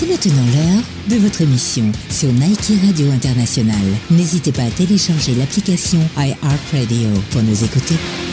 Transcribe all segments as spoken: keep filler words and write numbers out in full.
maintenant l'heure de votre émission sur Nike Radio International. N'hésitez pas à télécharger l'application iHeartRadio pour nous écouter.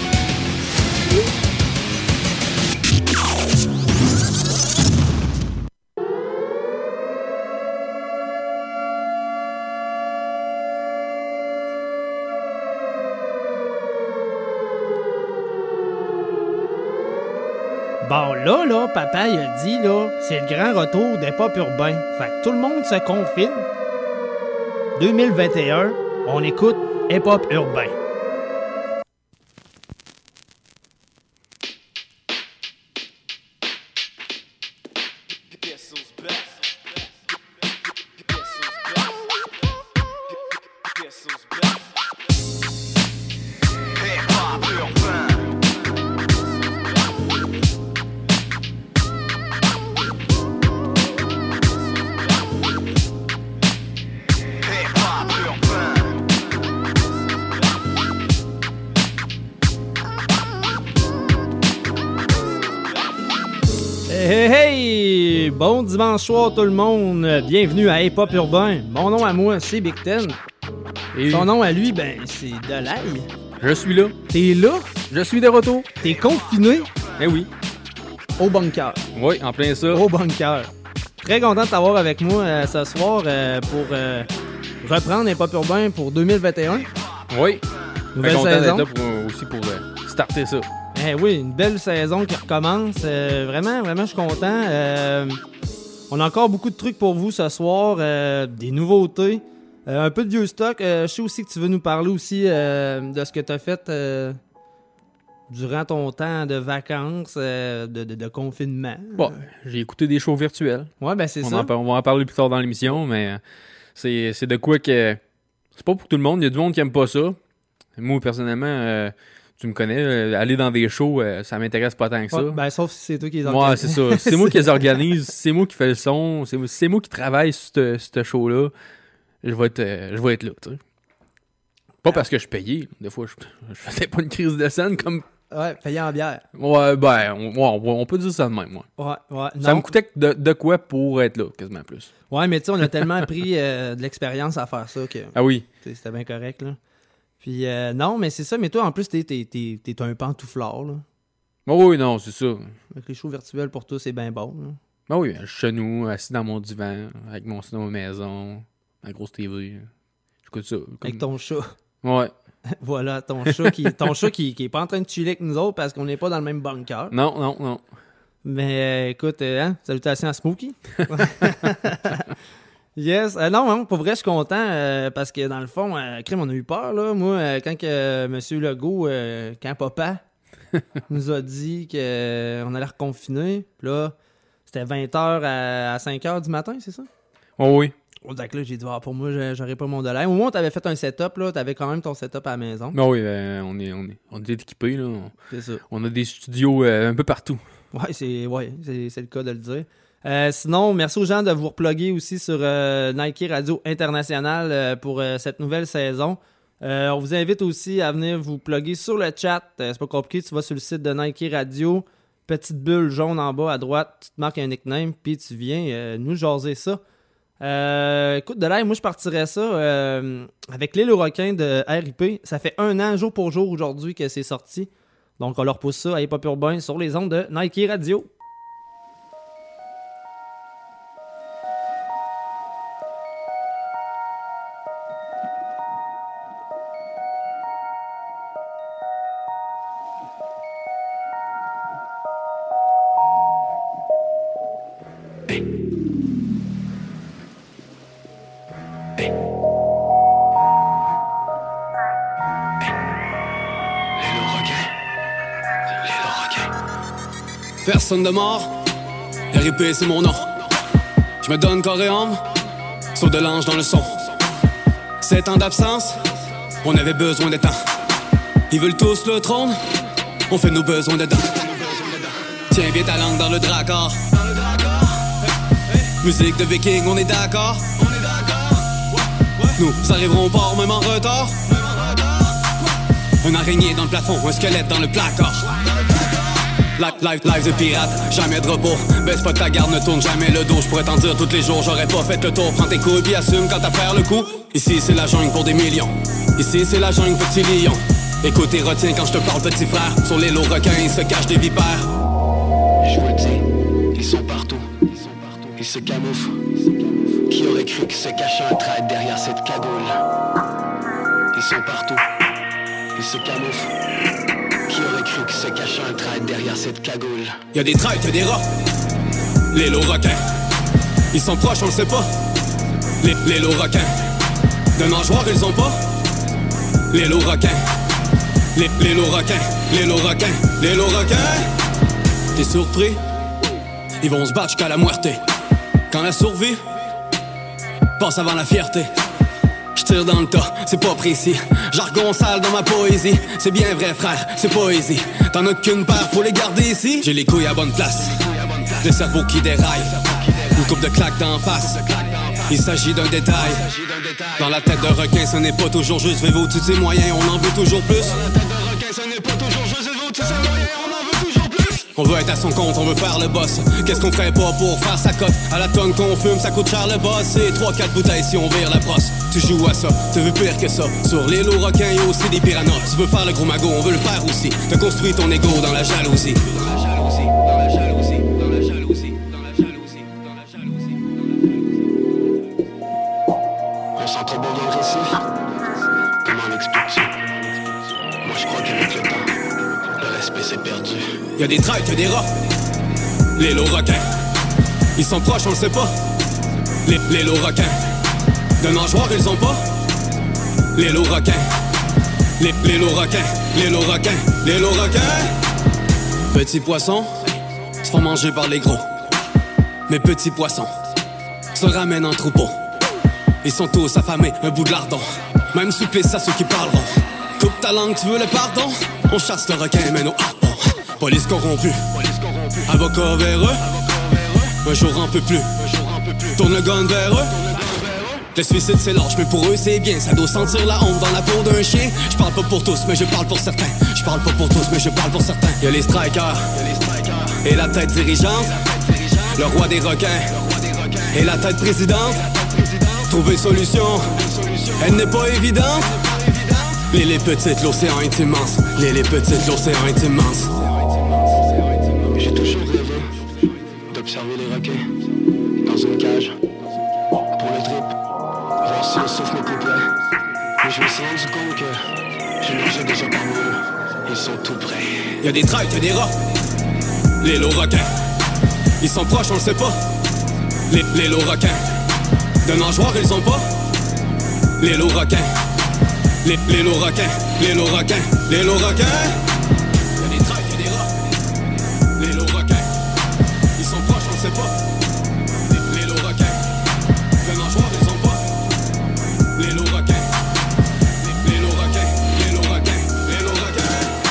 Bon, là, là, papa, il a dit, là, c'est le grand retour des pop urbains. Fait que tout le monde se confine. deux mille vingt et un, on écoute hip-hop urbain. Bon dimanche soir tout le monde, bienvenue à Hip Hop Urbain. Mon nom à moi, c'est Big Ten. Et son nom à lui, ben, c'est Delay. Je suis là. T'es là? Je suis de retour. T'es confiné? Eh oui. Au bunker. Oui, en plein ça. Au bunker. Très content de t'avoir avec moi euh, ce soir euh, pour euh, reprendre Hip Hop Urbain pour deux mille vingt et un. Oui. Nouvelle content saison. d'être là pour, aussi pour euh, starter ça. Eh oui, une belle saison qui recommence. Euh, vraiment, vraiment, je suis content. Euh, on a encore beaucoup de trucs pour vous ce soir. Euh, des nouveautés. Euh, un peu de vieux stock. Euh, je sais aussi que tu veux nous parler aussi euh, de ce que tu as fait euh, durant ton temps de vacances, euh, de, de, de confinement. Bon, j'ai écouté des shows virtuels. Ouais, ben c'est on ça. En, on va en parler plus tard dans l'émission, mais c'est, c'est de quoi que... C'est pas pour tout le monde. Il y a du monde qui aime pas ça. Moi, personnellement... Euh, Tu me connais, euh, aller dans des shows, euh, ça m'intéresse pas tant que ça. Ouais, ben, sauf si c'est toi qui les organise. Ouais, c'est ça. C'est moi qui les organise, c'est moi qui fais le son, c'est, c'est moi qui travaille sur ce show-là. Je vais être, euh, je vais être là, tu sais. Pas parce que je payais. Des fois, je, je faisais pas une crise de scène comme... Ouais, payé en bière. Ouais, ben, on, on, on peut dire ça de même, moi. Ouais, ouais. Ça non. me coûtait de, de quoi pour être là, quasiment plus. Ouais, mais tu sais, on a tellement pris euh, de l'expérience à faire ça que... Ah oui. C'était bien correct, là. Puis euh, non, mais c'est ça. Mais toi, en plus, t'es, t'es, t'es, t'es un pantouflard, là. Oh oui, non, c'est ça. Avec les shows virtuels, pour toi, c'est bien bon, là. Ben oui, je suis chez nous, assis dans mon divan, avec mon cinéma maison, ma grosse T V. J'écoute ça. Comme... Avec ton chat. Ouais. Voilà, ton chat qui ton chat qui, qui est pas en train de chiller avec nous autres parce qu'on n'est pas dans le même bunker. Non, non, non. Mais euh, écoute, euh, hein, salutations à Smokey. Yes. Euh, non, non, pour vrai, je suis content euh, parce que dans le fond, euh, crime, on a eu peur, là. Moi, euh, quand que euh, M. Legault, euh, quand papa nous a dit qu'on euh, allait reconfiner, puis là, c'était vingt heures à, à cinq heures du matin, c'est ça? Oh oui. Donc là, j'ai dit, ah, pour moi, j'aurais pas mon dollar. Au moins, t'avais fait un setup, là. T'avais quand même ton setup à la maison. Ben oui, ben, on est, on est, on est équipés, là. On, c'est ça. On a des studios euh, un peu partout. Ouais, c'est, ouais, c'est, c'est le cas de le dire. Euh, sinon, merci aux gens de vous reploguer aussi sur euh, Nike Radio International euh, pour euh, cette nouvelle saison. Euh, on vous invite aussi à venir vous plugger sur le chat. Euh, c'est pas compliqué, tu vas sur le site de Nike Radio, petite bulle jaune en bas à droite, tu te marques un nickname, puis tu viens euh, nous jaser ça. Euh, écoute, de là, moi je partirais ça euh, avec L'Île aux requins de R I P. Ça fait un an, jour pour jour, aujourd'hui que c'est sorti. Donc on leur pousse ça à Hip Hop Urbain sur les ondes de Nike Radio. Personne de mort, R I P c'est mon nom. Je me donne corps et âme, saut de l'ange dans le son. Sept ans d'absence, on avait besoin de temps. Ils veulent tous le trône, on fait nos besoins dedans. Tiens bien ta langue dans le dracard. Musique de viking, on est d'accord. Nous arriverons au port même en retard. Un araignée dans le plafond, un squelette dans le placard. Live, live de pirate, jamais de repos. Baisse pas ta garde, ne tourne jamais le dos. J'pourrais t'en dire tous les jours, j'aurais pas fait le tour. Prends tes couilles puis assume quand t'as faire le coup. Ici c'est la jungle pour des millions. Ici c'est la jungle petit lion. Écoute et retiens quand je te parle petit frère. Sur les lots requins, ils se cachent des vipères. Je vous le dis, ils sont partout. Ils se camouflent. Qui aurait cru que se cachait un traître derrière cette cagoule? Ils sont partout. Ils se camouflent. Qui aurait cru que se cachait un traître derrière cette cagoule? Y'a des traîtres, des rats. Les lots requins. Ils sont proches, on le sait pas. Les, les lots requins. De nageoires, ils ont pas. Les lots requins. Les, les lots requins. Les lots requins. Les lots requins. T'es surpris? Ils vont se battre jusqu'à la muerte. Quand la survie passe avant la fierté. J'tire dans le tas, c'est pas précis. Jargon sale dans ma poésie. C'est bien vrai frère, c'est poésie. T'en as qu'une paire, faut les garder ici. J'ai les couilles à bonne place. Le cerveau qui déraille. Une coupe de claques d'en face. Il s'agit d'un détail. Dans la tête d'un requin, ce n'est pas toujours juste. Vais-vous tous ses moyens, on en veut toujours plus. Dans la tête d'un requin, ce n'est pas toujours juste. Vais-vous tous ses moyens, on en veut toujours plus. On veut être à son compte, on veut faire le boss. Qu'est-ce qu'on ferait pas pour faire sa cote? À la tonne qu'on fume, ça coûte cher le boss. C'est trois quatre bouteilles si on vire la brosse. Tu joues à ça, tu veux pire que ça. Sur les lots requins, y'a aussi des piranhas. Tu veux faire le gros magot, on veut le faire aussi. T'as construit ton ego dans la jalousie. Dans la jalousie, dans la jalousie, dans la jalousie, dans la jalousie, dans la jalousie, dans la jalousie. On sent trop bien le récit. Comment l'expliques-tu? Moi je crois qu'avec le temps, le respect s'est perdu. Y'a des traîtres, y'a des rats. Les lots requins. Ils sont proches, on le sait pas. Les, les lots requins. De nageoires, ils ont pas. Les lots requins. Les, les lots requins. Les lots requins. Les lots requins. Petits poissons se font manger par les gros. Mais petits poissons se ramènent en troupeau. Ils sont tous affamés, un bout de lardon. Même supplice à ceux qui parleront. Coupe ta langue, tu veux le pardon? On chasse le requin, mène au harpon. Police corrompue, avocat véreux. Un jour on peut plus. Tourne le gun vers eux. Le suicide c'est lâche, mais pour eux c'est bien. Ça doit sentir la honte dans la peau d'un chien. Je parle pas pour tous, mais je parle pour certains. Je parle pas pour tous, mais je parle pour certains. Y'a les strikers et la tête dirigeante. Le roi des requins et la tête présidente. Trouver solution, elle n'est pas évidente. Les les petites, l'océan est immense. Les les petites, l'océan est immense. J'ai toujours rêvé d'observer les requins dans une cage pour le trip, voir si le souffle me couplait. Mais je me suis rendu compte que je nageais déjà parmi eux. Ils sont tout près. Y'a des traîtres, y'a des rats. Les lots requins. Ils sont proches, on le sait pas. Les, les lots requins. De nageoires, ils ont pas. Les lots requins. Les, les lots requins. Les lots requins. Les lots requins. Y'a des traîtres, y'a des rats. Les lots requins. Ils sont proches, on le sait pas. Les, les lots requins. De nageoires, ils ont pas. Les lots requins. Les, les lots requins. Les lots requins. Les lots requins.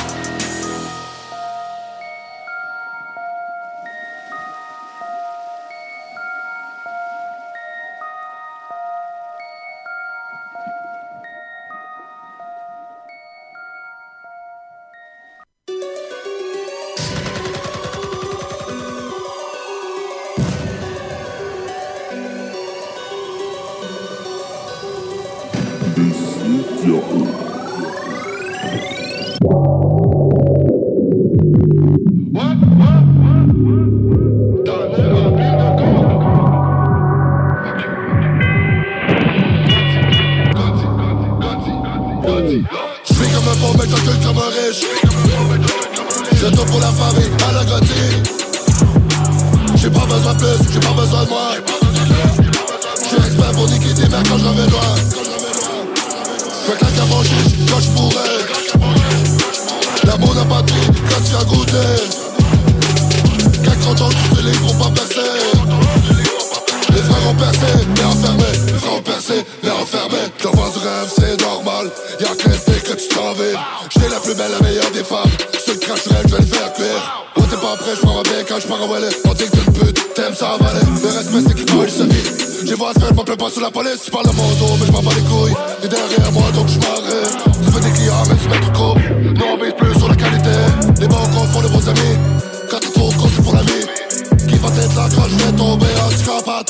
La police, je parle à mon dos, mais je m'en bats les couilles. T'es derrière moi donc je m'arrête. Tu veux des clients, mais tu mets trop. Nous on vise plus sur la qualité. Les bons comptes font de vos amis.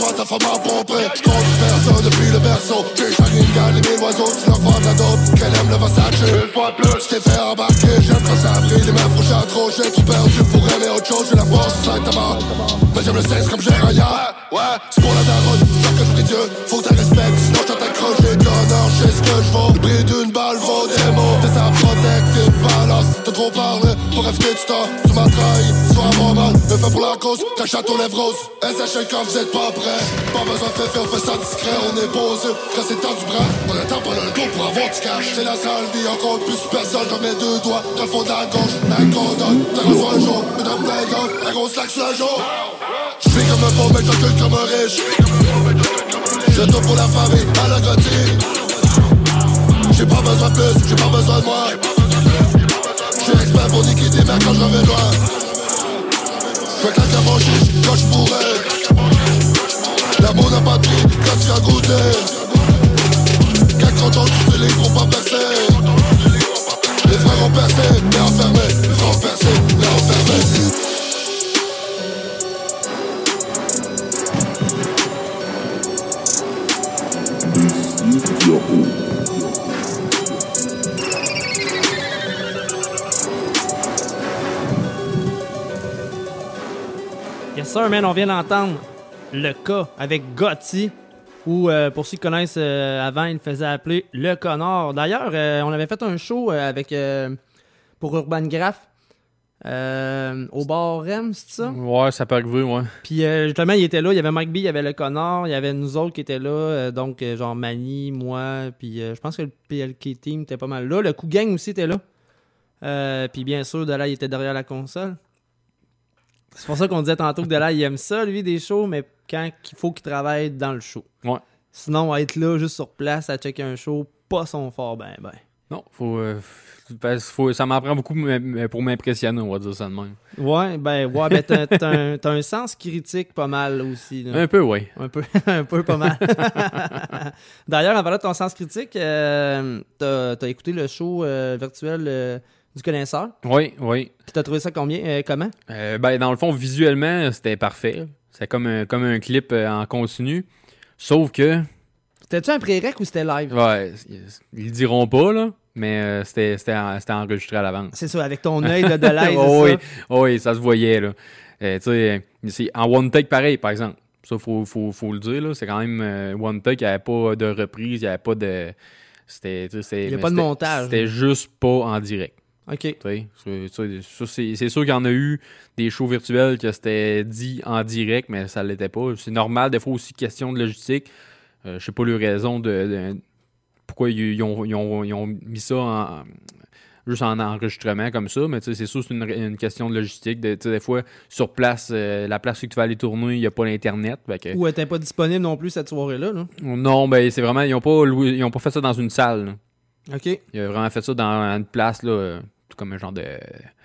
sois ta femme à pomper. J'compte personne depuis le berceau. J'ai chaque une gale, les mille oiseaux, tu leur vends de la dope. Qu'elle aime le Versace, une fois plus. Tu t'es fait embarquer, j'aime quand ça a pris. Les mains frouchées trop, j'ai trop perdu pour aimer autre chose. J'ai la force, c'est ta barre. Mais j'aime le sexe comme j'ai rien. Ouais, c'est pour la daronne, c'est que je prie Dieu. Faut que t'as respect, sinon je t'accroche. J'ai de l'honneur, je sais ce que je vaux. Le prix d'une balle vaut des mots. T'es ça protect, t'es balance. T'as trop parlé pour éviter du temps. Tu m'as trahi, sois un bon mal. Le fait pour la cause, t'as château lèvres roses. S H quand vous êtes pas prêts. Pas besoin de faire, on fait ça discret. On est posé, quand c'est le temps du bras. On attend pas le dos pour avoir du cash. C'est la sale vie, encore plus personne. J'en mets deux doigts dans le fond de la gauche. Un condom, t'as reçu un jour. Une dame plein d'or, un gros slack sur le jour. J'vis comme un pauvre, mais j'encule comme un riche. Je tout pour la famille, à la gotine. J'ai pas besoin de plus, j'ai pas besoin de moi. J'suis expert pour niquer des mecs quand j'en vais loin. J'fais claquer mon chiche quand j'mourrais. L'amour n'a pas de prix quand tu as goûté. Quatre ans tu te les gros pas percer. Les frères ont percé, mais enfermés. Les frères ont percé, mais enfermés. Yes sir, man, on vient d'entendre le cas avec Gotti, ou euh, pour ceux qui connaissent euh, avant, il faisait appeler le connard. D'ailleurs, euh, on avait fait un show euh, avec euh, pour Urban Graph euh, au bar Rem, c'est ça? Ouais, ça peut arriver, ouais. Puis euh, justement, il était là, il y avait Mike B, il y avait le connard, il y avait nous autres qui étaient là, euh, donc euh, genre Manny, moi, puis euh, je pense que le P L K Team était pas mal là. Le Coup Gang aussi était là. Euh, puis bien sûr, de là, il était derrière la console. C'est pour ça qu'on disait tantôt que de là, il aime ça, lui, des shows, mais quand il faut qu'il travaille dans le show. Ouais. Sinon, être là, juste sur place, à checker un show, pas son fort, ben, ben. Non, faut, euh, faut, ça m'en prend beaucoup pour m'impressionner, on va dire ça de même. Ouais, ben, ouais, ben, t'as, t'as, un, t'as un sens critique pas mal aussi. Là. Un peu, oui. Un peu, un peu pas mal. D'ailleurs, en parlant de ton sens critique, euh, t'as, t'as écouté le show euh, virtuel euh, du connaisseur. Oui, oui. Puis t'as trouvé ça combien, euh, comment? Euh, ben, dans le fond, visuellement, c'était parfait. C'était comme un, comme un clip euh, en continu. Sauf que... C'était-tu un pré-rec ou c'était live? Ouais, ils le diront pas, là, mais euh, c'était, c'était, en, c'était enregistré à l'avance. C'est ça, avec ton œil de, de live, oh, c'est oui, ça? oh, oui, ça se voyait, là. Euh, tu sais, c'est en one take pareil, par exemple. Ça, faut, faut, faut le dire, là. C'est quand même euh, one take, il n'y avait pas de reprise, il n'y avait pas de... C'était, il n'y a pas de montage. C'était juste pas en direct. OK. Tu sais, c'est, c'est, c'est sûr qu'il y en a eu des shows virtuels que c'était dit en direct, mais ça ne l'était pas. C'est normal, des fois aussi, question de logistique. Euh, je sais pas les raisons de, de pourquoi ils, ils, ont, ils, ont, ils ont mis ça en, juste en enregistrement comme ça, mais c'est sûr que c'est une, une question de logistique. De, des fois, sur place, euh, la place où tu vas aller tourner, il n'y a pas l'Internet. Que... Ou elle n'était pas disponible non plus cette soirée-là. Là. Non, ben c'est vraiment, ils n'ont pas, loué, ils ont pas fait ça dans une salle. Là. OK. Ils ont vraiment fait ça dans une place, là, tout comme un genre de...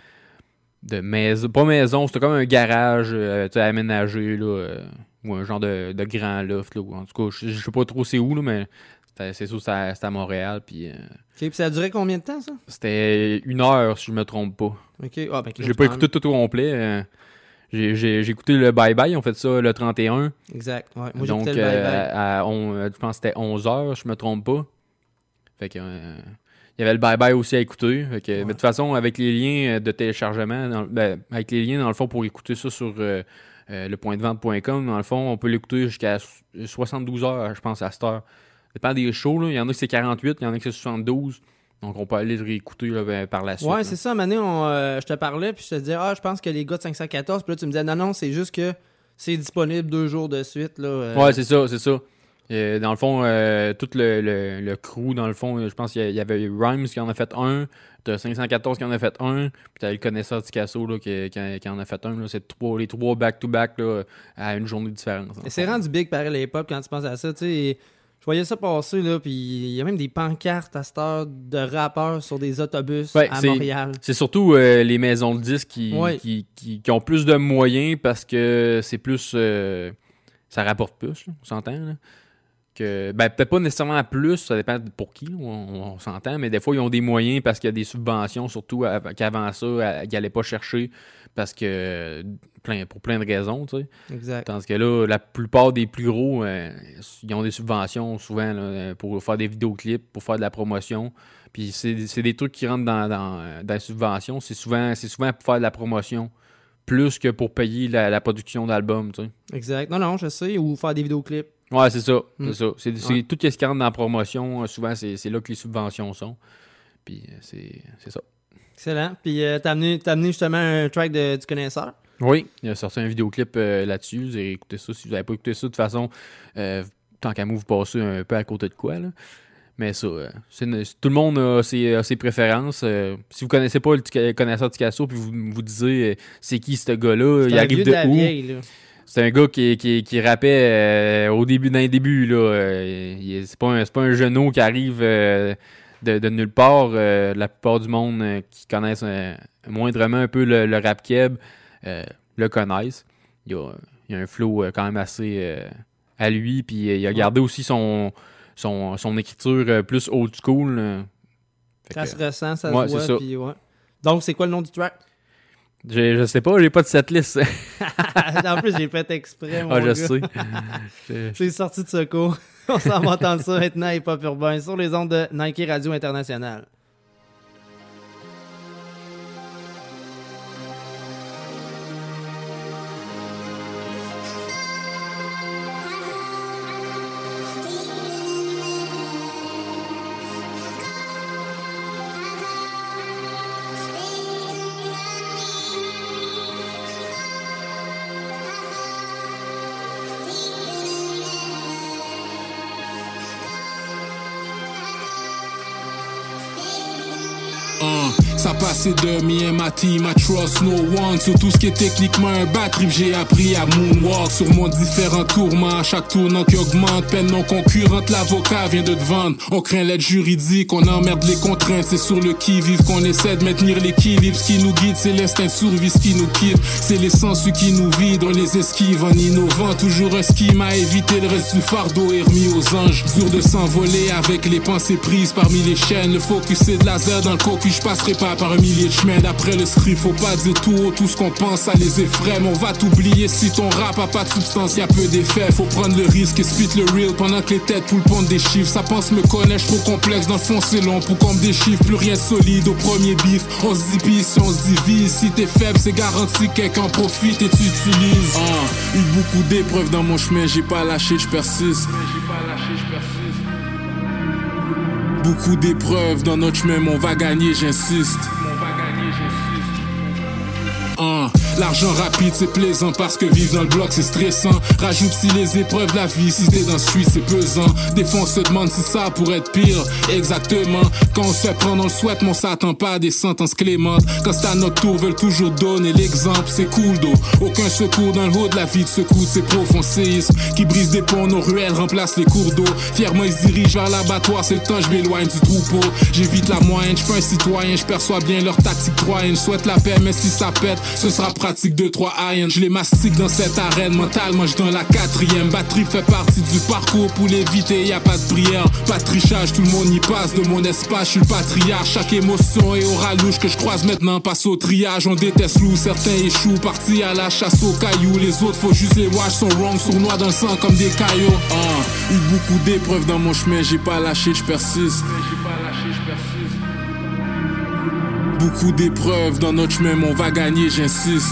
de maison, pas maison, c'était comme un garage euh, aménagé, là, euh, ou un genre de, de grand loft, là, en tout cas, je, je sais pas trop c'est où, là, mais c'est sûr que c'était, c'était à Montréal, puis... Euh, OK, puis ça a duré combien de temps, ça? C'était une heure, si je me trompe pas. OK, ah, ben... J'ai pas écouté tout au complet, euh, j'ai, j'ai, j'ai écouté le Bye Bye, ils ont fait ça le trente et un. Exact, ouais, moi donc, j'écoutais le Bye Bye. Euh, à, on, je pense que c'était onze heures, si je me trompe pas. Fait que... Euh, il y avait le bye-bye aussi à écouter. Fait que, ouais. Mais de toute façon, avec les liens de téléchargement, dans, ben, avec les liens, dans le fond, pour écouter ça sur euh, euh, le point de vente point com, dans le fond, on peut l'écouter jusqu'à soixante-douze heures, je pense, à cette heure. Ça dépend des shows. Là. Il y en a que c'est quarante-huit, il y en a que c'est soixante-douze. Donc, on peut aller le réécouter là, ben, par la suite. Ouais, là. C'est ça. Mané, on, euh, je te parlais, puis je te disais, ah, je pense que les gars de cinq cent quatorze, puis là, tu me disais, non, non, c'est juste que c'est disponible deux jours de suite. Là, euh... Ouais, c'est ça, c'est ça. Euh, dans le fond, euh, tout le, le, le crew, dans le fond, je pense qu'il y avait Rhymes qui en a fait un, t'as cinq cent quatorze qui en a fait un, puis t'as le connaisseur Ticasso là, qui, qui, qui en a fait un. Là. C'est trois, les trois back-to-back là, à une journée de différence. Et c'est rendu big pareil à l'époque quand tu penses à ça. Tu sais, je voyais ça passer, là, puis il y a même des pancartes à cette heure de rappeurs sur des autobus ouais, à c'est, Montréal. C'est surtout euh, les maisons de disques qui, ouais. qui, qui, qui ont plus de moyens parce que c'est plus... Euh, ça rapporte plus, là, on s'entend, là. que, ben, peut-être pas nécessairement à plus, ça dépend pour qui, on, on s'entend, mais des fois, ils ont des moyens parce qu'il y a des subventions, surtout qu'avant ça, ils n'allaient pas chercher parce que, plein, pour plein de raisons, tu sais. Exact. Tandis que là, la plupart des plus gros, euh, ils ont des subventions souvent là, pour faire des vidéoclips, pour faire de la promotion. Puis c'est, c'est des trucs qui rentrent dans, dans, dans la subvention. C'est souvent, c'est souvent pour faire de la promotion, plus que pour payer la, la production d'albums, tu sais. Exact. Non, non, je sais. Ou faire des vidéoclips. Ouais, c'est ça. Mm. C'est ça. C'est, c'est ouais. tout ce qui rentre dans la promotion, souvent, c'est, c'est là que les subventions sont. Puis c'est, c'est ça. Excellent. Puis euh, t'as, amené, t'as amené justement un track de, du connaisseur. Oui, il a sorti un vidéoclip euh, là-dessus. Vous avez écouté ça. Si vous n'avez pas écouté ça, de toute façon, euh, tant qu'à moi, vous passez un peu à côté de quoi, là. Mais ça, euh, c'est une, tout le monde a ses, a ses préférences. Euh, si vous connaissez pas le connaisseur de Ticasso, puis vous vous disiez, euh, c'est qui ce gars-là, c'est il arrive de, de où? Vieille, là. C'est un gars qui, qui, qui rappait euh, au début, dans les débuts, là. Euh, il, c'est, pas un, c'est pas un genou qui arrive euh, de, de nulle part. Euh, la plupart du monde euh, qui connaissent euh, moindrement un peu le, le rap keb euh, le connaissent. Il y a, il y a un flow euh, quand même assez euh, à lui, puis euh, il a gardé aussi son, son, son écriture euh, plus old school. Euh. Ça que, se ressent, ça ouais, se voit. C'est ça. Puis, ouais. Donc, c'est quoi le nom du track? Je, je sais pas, j'ai pas de setlist. En plus, j'ai fait exprès, mon ah, je gars. sais. je... J'ai sorti de secours. On s'en va entendre ça maintenant, Hip Hop Urbain, sur les ondes de Nike Radio International. Ça passait de me and my team, I trust no one. Sur tout ce qui est techniquement un bad trip, j'ai appris à moonwalk. Sur mon différents tourments, chaque tournant qui augmente. Peine non concurrente, l'avocat vient de te vendre. On craint l'aide juridique, on emmerde les contraintes. C'est sur le qui-vive qu'on essaie de maintenir l'équilibre. Ce qui nous guide, c'est l'instinct de survie, ce qui nous quitte. C'est les sens qui nous vident, on les esquive en innovant. Toujours un scheme à éviter, le reste du fardeau est remis aux anges. Dur de s'envoler avec les pensées prises parmi les chaînes. Le focus c'est de laser dans le cocu, je passerai pas par un millier de chemins. D'après le script, faut pas dire tout haut tout ce qu'on pense, ça les effraie. Mais on va t'oublier si ton rap a pas de substance, y'a peu d'effet. Faut prendre le risque et spit le real pendant que les têtes poulent pondent des chiffres. Ça pense me connaître, trop complexe, dans le fond c'est long pour qu'on me déchiffre. Plus rien de solide au premier bif. On se divise si on se divise. Si t'es faible, c'est garanti que quelqu'un profite et tu utilises. Ah, eu beaucoup d'épreuves dans mon chemin, j'ai pas lâché, je persiste. Beaucoup d'épreuves dans notre chemin, mais on va gagner, j'insiste. Uh, l'argent rapide c'est plaisant parce que vivre dans le bloc c'est stressant. Rajoute si les épreuves de la vie, si t'es dans ce street c'est pesant. Des fois on se demande si ça pourrait être pire. Exactement, quand on se fait prendre on le souhaite, mais on s'attend pas à des sentences clémentes. Quand c'est à notre tour, veulent toujours donner l'exemple, c'est cool d'eau. Aucun secours dans le haut de la vie de secours, c'est profond séisme qui brise des ponts, nos ruelles remplacent les cours d'eau. Fièrement ils se dirigent vers l'abattoir, c'est le temps, je m'éloigne du troupeau. J'évite la moyenne, je suis pas un citoyen, je perçois bien leur tactique troyenne. Je souhaite la paix, mais si ça pète ce sera pratique deux trois irons. Je les mastique dans cette arène. Mentalement je dans la quatrième. Batterie fait partie du parcours. Pour l'éviter y a pas de prière, pas de trichage, tout le monde y passe. De mon espace je suis le patriarche. Chaque émotion est au ralouche que je croise maintenant passe au triage. On déteste loup, certains échouent. Partis à la chasse aux cailloux. Les autres faut juste les watch sont wrong. Sournois dans le sang comme des cailloux. Ah, eu beaucoup d'épreuves dans mon chemin. J'ai pas lâché, je persiste. Beaucoup d'épreuves dans notre chemin, mais on va gagner, j'insiste.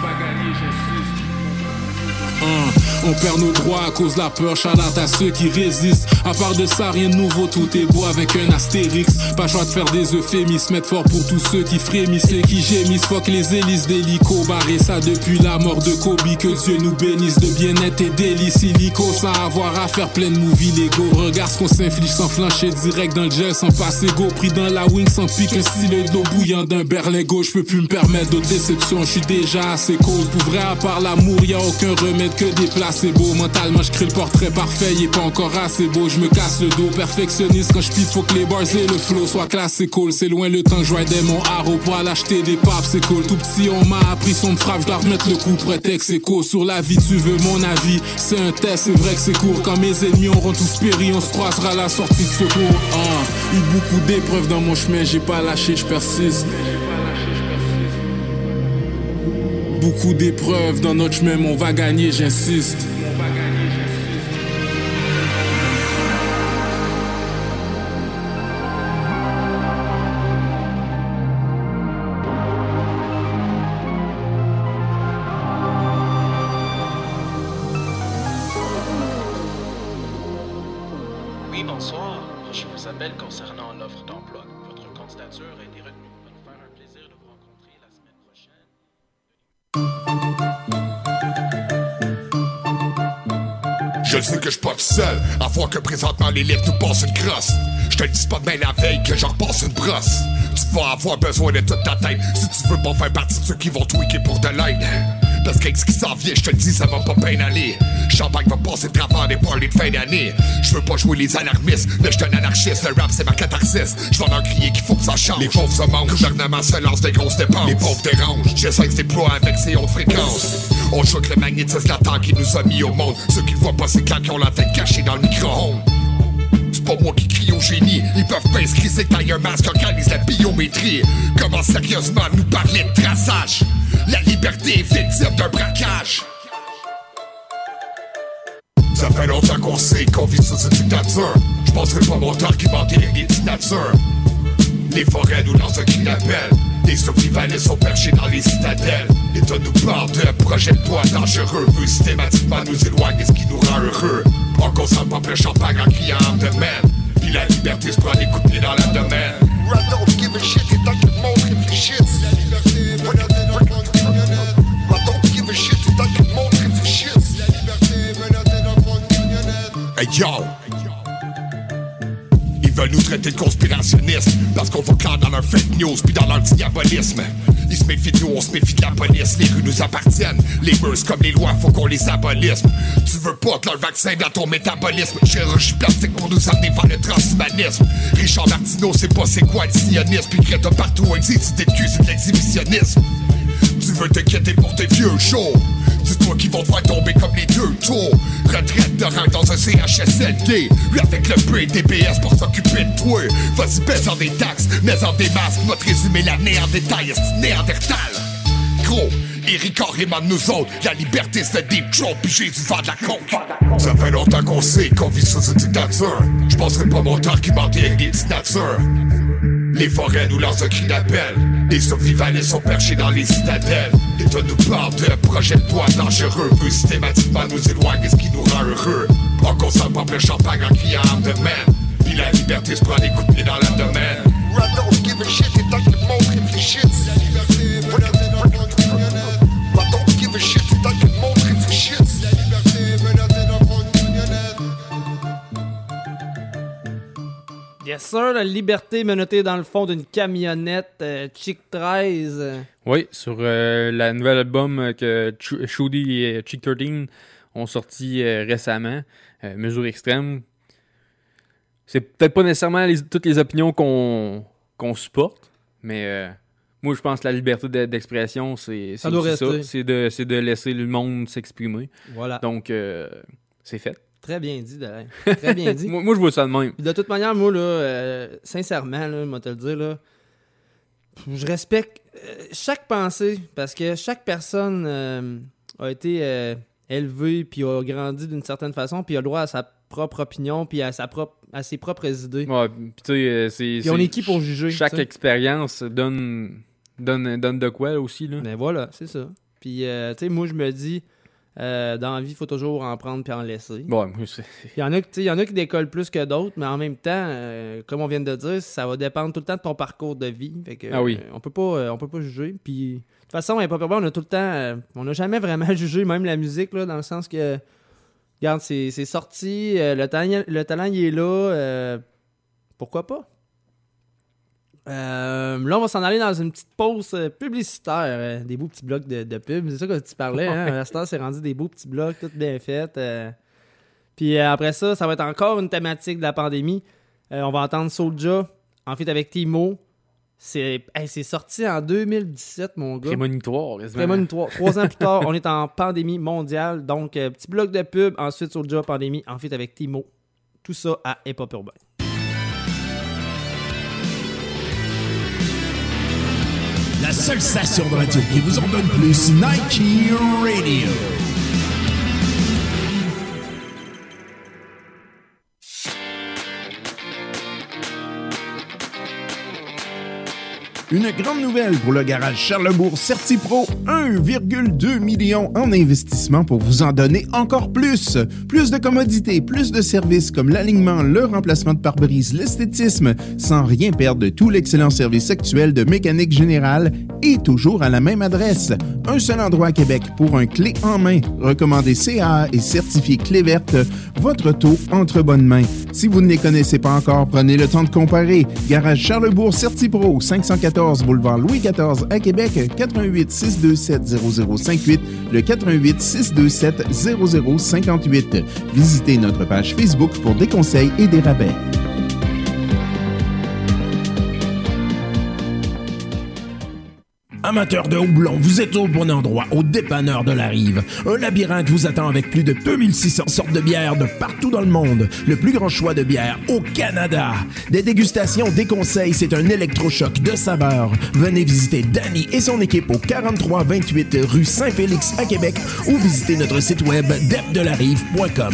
Uh, on perd nos droits à cause de la peur, shout-out à ceux qui résistent. À part de ça, rien de nouveau, tout est beau avec un astérix. Pas choix de faire des euphémismes, mettre fort pour tous ceux qui frémissent et qui gémissent. Fuck les hélices d'hélico, barré ça depuis la mort de Kobe. Que Dieu nous bénisse de bien-être et délices illico, sans avoir à faire plein de movies légaux. Regarde ce qu'on s'inflige sans flancher, direct dans le gel sans passer go. Pris dans la wing sans pique, un stylo d'eau bouillant d'un berlingot. Je peux plus me permettre d'autres déceptions, je suis déjà assez cold. Pour vrai, à part l'amour, y a aucun remède être que des placebos. Mentalement, je crée le portrait parfait, il est pas encore assez beau. Je me casse le dos, perfectionniste quand je pite, faut que les bars et le flow soient classés cool. C'est loin le temps que je voyais mon haro pour aller acheter des papes, c'est cool. Tout petit, on m'a appris son me frappe, je dois remettre le coup, prétexte écho. Sur la vie, tu veux mon avis, c'est un test, c'est vrai que c'est court. Quand mes ennemis auront tous péri, on se croisera à la sortie de secours. Ah, eu beaucoup d'épreuves dans mon chemin, j'ai pas lâché, je persiste. Beaucoup d'épreuves dans notre chemin, mais on va gagner, j'insiste. Oui, bonsoir. Je vous appelle concernant l'offre d'emploi. Votre candidature a été retenue. Il va nous faire un plaisir de vous rencontrer la semaine prochaine. Je le sais que je suis pas tout seul, à voir que présentement les livres nous passent une crosse. Je te le dis pas demain la veille que j'en repasse une brosse. Tu vas avoir besoin de toute ta tête si tu veux pas faire partie de ceux qui vont tweaker pour de l'aide. Parce qu'avec ce qui s'en vient, je te le dis, ça va pas bien aller. Champagne va passer de travers des parties de fin d'année. Je veux pas jouer les alarmistes, mais je suis un anarchiste. Le rap, c'est ma catharsis. Je vais leur crier qu'il faut que ça change. Les pauvres se mangent, le gouvernement se lance des grosses dépenses. Les pauvres dérangent, j'essaie de se déploie avec ces hautes fréquences. On choque le magnétisme latent qui nous a mis au monde. Ceux qui le voient pas, c'est quand ils ont la tête cachée dans le micro-ondes. C'est pas moi qui crie au génie. Ils peuvent pas inscrire c'est taille un masque, organise la biométrie. Comment sérieusement nous parler de traçage? La liberté est victime d'un braquage. Ça fait longtemps qu'on sait qu'on vit sous une dictature. J'penserai pas mon temps argumenter avec des dictatures. Les forêts nous lancent un cri d'appel. Les survivalistes sont perchés dans les citadelles. L'État nous parle d'un projet de poids dangereux. Veut systématiquement nous éloigner de ce qui nous rend heureux. On consomme pas le champagne en criant âme de même. Puis la liberté se prend des coups de pied dans l'abdomen. I don't give a shit, et tant que le monde réfléchisse. La liberté menotée dans le fond d'une camionnette. I don't give a shit, et tant que le monde réfléchisse. La liberté menotée dans le fond d'une camionnette. Hey yo! Ils veulent nous traiter de conspirationnistes parce qu'on va clair dans leur fake news puis dans leur diabolisme. Ils se méfient de nous, on se méfie de la police. Les rues nous appartiennent, les mœurs comme les lois, faut qu'on les abolisse. Tu veux pas que leur vaccin dans ton métabolisme. Chirurgie plastique pour nous amener vers le transhumanisme. Richard Martineau, c'est pas c'est quoi le sionisme. Puis Greta partout existe, t'es de cul, c'est de l'exhibitionnisme. Tu veux t'inquiéter pour tes vieux shows. Dis-toi qu'ils vont te voir tomber comme les deux tours. Retraite de rang dans un C H S L D. Lui avec le P D B S pour s'occuper de toi. Vas-y baisse en des taxes, mais en des masques. Va te résumer l'année en détail, est-ce néandertal? Gros, Éric carrément de nous autres. La liberté se fait deep throat puis Jésus vend de la coke. Ça fait longtemps qu'on sait qu'on vit sous une dictature. J'penserai pas mon temps argumenter avec des dictatures. Les forêts nous lancent un cri d'appel. Les survivalistes sont perchés dans les citadelles. L'État nous parle d'un projet de poids dangereux. Veut systématiquement nous éloigner de ce qui nous rend heureux. On consomme pas le champagne en criant âme de même. Puis la liberté se prend des coups de pied dans l'abdomen. I don't give a shit, et tant que le monde réfléchisse. La liberté menotée dans le fond d'une camionnette. I don't give a shit, et tant que le monde réfléchisse. La liberté menotée dans le fond d'une camionnette. Yes sir, la liberté menottée dans le fond d'une camionnette, euh, Chick treize. euh. Oui, sur euh, la nouvelle album que Ch- Shudi et Chick treize ont sorti euh, récemment, euh, Mesure Extrême. C'est peut-être pas nécessairement les, toutes les opinions qu'on, qu'on supporte, mais euh, moi je pense que la liberté de, d'expression, c'est, c'est, doit aussi rester. ça. C'est de, c'est de laisser le monde s'exprimer. Voilà. Donc, euh, c'est fait. Très bien dit, Dalain. Très bien dit. moi, moi, je vois ça de même. Puis de toute manière, moi, là, euh, sincèrement, là, moi te le dire, là, je respecte euh, chaque pensée parce que chaque personne euh, a été euh, élevée puis a grandi d'une certaine façon puis a le droit à sa propre opinion puis à, sa propre, à ses propres idées. Ouais, puis tu sais, euh, c'est, Puis on c'est- est qui pour juger? Chaque tu sais? expérience donne, donne, donne de quoi aussi, là. Ben voilà, c'est ça. Puis, euh, tu sais, moi, je me dis, euh, dans la vie, il faut toujours en prendre puis en laisser. Bon, moi, c'est... Il y en a, tu sais, il y en a qui décollent plus que d'autres, mais en même temps, euh, comme on vient de dire, ça va dépendre tout le temps de ton parcours de vie. Fait que, Ah oui. euh, on peut pas, euh, on peut pas juger. Puis, de toute façon, Hip Hop Urbain, on a tout le temps, euh, on n'a jamais vraiment jugé même la musique, là, dans le sens que, regarde, c'est, c'est sorti, euh, le talent, le talent, il est là, euh, pourquoi pas? Euh, là, on va s'en aller dans une petite pause euh, publicitaire. Euh, des beaux petits blocs de, de pub. C'est ça que tu parlais. Hein? À cette heure, c'est rendu des beaux petits blocs, tout bien fait. Euh. Puis euh, après ça, ça va être encore une thématique de la pandémie. Euh, on va entendre Soulja, en fait, avec Timo. C'est, hey, c'est sorti en deux mille dix-sept, mon gars. Prémonitoire. Prémonitoire. Trois ans plus tard, on est en pandémie mondiale. Donc, euh, petit bloc de pub. Ensuite, Soulja, pandémie, en fait, avec Timo. Tout ça à Hip Hop Urbain. La seule station de radio qui vous en donne plus, Nike Radio. Une grande nouvelle pour le garage Charlebourg CertiPro, un virgule deux million en investissement pour vous en donner encore plus. Plus de commodités, plus de services comme l'alignement, le remplacement de pare-brise, l'esthétisme, sans rien perdre de tout l'excellent service actuel de mécanique générale et toujours à la même adresse. Un seul endroit à Québec pour un clé en main, recommandé C A A et certifié clé verte, votre auto entre bonnes mains. Si vous ne les connaissez pas encore, prenez le temps de comparer. Garage Charlebourg CertiPro, cinq cent quatorze boulevard Louis quatorze à Québec, quatre un huit, six deux sept, zéro zéro cinq huit, le quatre un huit, six deux sept, zéro zéro cinq huit. Visitez notre page Facebook pour des conseils et des rabais. Amateurs de houblon, vous êtes au bon endroit, au dépanneur de la Rive. Un labyrinthe vous attend avec plus de deux mille six cents sortes de bières de partout dans le monde. Le plus grand choix de bières au Canada. Des dégustations, des conseils, c'est un électrochoc de saveurs. Venez visiter Danny et son équipe au quarante-trois vingt-huit rue Saint-Félix à Québec ou visitez notre site web dep de la rive point com.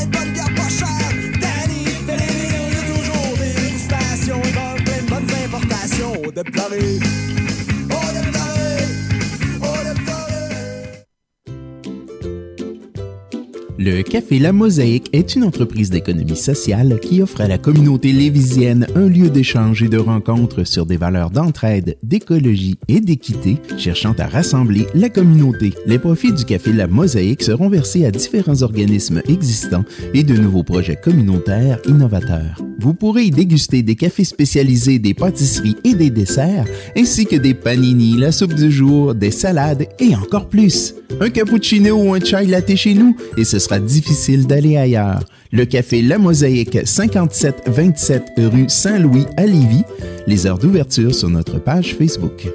Le Café La Mosaïque est une entreprise d'économie sociale qui offre à la communauté lévisienne un lieu d'échange et de rencontre sur des valeurs d'entraide, d'écologie et d'équité, cherchant à rassembler la communauté. Les profits du Café La Mosaïque seront versés à différents organismes existants et de nouveaux projets communautaires innovateurs. Vous pourrez y déguster des cafés spécialisés, des pâtisseries et des desserts, ainsi que des paninis, la soupe du jour, des salades et encore plus. Un cappuccino ou un chai latte chez nous et ce sera difficile d'aller ailleurs. Le Café La Mosaïque, cinquante-sept vingt-sept rue Saint-Louis à Lévis. Les heures d'ouverture sur notre page Facebook.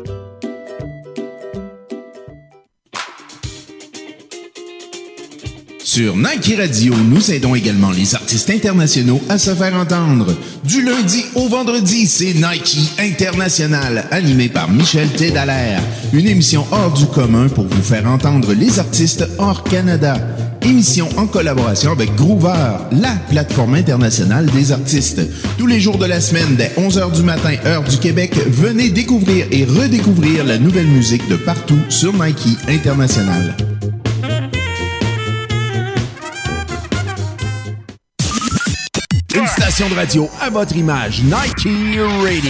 Sur Nike Radio, nous aidons également les artistes internationaux à se faire entendre. Du lundi au vendredi, c'est Nike International, animé par Michel T. Dallaire. Une émission hors du commun pour vous faire entendre les artistes hors Canada. Émission en collaboration avec Groover, la plateforme internationale des artistes. Tous les jours de la semaine, dès onze heures du matin, heure du Québec, venez découvrir et redécouvrir la nouvelle musique de partout sur Nike International. Une station de radio à votre image, Nike Radio.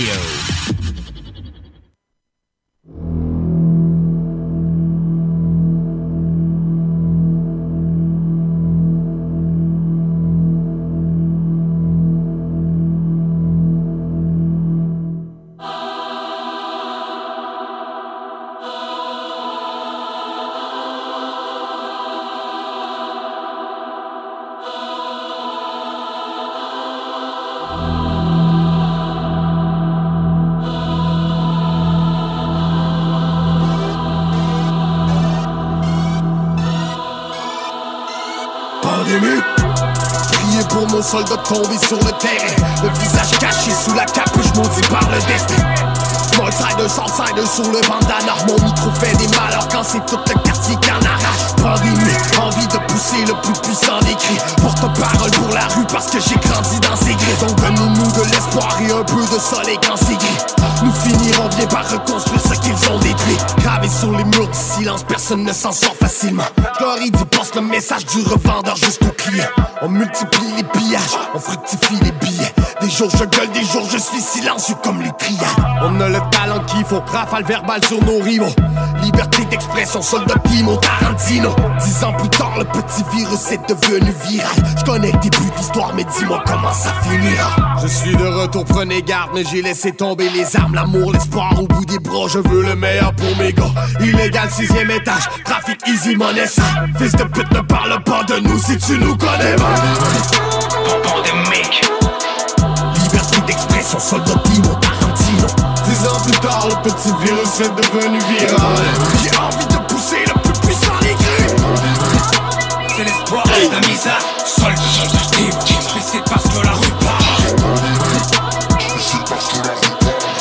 Soldat tombé sur le terrain, le visage caché sous la capuche maudit par le destin. Northsider, Southsider sur le bandana, mon micro fait des malheurs quand c'est tout le quartier qui en arrache. Pandémie, envie de pousser le plus puissant des cris, porte-parole pour la rue parce que j'ai grandi dans ces grilles. Donc donnez-nous de l'espoir et un peu de soleil quand c'est gris. Nous finirons bien par reconstruire ce qu'ils ont détruit. Gravé sur les murs du silence, personne ne s'en sort facilement. Glory dit passe le message du revendeur jusqu'au client. On multiplie les pillages, on fructifie les billets. Des jours je gueule, des jours je suis silencieux comme les triades. On a le talent qu'il faut, rafale verbal sur nos rivaux. Liberté d'expression, soldat Timo Tarantino. Dix ans plus tard, le petit virus est devenu viral. Je connais le début de l'histoire, mais dis-moi comment ça finira. Je suis de retour, prenez garde, mais j'ai laissé tomber les armes. L'amour, l'espoir au bout des bras, je veux le meilleur pour mes gars. Illégal, sixième étage, trafic easy money ça. Fils de pute, ne parle pas de nous si tu nous connais pas. Liberté d'expression, soldat Timo Tarantino. Dix ans plus tard, le petit virus est devenu viral. J'ai envie de pousser le plus puissant des grues. C'est l'espoir, la misère, soldat, soldat Timo. Mais c'est parce que la rue parle. C'est parce que la rue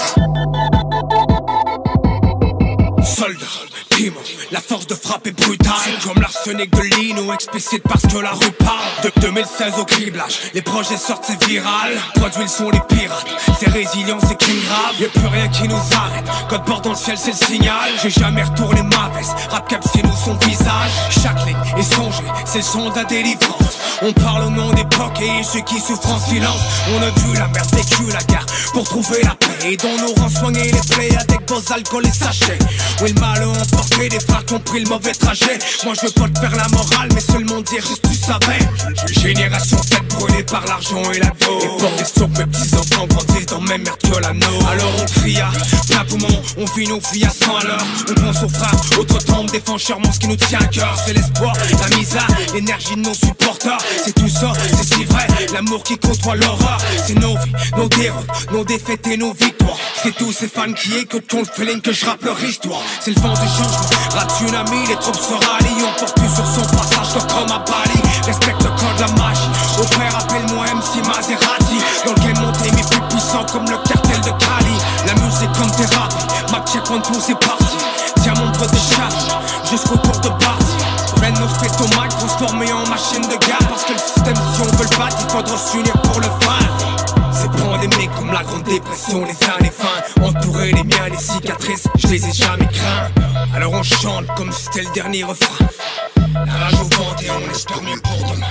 parle. Soldat Timo. La force de frappe est brutale, comme l'arsenic de Lino, explicite parce que la rue parle. De deux mille seize au criblage, les projets sortent, c'est viral. Produits le son, les pirates, c'est résilient, c'est crime grave. Y'a plus rien qui nous arrête, code bord dans le ciel, c'est le signal. J'ai jamais retourné ma veste, rap cap c'est nous son visage. Chaque ligne est songée, c'est le son de la délivrance. On parle au nom d'époque et ceux qui souffrent en silence. On a vu la merde, vécu la guerre pour trouver la paix. Et dans nos rangs soigner les plaies avec vos alcools et sachets. Oui, le mal a emporté des frères qui ont pris le mauvais trajet. Moi je veux pas te faire la morale, mais seulement dire juste tu savais. Génération tête brûlée par l'argent et la dos. Et pour question que mes petits enfants grandissent dans même merde que la nôtre. Alors on crie à plein poumon, on vit nos filles à cent à l'heure. On pense aux frères, autre temps on défend chèrement ce qui nous tient à cœur. C'est l'espoir, la misère, l'énergie de nos supporters. C'est tout ça, c'est si vrai, l'amour qui côtoie l'horreur. C'est nos vies, nos déroutes, nos défaites et nos victoires. C'est tous ces fans qui écoutent ton feeling que je rappe leur histoire. C'est le vent du changement, rap tsunami, les troupes se rallient. On porte plus sur son passage comme à Bali. Respecte le code de la magie, au père appelle-moi M C Maserati. Dans le game monté mais plus puissant comme le cartel de Cali. La musique comme thérapie, Mac check on tout c'est parti. Tiens mon bras de charge, jusqu'au tour de partie. Prenne nos faits au mic, transformé en machine de guerre. Parce que le système si on veut le battre, il faudra s'unir pour le faire. C'est pandémique comme la grande dépression, les années fin. Entouré les miens, les cicatrices, je les ai jamais craints. Alors on chante comme si c'était le dernier refrain. La rage au ventre et on espère mieux pour demain.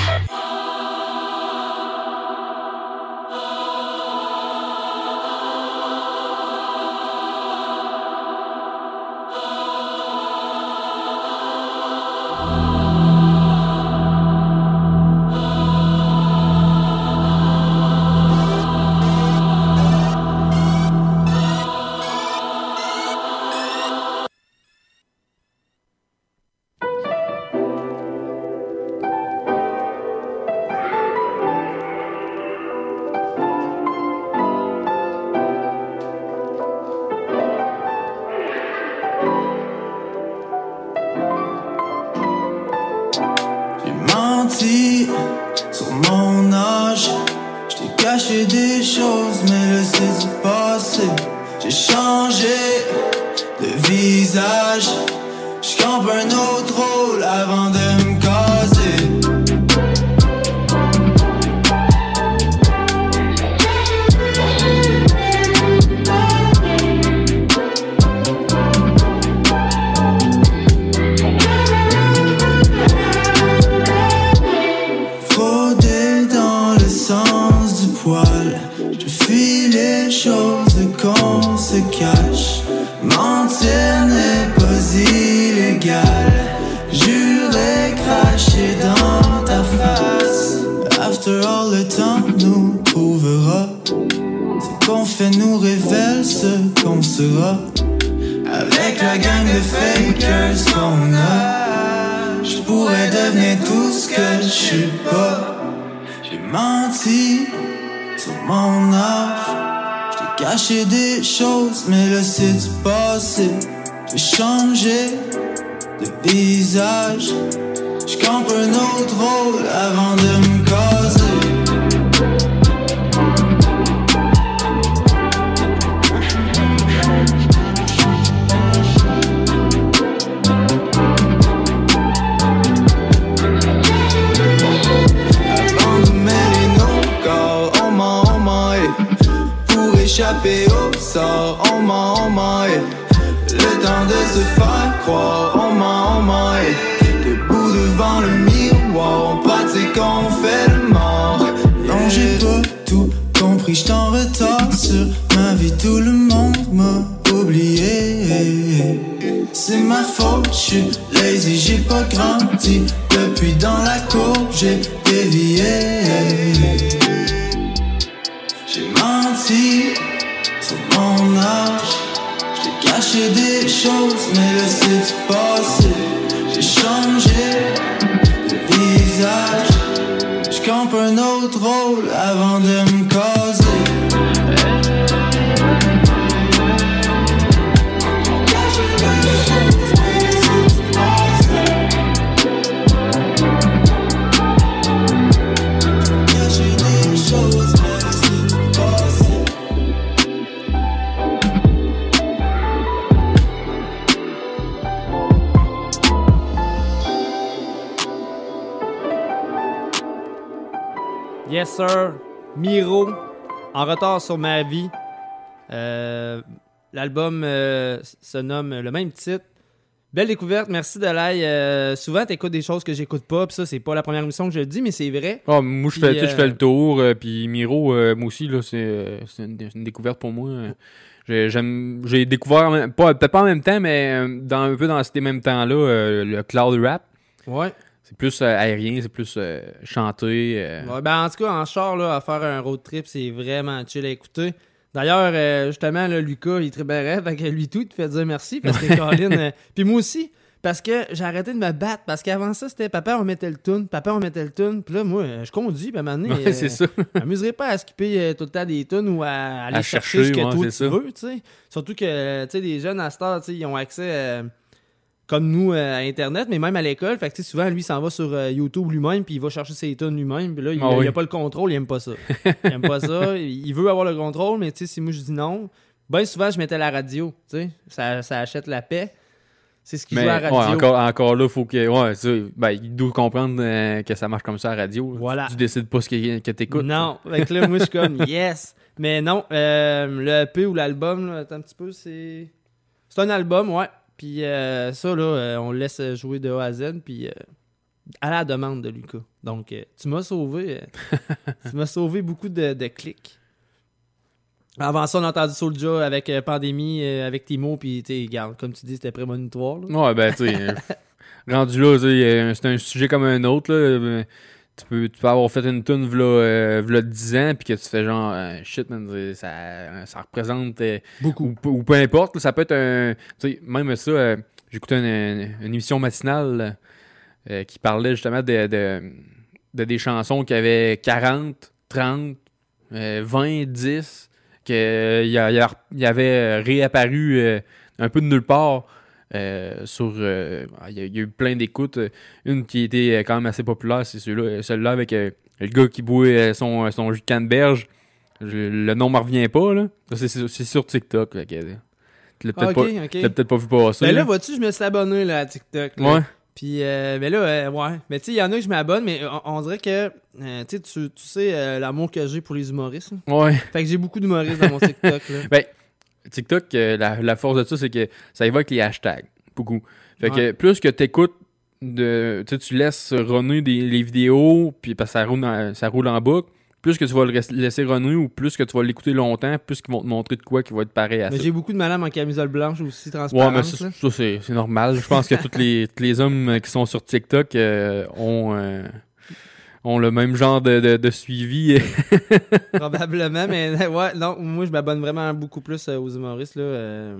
Sur mon âge, je t'ai caché des choses, mais le c'est du passé. J'ai changé de visage, je campe un autre rôle avant de me caser. Qu'on se cache, mentir n'est pas illégal. Jurer, cracher dans ta face. After all, le temps nous trouvera. Ce qu'on fait nous révèle ce qu'on sera. Avec la gang de fakers qu'on a, je pourrais devenir tout ce que je suis pas. J'ai menti sur mon âge. Cacher des choses, mais là c'est du passé. J'ai changé de visage. J'campe un autre rôle avant de me caser. Échappé au sort, on ment, on ment, yeah. Le temps de se faire croire, on ment, on ment, yeah. Debout devant le miroir, on pratique, on fait le mort, yeah. Non, j'ai pas tout j'ai pas grandi. Depuis dans la cour, j'ai dévié. J'ai menti sur mon âge. J'ai caché des choses, mais le c'est passé. J'ai changé de visage. J'campe un autre rôle avant de me caser. Yes sir, Miro, en retard sur ma vie. Euh, l'album euh, se nomme le même titre. Belle découverte, merci de l'ail. Euh, souvent, t'écoutes des choses que j'écoute pas, pis ça, c'est pas la première émission que je le dis, mais c'est vrai. Oh, moi, je fais, Puis, euh... je fais euh... le tour, euh, puis Miro, euh, moi aussi, là, c'est, euh, c'est une, une découverte pour moi. J'ai, j'aime, j'ai découvert, pas, peut-être pas en même temps, mais dans, un peu dans ces mêmes temps-là, euh, le cloud rap. Ouais. C'est plus euh, aérien, c'est plus euh, chanté. Euh... Ouais, ben en tout cas, en char, là, à faire un road trip, c'est vraiment chill à écouter. D'ailleurs, euh, justement, là, Lucas, il est très bien rêve, avec lui tout, il te fait dire merci, parce que Colin... euh... Puis moi aussi, parce que j'ai arrêté de me battre, parce qu'avant ça, c'était papa, on mettait le tune, papa, on mettait le tune, puis là, moi, je conduis, puis à un moment donné, ouais, euh, c'est ça. m'amuserais pas à skipper euh, tout le temps des tunes ou à aller à chercher, chercher ce que ouais, toi, tu ça. veux, tu sais. Surtout que, tu sais, les jeunes à cette heure, tu sais, ils ont accès... Euh, comme nous euh, à Internet, mais même à l'école. Fait que souvent, lui, il s'en va sur euh, YouTube lui-même, puis il va chercher ses tunes lui-même. Puis là, il, ah, il oui. a pas le contrôle, il aime pas ça. Il aime pas ça. Il veut avoir le contrôle, mais tu sais, si moi je dis non, ben souvent, je mettais la radio. Tu sais, ça, ça achète la paix. C'est ce qui mais, joue à la radio. Ouais, encore, encore là, faut que. Ouais, ça, ben, il doit comprendre euh, que ça marche comme ça à la radio. Voilà. Tu, tu décides pas ce que, que t'écoutes. Non. Fait que là, moi, je suis comme yes. Mais non, euh, le E P ou l'album, là, attends un petit peu, c'est. C'est un album, ouais. Puis euh, ça, là, euh, on le laisse jouer de A à Z, puis euh, à la demande de Lucas. Donc, euh, tu m'as sauvé. Euh, tu m'as sauvé beaucoup de, de clics. Avant ça, on a entendu Soulja avec euh, Pandémie, euh, avec Timo, puis tu sais, regarde, comme tu dis, c'était prémonitoire. Là. Ouais, ben, tu sais, euh, rendu là, c'est un sujet comme un autre, là. Tu peux, tu peux avoir fait une tune v'là, euh, v'là dix ans, puis que tu fais genre, euh, shit, man, ça, ça représente... Euh, beaucoup. Ou, ou peu importe, là, ça peut être un... Tu sais, même ça, euh, j'écoutais une, une, une émission matinale euh, qui parlait justement de, de, de des chansons qui avaient quarante, trente, euh, vingt, dix, qu'il euh, y, y, y avait réapparu euh, un peu de nulle part. Euh, sur euh, il y, y a eu plein d'écoutes. Une qui était quand même assez populaire, c'est celui-là, celle-là avec euh, le gars qui boit son, son jus de canneberge. Je, le nom ne me revient pas, là. C'est, c'est, c'est sur TikTok. Là, tu l'as peut-être, ah, okay, pas, okay. tu l'as peut-être pas vu passer. Ben là, là, vois-tu, je me suis abonné là, à TikTok. Là. Ouais. Puis, euh, ben là, euh, ouais. Mais tu sais, il y en a que je m'abonne, mais on, on dirait que, euh, tu, tu sais, euh, l'amour que j'ai pour les humoristes. Là. Ouais. Fait que j'ai beaucoup d'humoristes dans mon TikTok. Là. Ben, TikTok, euh, la, la force de ça, c'est que ça évoque les hashtags. Beaucoup. Fait ouais. que plus que t'écoutes, de, tu laisses runner des, les vidéos, puis parce que ça roule, dans, ça roule en boucle, plus que tu vas le laisser runner ou plus que tu vas l'écouter longtemps, plus qu'ils vont te montrer de quoi qui va être pareil à mais ça. j'ai beaucoup de madame en camisole blanche aussi, transparente. Ouais, mais ça, ça c'est, c'est normal. Je pense que tous les, tous les hommes qui sont sur TikTok euh, ont... Euh, ont le même genre de, de, de suivi. Probablement, mais ouais, non, moi je m'abonne vraiment beaucoup plus aux humoristes. Là. Euh,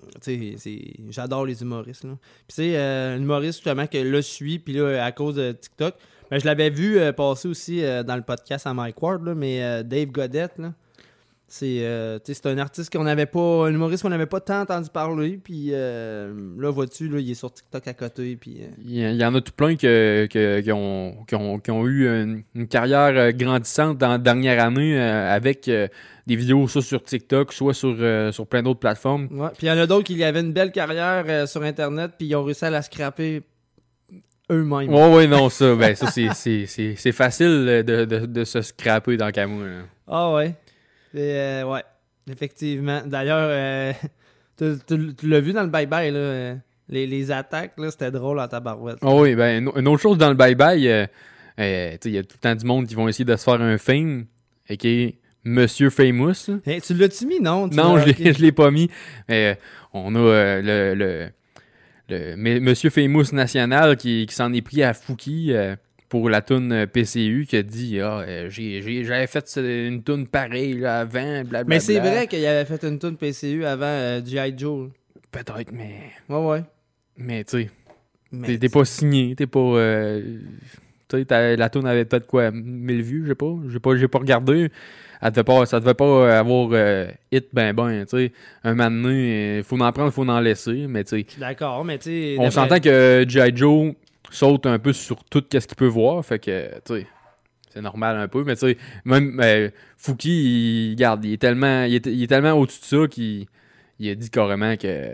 tu sais, j'adore les humoristes. Là. Puis tu sais, euh, un humoriste justement que là je suis, puis là, à cause de TikTok, ben, je l'avais vu euh, passer aussi euh, dans le podcast à Mike Ward, là, mais euh, Dave Godette, là. C'est, euh, c'est un artiste qu'on n'avait pas, un humoriste qu'on n'avait pas tant entendu parler, puis euh, là, vois-tu, là, il est sur TikTok à côté, puis... Euh... Il y en a tout plein que, que, qui, ont, qui, ont, qui ont eu une, une carrière grandissante dans la dernière année euh, avec euh, des vidéos soit sur TikTok, soit sur, euh, sur plein d'autres plateformes. Ouais, puis il y en a d'autres qui avaient une belle carrière euh, sur Internet, puis ils ont réussi à la scraper eux-mêmes. Ouais, ouais, non, ça, ben, ça c'est, c'est, c'est, c'est facile de, de, de se scraper dans Camou. Là. Ah ouais. Et euh, ouais, effectivement. D'ailleurs, euh, tu, tu, tu l'as vu dans le bye-bye, là, euh, les, les attaques, là, c'était drôle à tabarouette. Oh oui, ben, une autre chose dans le bye-bye, euh, euh, il y a tout le temps du monde qui vont essayer de se faire un fame, et qui est Monsieur Famous. Hey, tu l'as-tu mis, non? Tu non, je okay. ne l'ai pas mis. Mais, euh, on a euh, le, le, le M- Monsieur Famous National qui, qui s'en est pris à Fouki euh, pour la toune P C U, qui a dit ah, euh, j'ai, j'ai, j'avais fait une toune pareille là, avant, blablabla. Mais c'est vrai qu'il avait fait une toune P C U avant euh, G I. Joe. Peut-être, mais. Ouais, ouais. Mais tu sais, Mais t'es, t'es pas signé, t'es pas. Euh... Tu sais, la toune avait peut-être quoi, mille vues, je sais pas. J'ai pas, j'ai pas regardé. Elle devait pas, ça devait pas avoir euh, hit ben ben, tu sais. Un moment donné, il faut en prendre, il faut en laisser, mais tu sais. D'accord, mais tu sais. On s'entend que G I. Joe saute un peu sur tout ce qu'il peut voir, fait que, tu sais, c'est normal un peu, mais tu sais, même euh, Fouki, il, regarde, il est tellement, il est, il est tellement au-dessus de ça qu'il il a dit carrément que...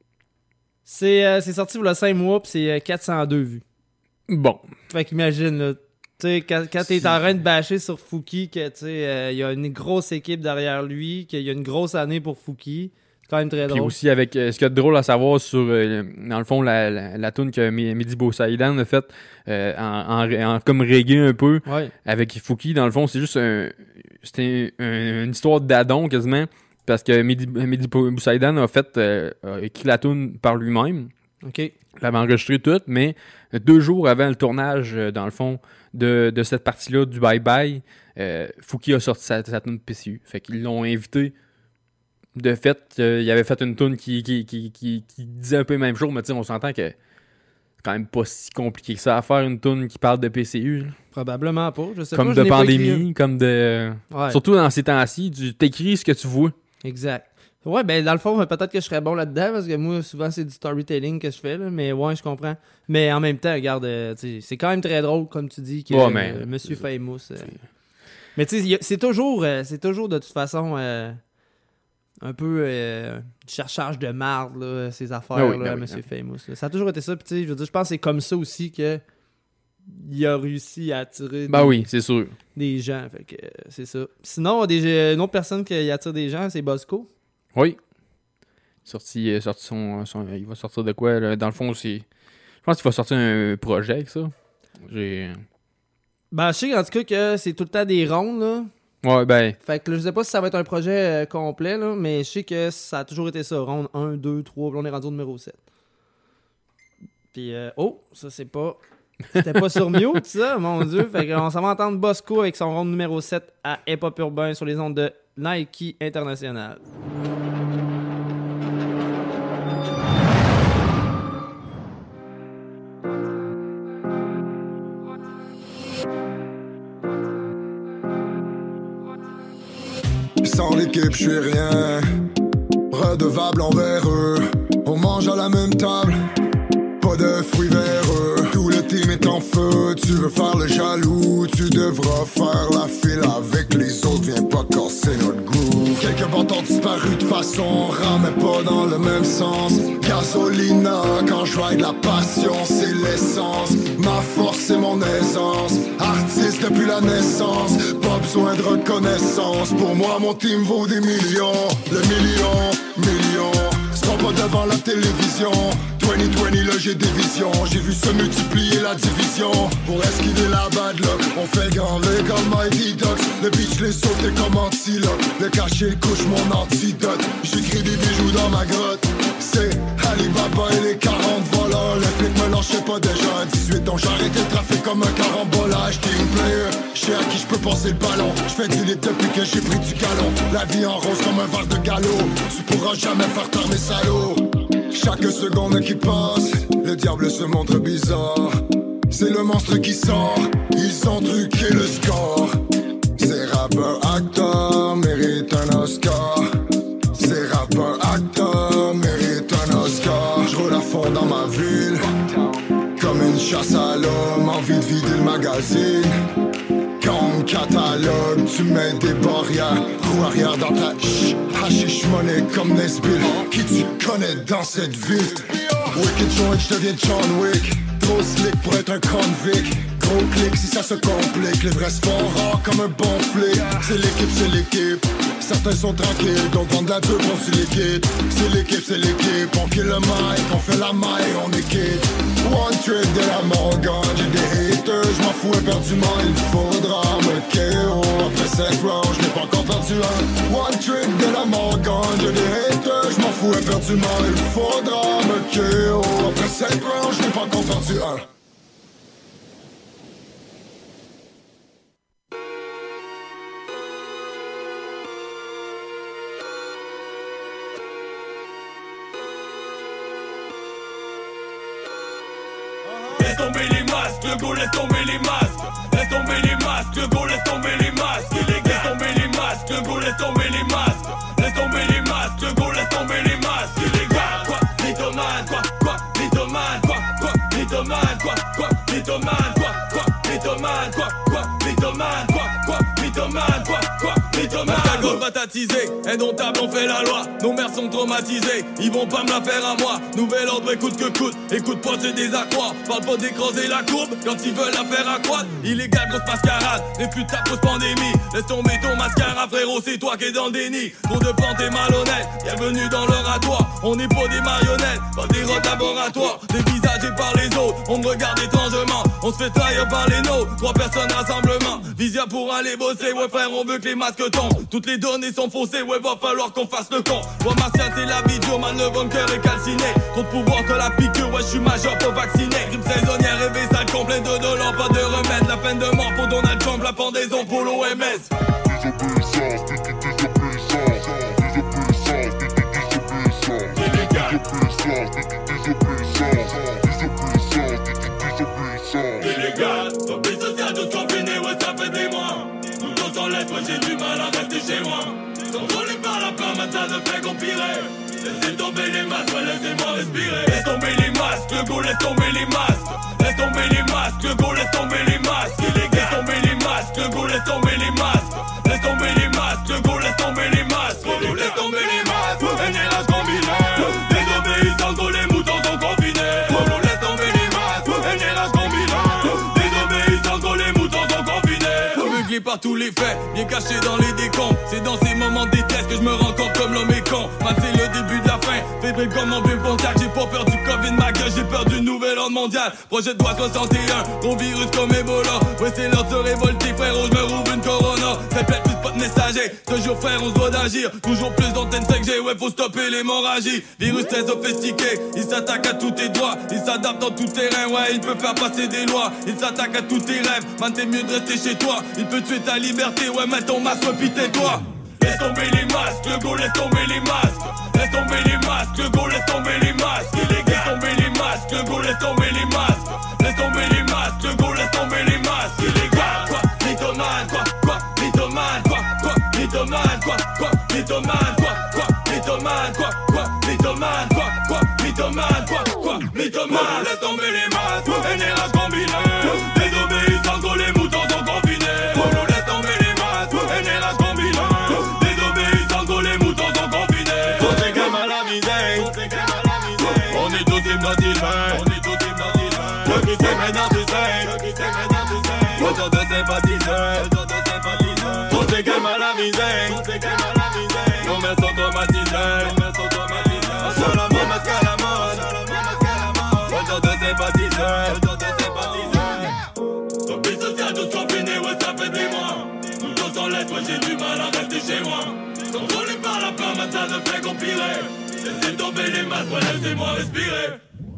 C'est, euh, c'est sorti pour le cinq mois, pis c'est euh, quatre cent deux vues. Bon. Fait qu'imagine, là, tu sais, quand, quand t'es en train de bâcher sur Fouki, que, tu sais, euh, il y a une grosse équipe derrière lui, qu'il y a une grosse année pour Fouki, c'est quand même très drôle. Puis aussi, avec euh, ce qu'il y a de drôle à savoir sur, euh, dans le fond, la, la, la tune que Mehdi Boussaïdan a faite euh, en, en, en comme reggae un peu, ouais. Avec Fouki, dans le fond, c'est juste un, c'était un, une histoire d'adon quasiment, parce que Mehdi, Mehdi Boussaïdan a fait, euh, a écrit la tune par lui-même. OK. Il avait enregistré tout, mais deux jours avant le tournage, dans le fond, de, de cette partie-là du Bye Bye, euh, Fouki a sorti sa, sa tune P C U. Fait qu'ils l'ont invité. De fait, euh, il avait fait une tune qui, qui, qui, qui, qui disait un peu la même chose, mais tu sais, on s'entend que c'est quand même pas si compliqué que ça à faire une tune qui parle de P C U. Là. Probablement pas, je sais comme pas. Comme de je pandémie, comme de... Ouais. Surtout dans ces temps-ci, tu t'écris ce que tu vois. Exact. Ouais, ben dans le fond, peut-être que je serais bon là-dedans, parce que moi, souvent, c'est du storytelling que je fais, là, mais ouais, je comprends. Mais en même temps, regarde, euh, c'est quand même très drôle, comme tu dis, que ouais, mais, euh, Monsieur Famous... Euh... Mais tu sais, c'est toujours, euh, c'est toujours de toute façon euh, un peu euh, du cherchage de marde, là, ces affaires, ah oui, là, ben oui, Monsieur ben. Famous. Là. Ça a toujours été ça, puis tu sais, je veux dire, je pense que c'est comme ça aussi que il a réussi à attirer ben des, oui, c'est sûr. des gens, fait que euh, c'est ça. Sinon, des, une autre personne qui attire des gens, c'est Bosco. Oui. Sorti, euh, sorti son, son, il va sortir de quoi, là? Dans le fond, c'est... Je pense qu'il va sortir un projet avec ça. J'ai... Ben, je sais en tout cas que c'est tout le temps des rondes, là. Ouais, ben... Fait que là, je sais pas si ça va être un projet euh, complet, là, mais je sais que ça a toujours été ça. Ronde un, deux, trois, puis on est rendu au numéro sept. Puis, euh, oh, ça c'est pas... C'était pas sur mute, ça, mon Dieu. Fait qu'on s'en va entendre Bosco avec son ronde numéro sept à Hip Hop Urbain sur les ondes de Nike International. Sans l'équipe, je suis rien. Redevable envers eux. On mange à la même table. Pas de fruits vert. Tout le team est en feu. Tu veux faire le jaloux. Tu devras faire la file avec les autres. Viens pas casser notre groove. Quelques bâtons ont disparu de façon. On ramait pas dans le même sens. Gasolina, quand je ride la passion, c'est l'essence. Ma force, c'est mon essence. Artiste depuis la naissance. Pas besoin de reconnaissance. Pour moi, mon team vaut des millions. Le million, million. Sera pas devant la télévision. vingt vingt, là j'ai des visions. J'ai vu se multiplier la division. Pour esquiver la bad luck, on fait le grand V comme Mighty Ducks. Le beach les sauté comme antilope. Le cachet couche mon antidote. J'écris des bijoux dans ma grotte. C'est Alibaba et les quarante voleurs. Les flics me lâchaient pas déjà à dix-huit ans. J'ai arrêté le trafic comme un carambolage. Team player, j'sais à qui j'peux passer le ballon. J'fais du lit depuis que j'ai pris du galon. La vie en rose comme un verre de galop. Tu pourras jamais faire taire mes salauds. Chaque seconde qui passe, le diable se montre bizarre. C'est le monstre qui sort, ils ont truqué le score. Ces rappeurs acteurs méritent un Oscar. Ces rappeurs acteurs méritent un Oscar. Je roule à fond dans ma ville, comme une chasse à l'homme. Envie de vider le magazine. Quand on me catalogue, tu mets des barrières. Roue arrière dans ta ch, hashish money comme Nesbill. Qui tu connais dans cette ville? Wicked joint, je deviens John Wick. Trop slick pour être un convict. Gros clic si ça se complique. Les vrais se font rares comme un bon flic. C'est l'équipe, c'est l'équipe. Certains sont tranquilles, donc on de la deux pour sur l'équipe. C'est l'équipe, c'est l'équipe. On kill le mic, on fait la maille, on est quitte. One trip de la Morgan, j'ai des haters, je m'en fous éperdument, il faudra me K O. Après cinq rounds, je n'ai pas encore perdu un. One trip de la Morgan, j'ai des haters, je m'en fous fou éperdument, il faudra me K O. Après cinq rounds, je n'ai pas encore perdu un. Laisse tomber les masques, le go laisse tomber les masques. Laisse tomber les masques, le go laisse tomber les masques. Laisse tomber les masques, le go laisse tomber les masques. Laisse tomber les masques, le go laisse tomber les masques. Illégal, quoi, mythomane, quoi, quoi, mythomane, quoi, quoi, mythomane, quoi, quoi, mythomane, quoi, quoi, mythomane, quoi, quoi, mythomane, quoi, quoi, mythomane, quoi, quoi, mythomane. Mascagol baptisé, indomptable on fait la loi. Nos mères sont traumatisées, ils vont pas me la faire à moi. Nouvel ordre, écoute que coûte, écoute pas c'est des accrocs. Parle pas d'écraser la courbe, quand ils veulent la faire accroître. Illégal, grosse mascarade, répute ta grosse pandémie. Laisse tomber ton mascara frérot, c'est toi qui es dans le déni. Trop de plantes et malhonnêtes, bienvenue dans l'oratoire. On n'est pas des marionnettes, pas des rots laboratoires. Dévisagés par les autres, on me regarde étrangement. On se fait trahir par les nôtres, trois personnes rassemblement. Visia pour aller bosser, ouais frère on veut que les masques tombent. Toutes les données sont faussées, ouais va falloir qu'on fasse le con. Loi martiale c'est la vie dure, man le bunker est calciné. Trop de pouvoir te la piqûre, ouais j'suis majeur pas vacciné. Grippe saisonnière, réveil sale complet de dollars, pas de remède. La peine de mort pour Donald Trump, la pendaison pour l'O M S. Illégal, copie sociale, tous confinés, ouais ça fait des mois. Nous tous en lettres, ouais j'ai du mal à rester chez moi. Contrôlé par la peur, mais ça ne fait qu'empirer. Laissez tomber les masques, ouais laissez-moi respirer. Laisse tomber les masques, le go laisse tomber les masques. Laisse tomber les masques, le go laisse tomber les masques. Illégal, laisse tomber les masques, le go laisse tomber les masques. Laisse tomber les masques, le go laisse tomber les masques. Le go laisse tomber les masques, un érage combiné. Désobéissance, go les moutons sont confinés. Le go laisse tomber les masques, un érage combiné. Désobéissance, go les moutons sont confinés. Aveuglé par tous les faits, bien caché dans les décombres. C'est dans ces moments de détresse que je me rends compte comme l'homme est con. Man c'est le début de la fin, fébrile comme un vieux pontac. J'ai pas peur du Covid, ma gueule, j'ai peur du nouvel ordre mondial. Projet de loi soixante et un, gros virus comme Ebola. Ouais c'est l'heure de se révolter frérot, je me rouvre une corona. Répète plus pas de messager, toujours frère on se doit d'agir. Toujours plus d'antennes cinq G, ouais faut stopper l'hémorragie. Virus très sophistiqué, il s'attaque à tous tes doigts. Il s'adapte dans tout terrain, ouais il peut faire passer des lois. Il s'attaque à tous tes rêves, man t'es mieux de rester chez toi. Il peut tuer ta liberté, ouais mets ton masque, puis tais-toi. Laisse tomber les masques, le go laisse tomber les masques. Laisse tomber les masques, le go laisse tomber les masques. Illégal, laisse tomber les masques, le go laisse tomber les masques. Laisse tomber les masques, le go laisse tomber les masques. Illégal, quoi, mythomane, quoi, quoi, mythomane, quoi, quoi, mythomane, quoi, quoi, mythomane, quoi, quoi, mythomane, quoi, quoi, mythomane, quoi, quoi, mythomane, quoi, quoi, mythomane. Laisse tomber les masques, un érage combiné. Désobéissance, go les moutons sont confinés. Laisse tomber les masques, un érage combiné. Désobéissance, go les moutons sont confinés. On s'éclame à la misère, on est tous hypnotisés. On est tous hypnotisés. Le qui s'aime dans du sein, le qui s'aime dans du sein. Autant de sympathiseurs, autant de sympathiseurs. On s'éclame à la misère, on s'éclame à la misère. Nos mères sont traumatisées, nos mères sont traumatisées. On sort la mort, masque à la mode, autant de sympathiseurs, autant de sympathiseurs. Copie sociale, tous confinés, ouais ça fait des mois. Nous tous en lettres, ouais j'ai du mal à rester chez moi. Contrôlé par la peur, mais ça ne fait qu'empirer. Laissez tomber les masques, ouais laissez-moi respirer.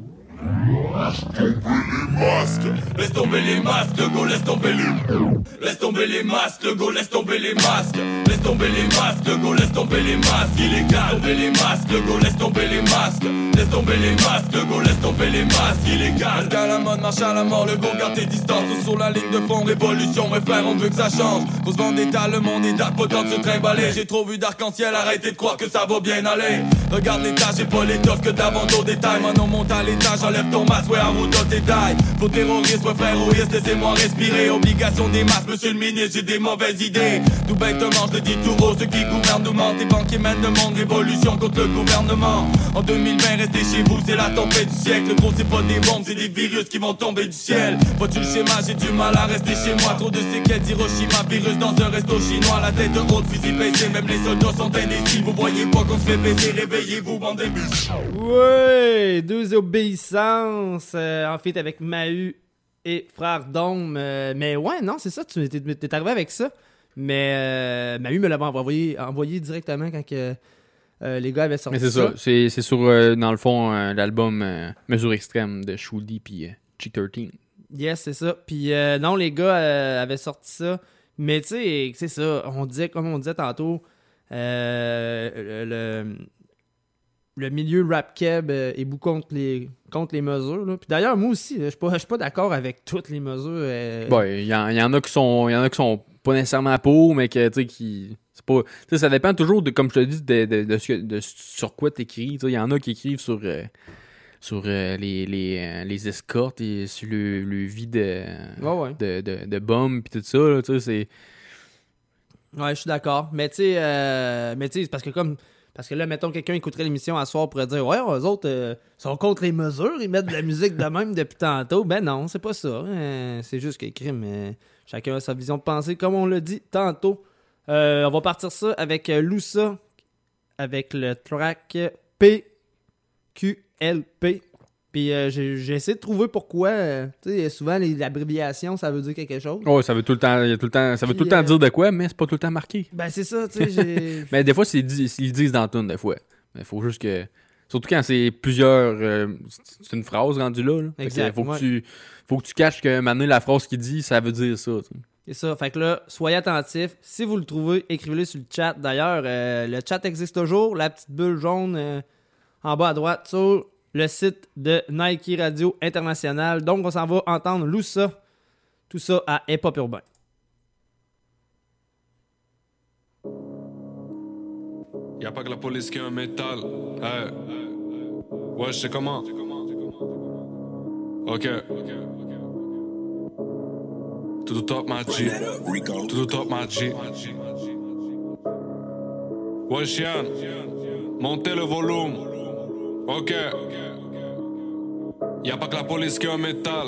Laisse tomber les masques, le go laisse tomber les. Laisse tomber les masques, le go laisse tomber les masques. Laisse tomber les masques, le go laisse tomber les masques. Illégal, tomber les masques, le go laisse tomber les masques. Laisse tomber les masques, le go laisse tomber les masques. Illégal, masque à la mode, marche à la mort, le go garde tes distances. Tous sur la ligne de fond, révolution, mes frères, on veut que ça change. Cause vendetta, le monde est dark, pas temps de se trimballer. J'ai trop vu d'arc-en-ciel, arrêtez de croire que ça va bien aller. Regarde l'étage, j'ai pas l'étoffe que d'avant au détail. Moi non monte à l'étage, enlève ton masque, ouais, en route au détail. Faut terroriste, ouais, fréroriste, laissez-moi respirer. Obligation des masques, monsieur le ministre, j'ai des mauvaises idées. Tout bêtement, je le dis tout haut, ceux qui gouvernent nous mentent. Les banquiers mènent le monde, révolution contre le gouvernement. En deux mille vingt, restez chez vous, c'est la tempête du siècle. Le gros, c'est pas des bombes, c'est des virus qui vont tomber du ciel. Faut-tu le schéma, j'ai du mal à rester chez moi. Trop de séquelles d'Hiroshima, virus dans un resto chinois. La tête haute, fusil baissé, même les soldats sont indécis. Vous voyez pas qu'on se fait baisser, réveillez-vous, bande de biches. Ouais, deux obéissances, euh, en fait avec Mahu et Frère Dôme. Euh, mais ouais, non, c'est ça, tu t'es, t'es arrivé avec ça. Mais euh, Mahu me l'avait envoyé, envoyé directement quand que, Euh, les gars avaient sorti Mais c'est ça. ça. C'est, c'est sur, euh, dans le fond, euh, l'album euh, Mesure Extrême de Shouldy puis euh, Chick treize. Yes, c'est ça. Puis euh, non, les gars euh, avaient sorti ça. Mais tu sais, c'est ça. On disait, comme on disait tantôt, euh, le, le milieu rap-keb est beaucoup contre les, contre les mesures. Là. Puis d'ailleurs, moi aussi, je ne suis pas d'accord avec toutes les mesures. Euh... Bon, il y, y en a qui sont, y en a qui sont pas nécessairement pour, mais que, tu sais, qui... C'est pas... Tu sais, ça dépend toujours, de, comme je te dis, de, de, de, de, de sur quoi tu écris. Il y en a qui écrivent sur... Euh... sur euh, les, les, euh, les escortes et sur le, le vie de, ouais, ouais. de, de, de bombes et tout ça, là, tu sais, c'est... Ouais, je suis d'accord. Mais tu sais, euh, mais tu sais, parce que comme... Parce que là, mettons, quelqu'un écouterait l'émission à soir pourrait dire « Ouais, eux autres euh, sont contre les mesures, ils mettent de la musique de même depuis tantôt. » Ben non, c'est pas ça. Euh, c'est juste que crime. Euh, chacun a sa vision de pensée, comme on l'a dit tantôt. Euh, on va partir ça avec euh, Loussa, avec le track P Q L P. Puis euh, j'ai, j'ai essayé de trouver pourquoi. Euh, tu sais, souvent, les abréviations, ça veut dire quelque chose. Ouais, ça veut tout le temps, y a tout le temps, ça veut Puis, tout le temps euh, dire de quoi, mais c'est pas tout le temps marqué. Ben c'est ça, tu sais. j'ai... Mais des fois, c'est, ils le disent dans le tune, des fois. Mais il faut juste que... Surtout quand c'est plusieurs... Euh, c'est une phrase rendue là. là. Exact. Faut que, ouais. tu, faut que tu caches que maintenant, la phrase qu'il dit, ça veut dire ça. T'sais. C'est ça. Fait que là, soyez attentifs. Si vous le trouvez, écrivez-le sur le chat. D'ailleurs, euh, le chat existe toujours. La petite bulle jaune euh, en bas à droite sur le site de Nike Radio International. Donc, on s'en va entendre Loussa. Tout ça à Hip Hop Urbain. Y'a pas que la police qui a un métal. Hey. Ouais, je sais comment. Ok. Tout au top, ma G. Tout au top, ma G. Ouais, chien. Montez le volume. Ok. Y'a pas que la police qui a un métal.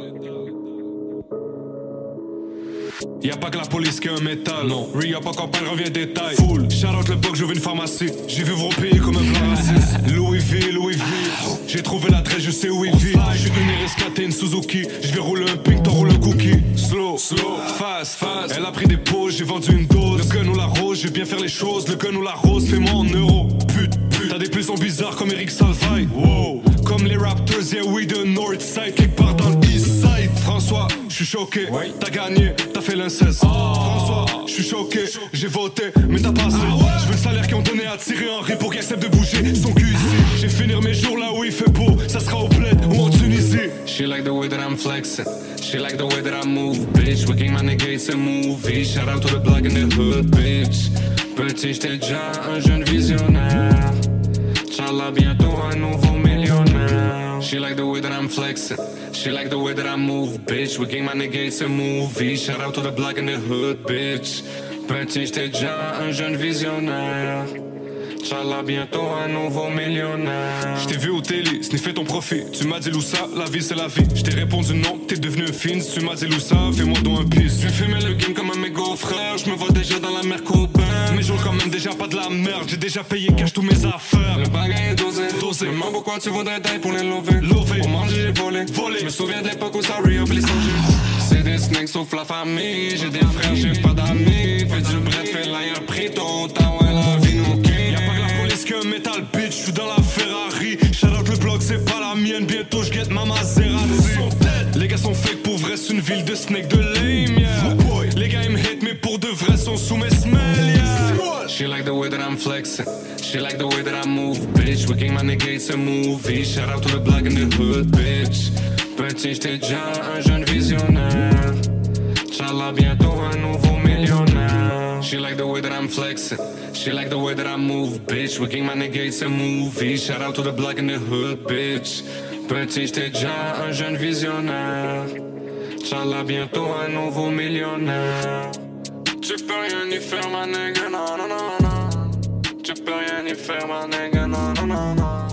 Y'a pas que la police qui a un métal. Non. Re-up encore pas revient détail. Full. Shout-out le bloc, j'ouvre une pharmacie. J'y vais vos pays comme un plan raciste. Louis V, Louis V. J'ai trouvé l'adresse, je sais où il vit. J'suis une rescaté, une Suzuki. J'vais rouler un pink, t'en roules un cookie. Slow, slow, fast, fast. Elle a pris des pauses, j'ai vendu une dose. Le gun ou la rose, je vais bien faire les choses. Le gun ou la rose, fais-moi en euros. Pute, pute. T'as des plus bizarres comme Eric Salvaille. Wow. Comme les Raptors, yeah, we the North Side. Quelque part dans le East Side. François, j'suis choqué. Ouais. T'as gagné, t'as fait l'inceste. Oh. François, j'suis choqué. J'ai voté, mais t'as passé. Ah ouais. J'veux le salaire qu'ils ont donné à Thierry Henry pour qu'il accepte de bouger son cul ici. J'ai finir mes jours là où il fait beau. Ça sera au bled ou en Tunisie. She like the way that I'm flexing. She like the way that I move, bitch. Wigging my nigga, it's a movie. Shout out to the block in the hood, bitch. Petit, j'étais déjà un jeune visionnaire. Inch'Allah, bientôt un nouveau millionnaire. She like the way that I'm flexing. She like the way that I move, bitch. Wigging my nigga, it's a movie. Shout out to the block in the hood, bitch. Petit, j'étais déjà un jeune visionnaire. Inch'Allah, bientôt un nouveau millionnaire. J't'ai vu au télé, sniffer ton profit. Tu m'as dit Loussa, la vie c'est la vie. J't'ai répondu non, t'es devenu un fin. Tu m'as dit Loussa, fais-moi donc un pisse. J'ai fumé le game comme un mégot frère. J'me vois déjà dans la mer Cobain. Mes jours quand même déjà pas de la merde. J'ai déjà payé cash tous mes affaires. Le bagage est dosé, dosé. Maman, pourquoi tu voudrais taille pour les lever? Lever, pour manger j'ai volé, volé. J'me souviens de l'époque où ça re-up les songes. C'est des snakes sauf la famille. J'ai des frères, j'ai pas d'amis. Fais du bread, fais l'ailleurs, pris ton temps, ouais la vie nous quitte. Qu'un metal bitch, j'suis dans la Ferrari. Shout out le bloc, c'est pas la mienne. Bientôt j'guette ma Maserati. Les gars sont fake pour vrai, c'est une ville de snake de lame, yeah. Les gars ils me hate, mais pour de vrai sont sous mes smells, yeah. She like the way that I'm flexing. She like the way that I move, bitch. Wigging my nigga, it's a movie. Shout out to the block in the hood, bitch. Petit, j'étais déjà un jeune visionnaire. Inch'Allah, bientôt un nouveau millionnaire. She like the way that I'm flexing. She like the way that I move, bitch. Wigging my nigga, it's a movie. Shout out to the block in the hood, bitch. Petit, j'étais déjà un jeune visionnaire. Inch'Allah, bientôt un nouveau millionnaire. Tu peux rien y faire, ma nigga, non, non, non, non. Tu peux rien y faire, ma nigga, non, non, non, non.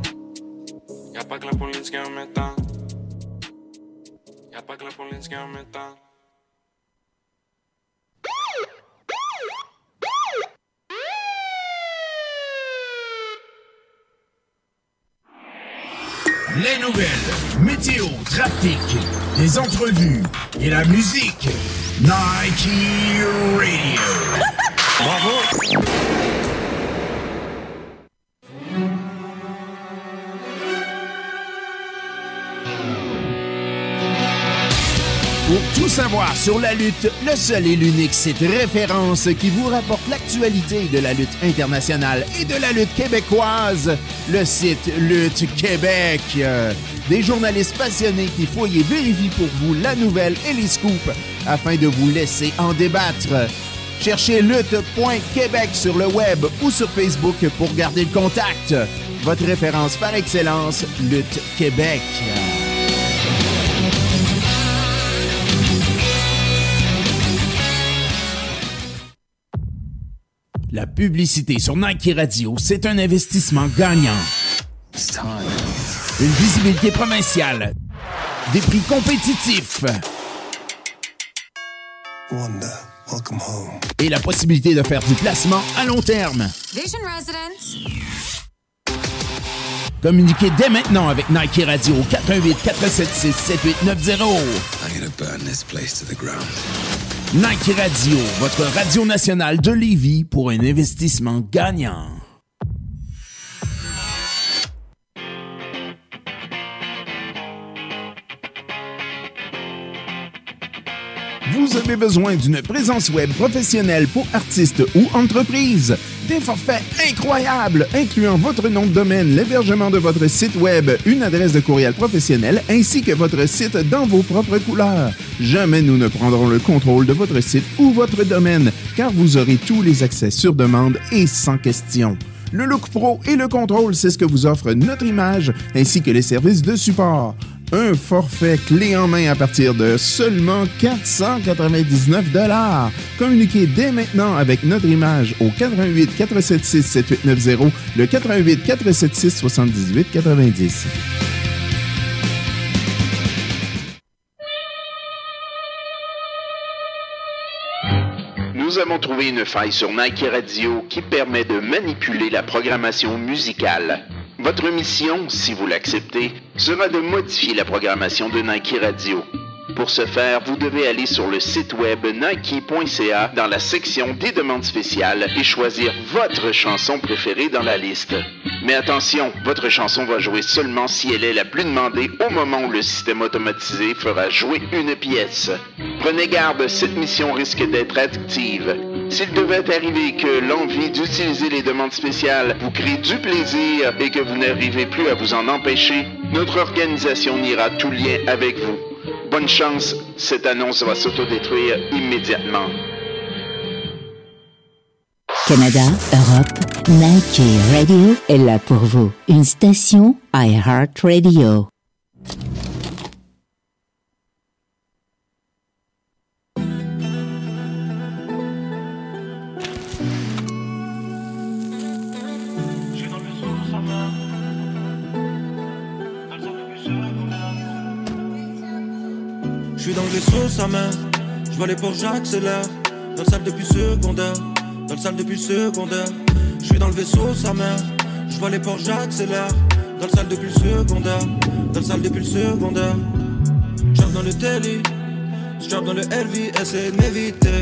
Y'a pas que la police qui a un métal. Y'a pas que la police qui a un métal. Les nouvelles, météo, trafic, les entrevues et la musique. Nike Radio. Bravo. Pour tout savoir sur la lutte, le seul et l'unique site référence qui vous rapporte l'actualité de la lutte internationale et de la lutte québécoise, le site Lutte Québec. Des journalistes passionnés qui fouillent et vérifient pour vous la nouvelle et les scoops afin de vous laisser en débattre. Cherchez lutte point québec sur le web ou sur Facebook pour garder le contact. Votre référence par excellence, Lutte Québec. La publicité sur Nike Radio, c'est un investissement gagnant. Une visibilité provinciale. Des prix compétitifs. Wanda, welcome home. Et la possibilité de faire du placement à long terme. Vision Residence. Communiquez dès maintenant avec Nike Radio au quatre un huit, quatre sept six, sept huit neuf zéro. I'm gonna burn this place to the ground. Nike Radio, votre radio nationale de Lévis pour un investissement gagnant. Vous avez besoin d'une présence web professionnelle pour artistes ou entreprises. Des forfaits incroyables, incluant votre nom de domaine, l'hébergement de votre site web, une adresse de courriel professionnelle, ainsi que votre site dans vos propres couleurs. Jamais nous ne prendrons le contrôle de votre site ou votre domaine, car vous aurez tous les accès sur demande et sans question. Le look pro et le contrôle, c'est ce que vous offre notre image, ainsi que les services de support. Un forfait clé en main à partir de seulement quatre cent quatre-vingt-dix-neuf dollars. Communiquez dès maintenant avec notre image au quatre un huit, quatre sept six, sept huit neuf zéro, le quatre un huit, quatre sept six, sept huit quatre-vingt-dix. Nous avons trouvé une faille sur Nike Radio qui permet de manipuler la programmation musicale. Votre mission, si vous l'acceptez, sera de modifier la programmation de Nike Radio. Pour ce faire, vous devez aller sur le site web nike point c a dans la section des demandes spéciales et choisir votre chanson préférée dans la liste. Mais attention, votre chanson va jouer seulement si elle est la plus demandée au moment où le système automatisé fera jouer une pièce. Prenez garde, cette mission risque d'être addictive. S'il devait arriver que l'envie d'utiliser les demandes spéciales vous crée du plaisir et que vous n'arrivez plus à vous en empêcher, notre organisation niera tout lien avec vous. Bonne chance, cette annonce va s'autodétruire immédiatement. Canada, Europe, Nike Radio est là pour vous. Une station iHeartRadio. Je suis dans le vaisseau, sa main. Je vois les ports, j'accélère. Dans le salle depuis secondaire. Dans le salle depuis secondaire. Je suis dans le vaisseau, sa main. Je vois les ports, j'accélère. Dans le salle depuis secondaire. Dans le salle depuis secondaire. J'arrive dans le télé. J'arrive dans le L V, essaie de m'éviter.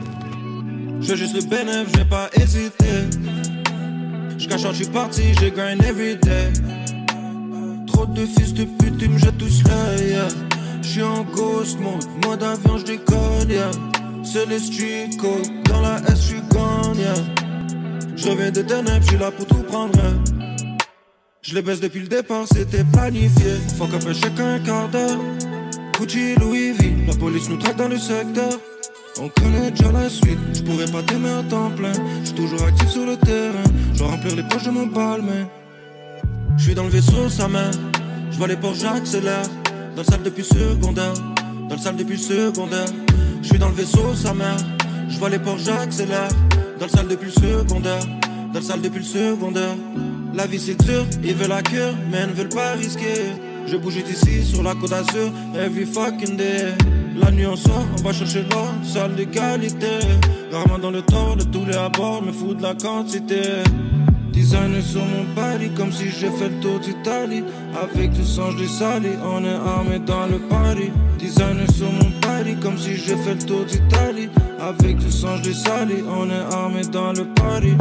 Je veux juste le bénéf, je vais pas hésiter. J'cache, je suis parti, j'ai grind everyday. Trop de fils de pute, ils me jettent tous l'œil, yeah. J'suis en ghost mode, mode avion j'décolle, yeah. C'est les street codes, dans la S j'suis gone, yeah. J'reviens de ténèbres, j'suis là pour tout prendre, yeah. J'les baisse depuis le départ, c'était planifié. Fuck après chacun un quart d'heure. Gucci, Louis V, la police nous traque dans le secteur. On connaît déjà la suite, j'pourrais pas t'aimer à temps plein. J'suis toujours actif sur le terrain, j'dois remplir les poches de mon balmain. J'suis dans le vaisseau, sa main, j'vois les ports, j'accélère. Dans le salle depuis secondaire, dans le salle depuis secondaire. J'suis dans le vaisseau, sa mère. J'vois les ports, j'accélère. Dans le salle depuis secondaire, dans le salle depuis le secondaire. La vie c'est dur, ils veulent la cure, mais ils ne veulent pas risquer. Je bouge d'ici sur la côte d'Azur, every fucking day. La nuit on sort, on va chercher l'or, salle de qualité. Rarement dans le tort, de tous les abords, me fous de la quantité. Designer sur mon body comme si j'ai fait le tour d'Italie. Avec du sang je sali, on est armé dans le party. Designer sur mon body comme si j'ai fait le tour d'Italie. Avec du sang je sali, on est armé dans le party.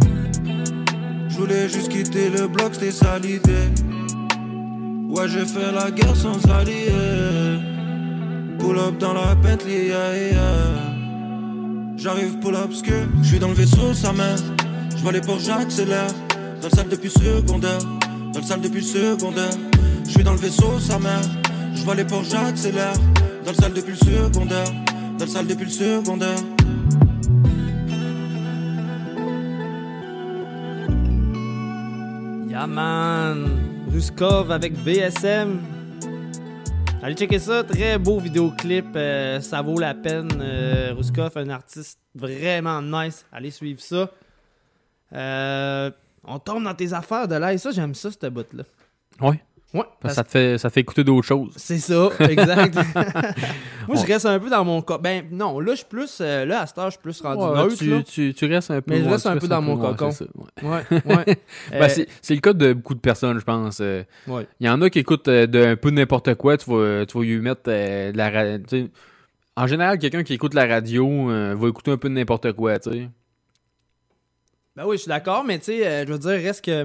J'voulais juste quitter le bloc, c'était ça l'idée. Ouais j'ai fait la guerre sans alliés. Pull up dans la Bentley, yeah, yeah. J'arrive pull up que je suis dans le vaisseau, sa mère. Je vois les Porsche, j'accélère. Dans le salle depuis secondaire. Dans le salle depuis secondaire. Je suis dans le vaisseau, sa mère. Je vois les Porsche, j'accélère. Dans le salle depuis le secondaire. Dans le salle depuis le secondaire. Yeah man, Ruskov avec V S M. Allez checker ça, très beau vidéoclip, euh, ça vaut la peine. Euh, Ruskov, un artiste vraiment nice, allez suivre ça. Euh, on tombe dans tes affaires de live, ça j'aime ça, cette bout-là. Ouais. Ouais. Parce que ça te fait, ça te fait écouter d'autres choses. C'est ça, exact. Moi, je Ouais. reste un peu dans mon cocon. Ben, non, là, je suis plus. Euh, là, à cette heure, je suis plus rendu Ouais, neutre. tu, là. tu, tu restes un peu. Mais je ouais, reste tu un restes peu dans mon ouais, cocon. c'est ça, ouais. Ouais, ouais. Ben, Euh, c'est, c'est le cas de beaucoup de personnes, je pense. Euh, Ouais. Il y en a qui écoutent euh, de, un peu de n'importe quoi. Tu vas, tu vas lui mettre euh, de la radio. En général, quelqu'un qui écoute la radio euh, va écouter un peu de n'importe quoi, tu sais. Ben oui, je suis d'accord, mais tu sais, euh, je veux dire, reste que.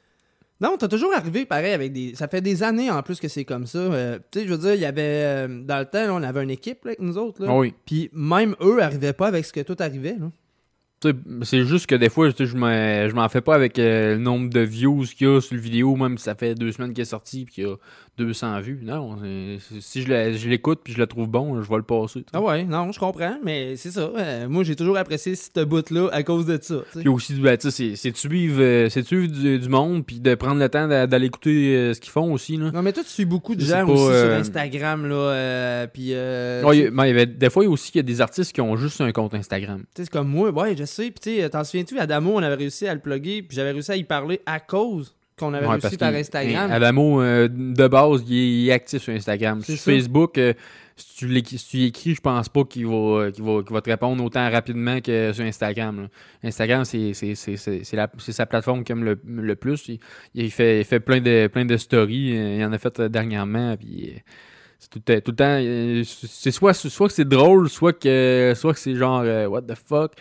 Non, t'as toujours arrivé pareil avec des. Ça fait des années en plus que c'est comme ça. Euh, tu sais, je veux dire, il y avait. euh, dans le temps, là, on avait une équipe là, avec nous autres. Là. Ah oui. Puis même eux arrivaient pas avec ce que tout arrivait. Là. Tu sais, c'est juste que des fois, tu sais, je m'en, je m'en fais pas avec euh, le nombre de views qu'il y a sur le vidéo, même si ça fait deux semaines qu'il est sorti et qu'il y a deux cents vues. Non, c'est- c'est- si je, la- je l'écoute puis je le trouve bon, je vais le passer. tu sais. Ah ouais, non, je comprends, mais c'est ça. Euh, moi, j'ai toujours apprécié cette bout-là à cause de ça. tu sais. Puis aussi, ben, tu sais, c'est, c'est de suivre, euh, c'est de suivre du, du monde puis de prendre le temps d'a- d'aller écouter euh, ce qu'ils font aussi. Là. Non, mais toi, tu suis beaucoup de C'est gens pas, aussi sur euh, Instagram, là, euh, puis... Euh, Ouais, il y tu a- ben, il y avait- des fois, il y a aussi qu'il y a des artistes qui ont juste un compte Instagram. sais, c'est comme moi, ouais, je sais, puis tu sais, t'en souviens-tu, Adamo, on avait réussi à le plugger, puis j'avais réussi à y parler à cause qu'on avait Ouais, réussi parce par qu'il- Instagram. hein, Adamo, euh, de base, il est, il est actif sur Instagram. C'est Sur ça. Facebook, euh, si, tu l'écris, si tu y écris, je pense pas qu'il va, euh, qu'il va, qu'il va te répondre autant rapidement que sur Instagram. là. Instagram, c'est, c'est, c'est, c'est, c'est, la, c'est sa plateforme qu'il aime le, le plus. Il, il fait, il fait plein de, plein de stories. euh, Il en a fait euh, dernièrement. Puis, euh, c'est tout, le temps- tout le temps. euh, C'est soit, soit que c'est drôle, soit que, soit que c'est genre euh, what the fuck.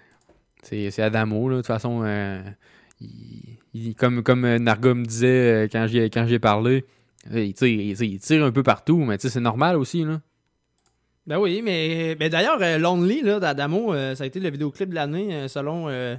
C'est, c'est Adamo, là. De toute façon, euh, il, il- comme, comme euh, Narga me disait euh, quand j'y ai, quand j'y ai parlé, euh, il tire, il, tire, il tire un peu partout, mais tu sais, c'est normal aussi, là. Ben oui, mais, mais d'ailleurs, euh, Lonely, là, d'Adamo, euh, ça a été le vidéoclip de l'année, euh, selon euh,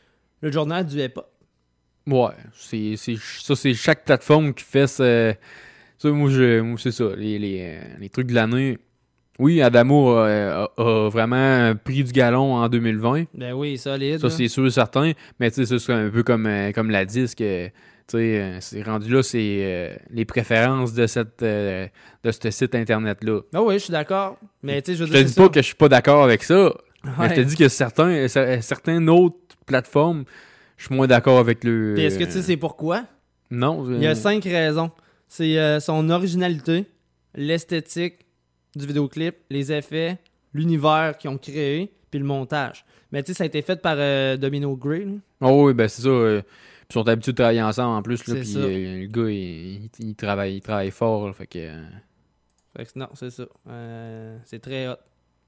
le journal du hip-hop. Ouais, c'est, c'est, ça, c'est chaque plateforme qui fait ce... Ça, moi, je, moi c'est ça, les, les, euh, les trucs de l'année. Oui, Adamo a, a- a vraiment pris du galon en deux mille vingt. Ben oui, solide. Ça, là. c'est sûr et certain. Mais tu sais, ça, c'est un peu comme, euh, comme la disque. euh, Tu sais, euh, c'est rendu là, c'est euh, les préférences de, cette, euh, de ce site Internet-là. Ben oui, je suis d'accord. Mais tu sais, je veux Je te dire, dis c'est pas ça. que je suis pas d'accord avec ça. Mais Ouais. je te dis que certains, euh, cer- certaines autres plateformes, je suis moins d'accord avec le. Puis est-ce que tu sais c'est pourquoi? Non. Il y a euh, cinq raisons. C'est euh, son originalité, l'esthétique du vidéoclip, les effets, l'univers qu'ils ont créé, puis le montage. Mais tu sais, ça a été fait par euh, Domino Gray. là. Oh oui, ben c'est ça. euh, Puis ils sont habitués de travailler ensemble en plus. Là, C'est puis ça. euh, le gars, il, il- il travaille, il travaille fort. Là, fait que. euh, Fait que non, c'est ça. Euh, c'est très hot.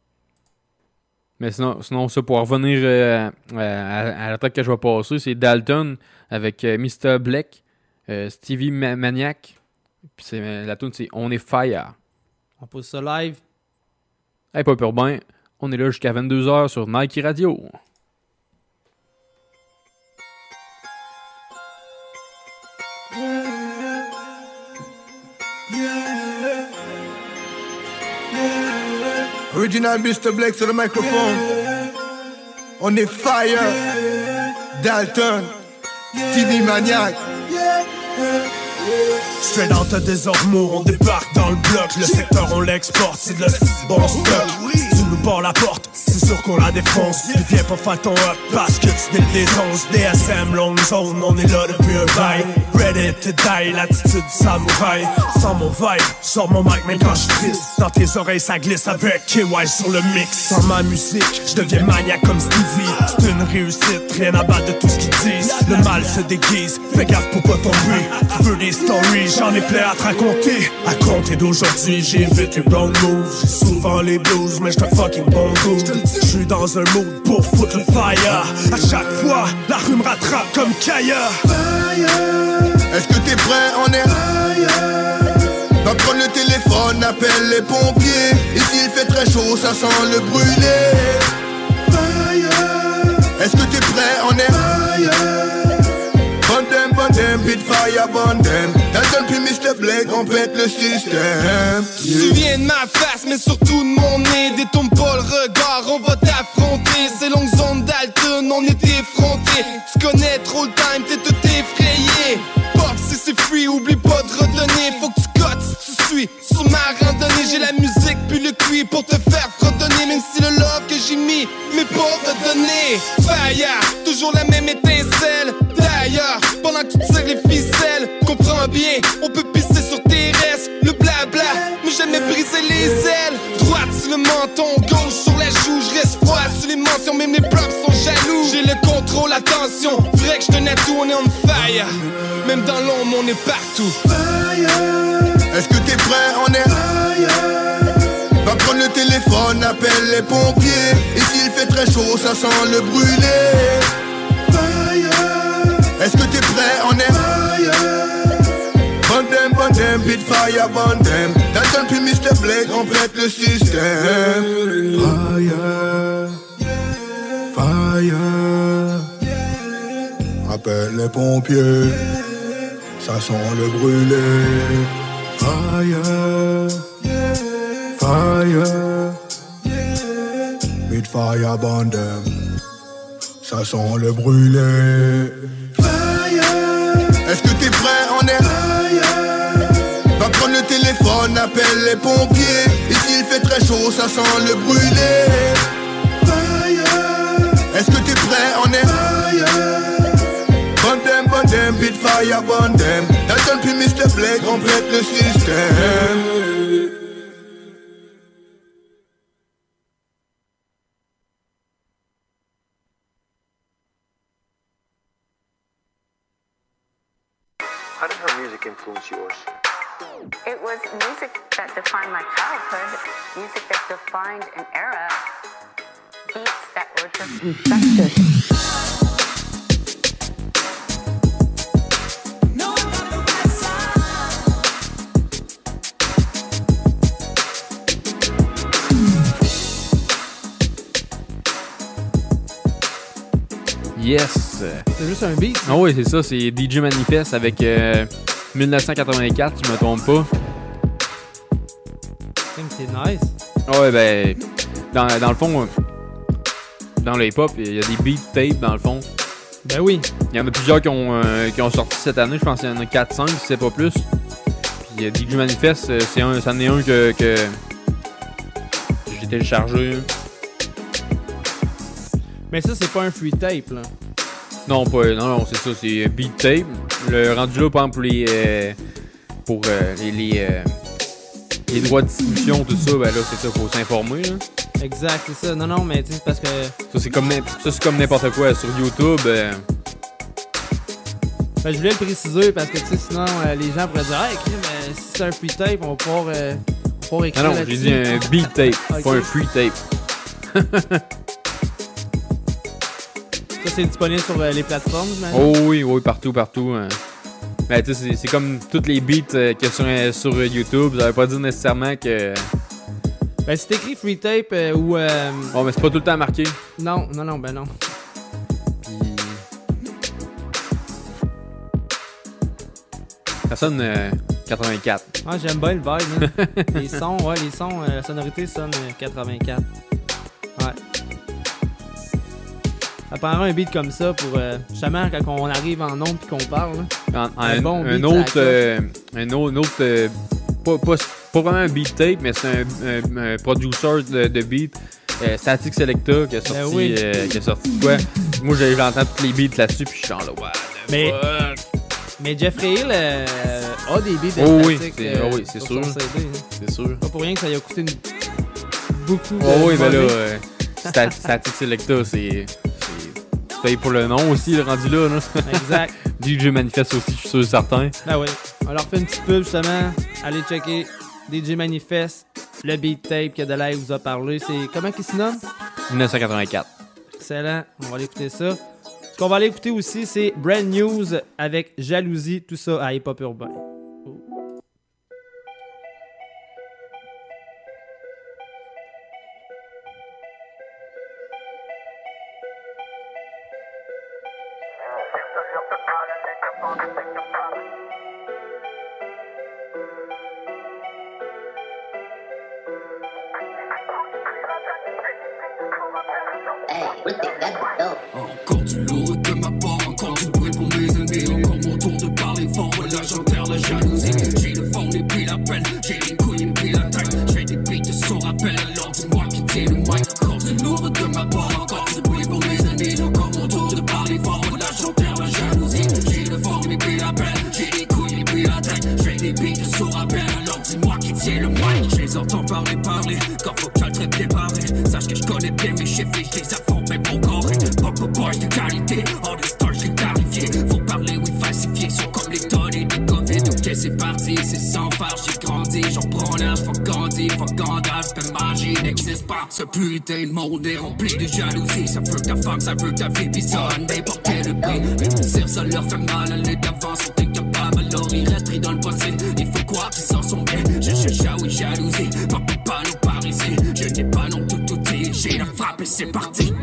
Mais sinon, sinon ça, pour revenir euh, à, à la track que je vais passer, c'est Dalton avec euh, mister Black, euh, Stevie Ma- Maniac. Puis c'est, euh, la tune c'est On est Fire. On pose ça live. Hey, pas peur ben, on est là jusqu'à vingt-deux heures sur Nike Radio. Original mister Black sur le microphone. On est fire. Dalton. Stevie Maniac. Straight out of des ormeaux, on débarque dans le bloc. Le secteur on l'exporte, c'est de la bon stock. Si tu nous barres la porte, c'est sûr qu'on la défonce. Puis viens pas faire ton up parce que tu n'es des onze. D S M, long zone, on est là depuis un bail. Ready to die, l'attitude samouraï. Sans mon vibe, sors mon mic même quand je suis triste. Dans tes oreilles ça glisse avec K Y sur le mix. Sans ma musique, je deviens maniaque comme Stevie. C'est une réussite, rien à battre de tout ce qu'ils disent. Le mal se déguise, fais gaffe pour pas tomber. Tu veux des stories, j'en ai plein à te raconter. À compter d'aujourd'hui, j'évite les wrong moves. J'ai souvent les blues, mais j'suis un fucking bon goût. J'suis dans un mood pour foutre le fire. À chaque fois, la rue me rattrape comme Kaya. Est-ce que t'es prêt? On est fire. Va prendre le téléphone, appelle les pompiers. Ici ça sent le brûlé. Fire. Est-ce que t'es prêt? On est fire. Bandem, bandem, beat fire, bandem. Dalton puis mister Blake, on pète le système. Tu te souviens de ma face, mais surtout de mon nez. Détourne pas le regard, on va t'affronter. Ces longues ondes Dalton, on est effrontés. Tu connais trop le time, t'es tout effrayé. Pop, si c'est free, oublie pas de redonner. Faut que tu cotes si tu suis sur ma randonnée. J'ai la musique puis le cuir pour te faire fredonner. Même si le love que j'ai mis m'est pas redonné. Fire, toujours la même étincelle. D'ailleurs, pendant que tu tires les ficelles, comprends bien, on peut pisser sur tes restes. Le blabla, mais jamais briser les ailes. Droite sur le menton, gauche sur la joue. Je reste froid sur les mentions, même les props sont jaloux. J'ai le contrôle, attention, vrai que je tenais tout, on est on fire. Même dans l'ombre, on est partout. Fire. Est-ce que t'es prêt? On est fire. Va prendre le téléphone, appelle les pompiers. Et s'il fait très chaud, ça sent le brûlé. Fire. Est-ce que t'es prêt? On est fire. Bandem, bandem, beat fire, bandem. Dalton puis mister Blake, on pète le système. Fire. Fire. Appelle les pompiers. Ça sent le brûlé. Fire. Fire. Beat fire, bandem. Ça sent le brûlé. Fire. Est-ce que t'es prêt? On est fire. Va prendre le téléphone, appelle les pompiers. Et s'il fait très chaud, ça sent le brûlé. Fire. Est-ce que t'es prêt? On est fire. Bandem, bandem, beat fire, bandem. Dalton puis mister Blake, on pète le système. How did her music influence yours? It was music that defined my childhood, music that defined an era, beats that were just infectious. Yes! C'est juste un beat? Ah oui, c'est ça, c'est D J Manifest avec euh, dix-neuf cent quatre-vingt-quatre, si je me trompe pas. C'est nice. Ah ouais, ben, dans, dans le fond, dans le hip-hop, il y a des beat tapes, dans le fond. Ben oui. Il y en a plusieurs qui ont, euh, qui ont sorti cette année, je pense qu'il y en a quatre cinq, si c'est pas plus. Puis euh, D J Manifest, c'est un, c'en est un que, que j'ai téléchargé. Mais ça, c'est pas un free tape, là. Non, pas, non, non, c'est ça, c'est beat tape. Le rendu là, par exemple, pour les, euh, pour, euh, les, les, euh, les droits de distribution, tout ça, ben là, c'est ça, faut s'informer, là. Exact, c'est ça. Non, non, mais tu sais, c'est parce que... Ça, c'est comme, ça, c'est comme n'importe quoi. Sur YouTube... Euh... Ben, je voulais le préciser parce que, tu sais, sinon, euh, les gens pourraient dire « Hey, mais si c'est un free tape, on va pouvoir, euh, pouvoir écrire Non, non, j'ai dit un beat tape, okay. Pas un free tape. Ça, c'est disponible sur euh, les plateformes, j'imagine? Oh oui, oui, partout, partout. Hein. Ben, tu sais, c'est, c'est comme toutes les beats euh, qu'il y a sur, euh, sur YouTube. Ça veut pas dire nécessairement que... Ben, si t'écris free tape euh, ou... Euh... Bon, mais c'est pas tout le temps marqué. Non, non, non, ben non. Puis... Ça sonne euh, quatre-vingt-quatre. Ah, j'aime bien le vibe, hein. Les sons, ouais, les sons, euh, la sonorité sonne euh, quatre-vingt-quatre. Ouais. Ça prendra un beat comme ça pour euh, justement quand on arrive en ondes puis qu'on parle. En, en, un, un, bon un, beat, autre, euh, un autre, un autre euh, pas, pas, pas vraiment un beat tape, mais c'est un, un, un producer de, de beat, euh, Static Selecta, qui a sorti, ben oui. euh, qui a sorti quoi. Moi, j'entends tous les beats là-dessus, puis je suis en là, ouais, mais, mais Jeffrey Hill euh, a des beats de oh, Static. Oui, c'est, euh, oh oui, c'est sûr. C D, hein. C'est sûr. Pas pour rien que ça lui a coûté une... beaucoup de... Oh oui, mais là, euh, Static Selecta, c'est... Tu payes pour le nom aussi, le rendu là. là. Exact. D J Manifest aussi, je suis sûr certain. Ben oui. On leur fait une petite pub justement. Allez checker D J Manifest, le beat tape que Delaï vous a parlé. C'est comment qu'il se nomme? dix-neuf cent quatre-vingt-quatre. Excellent. On va aller écouter ça. Ce qu'on va aller écouter aussi, c'est Brand News avec Jalousie. Tout ça à Hip Hop Urbain. Encore du lourd de ma part, encore du bruit pour mes ennemis. Encore mon tour de parler fort, là j'enterre la jalousie. J'ai le fond et puis la peine, j'ai les couilles et puis la taille. J'fais des beats de son rappel, alors dis-moi qui tient le mic. Encore du lourd de ma part, encore du bruit pour mes ennemis. Encore mon tour de parler fort, là j'enterre la jalousie. J'ai le fond et puis la peine, j'ai les couilles et puis la taille. J'fais des beats de son rappel, alors dis-moi qui tient le mic. Je les entends parler, parler, corps vocal très préparé. Sache que je connais bien mes chiffres et je les affronte même mon corps. Pop boy de qualité, all the stars j'ai clarifié. Faut parler, oui, falsifié, sont comme les tonnes et les Covid. Ok, c'est parti, c'est sans phare, j'ai grandi. J'en prends l'âge, fuck Gandhi, fuck Gandalf. Ta magie n'existe pas, ce putain de monde est rempli de jalousie. Ça veut que ta femme, ça veut que ta vie, pis ça a n'importe quel prix. Réussir, ça leur fait mal, aller d'avant, sont incapables. Alors ils restent pris dans le passé, il faut croire qu'ils s'en sont bien. Je cherche à oui, jalousie, pas pour pas nous par ici. Je n'ai pas non tout outil, j'ai la frappe et c'est parti.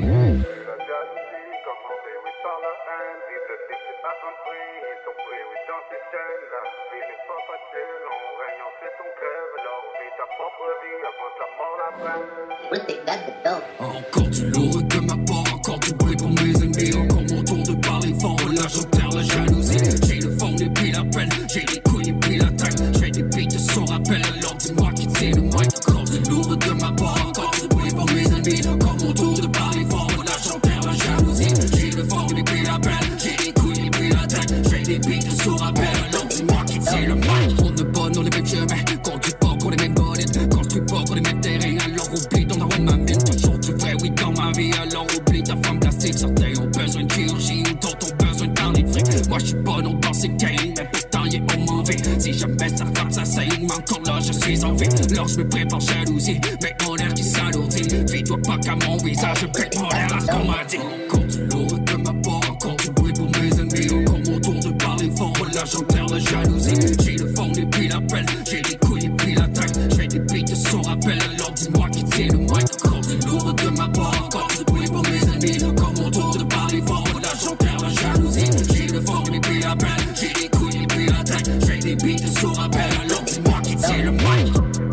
Encore du lourd de ma part, encore du bruit pour mes ennemis. Encore mon tour de parler fort, là j'enterre la jalousie. J'ai le fond et puis la peine, j'ai les couilles et puis la taille. J'fais des beats de son rappel, alors dis-moi qui tient le mic. Encore du lourd de ma part, encore du bruit pour mes ennemis. Encore mon tour de parler fort, là j'enterre la jalousie. J'ai le fond et puis la peine, j'ai les couilles et puis la taille. J'fais des beats de son rappel, alors dis-moi qui tient le mic. On ne pas dans les mêmes chemins, conduis pas pour les mêmes bonnets, construis pas pour les mêmes terrains, alors oublie ton arôme ma mine. Toujours du vrai, oui, dans ma vie, alors oublie ta femme plastique. Certains ont besoin de chirurgie, ou d'autres ont besoin de parler de fric. Moi, je suis pas non dans ces games, mais pourtant, y'a on m'en veut. Si jamais ça frappe, ça saigne, mais encore là, je suis en vie. Alors, je me prépare jalousie, mais mon air qui s'alourdit. Fais-toi pas qu'à mon visage, je pète mon air à ce qu'on m'a dit. Encore du lourd de ma part, encore du bruit pour mes ennemis. Encore mon tour de parler fort, là, j'enterre la jalousie. J'ai le fond et puis la peine, j'ai les couilles et puis la taille. J'fais des beats de son rappel, alors dis-moi qui tient le mic. Encore du lourd de ma part, encore du bruit pour mes ennemis. Encore mon tour de parler fort, là j'enterre la jalousie. J'ai le fond et puis la peine, j'ai les couilles et puis la taille. J'fais des beats de son rappel, alors dis-moi qui tient le mic.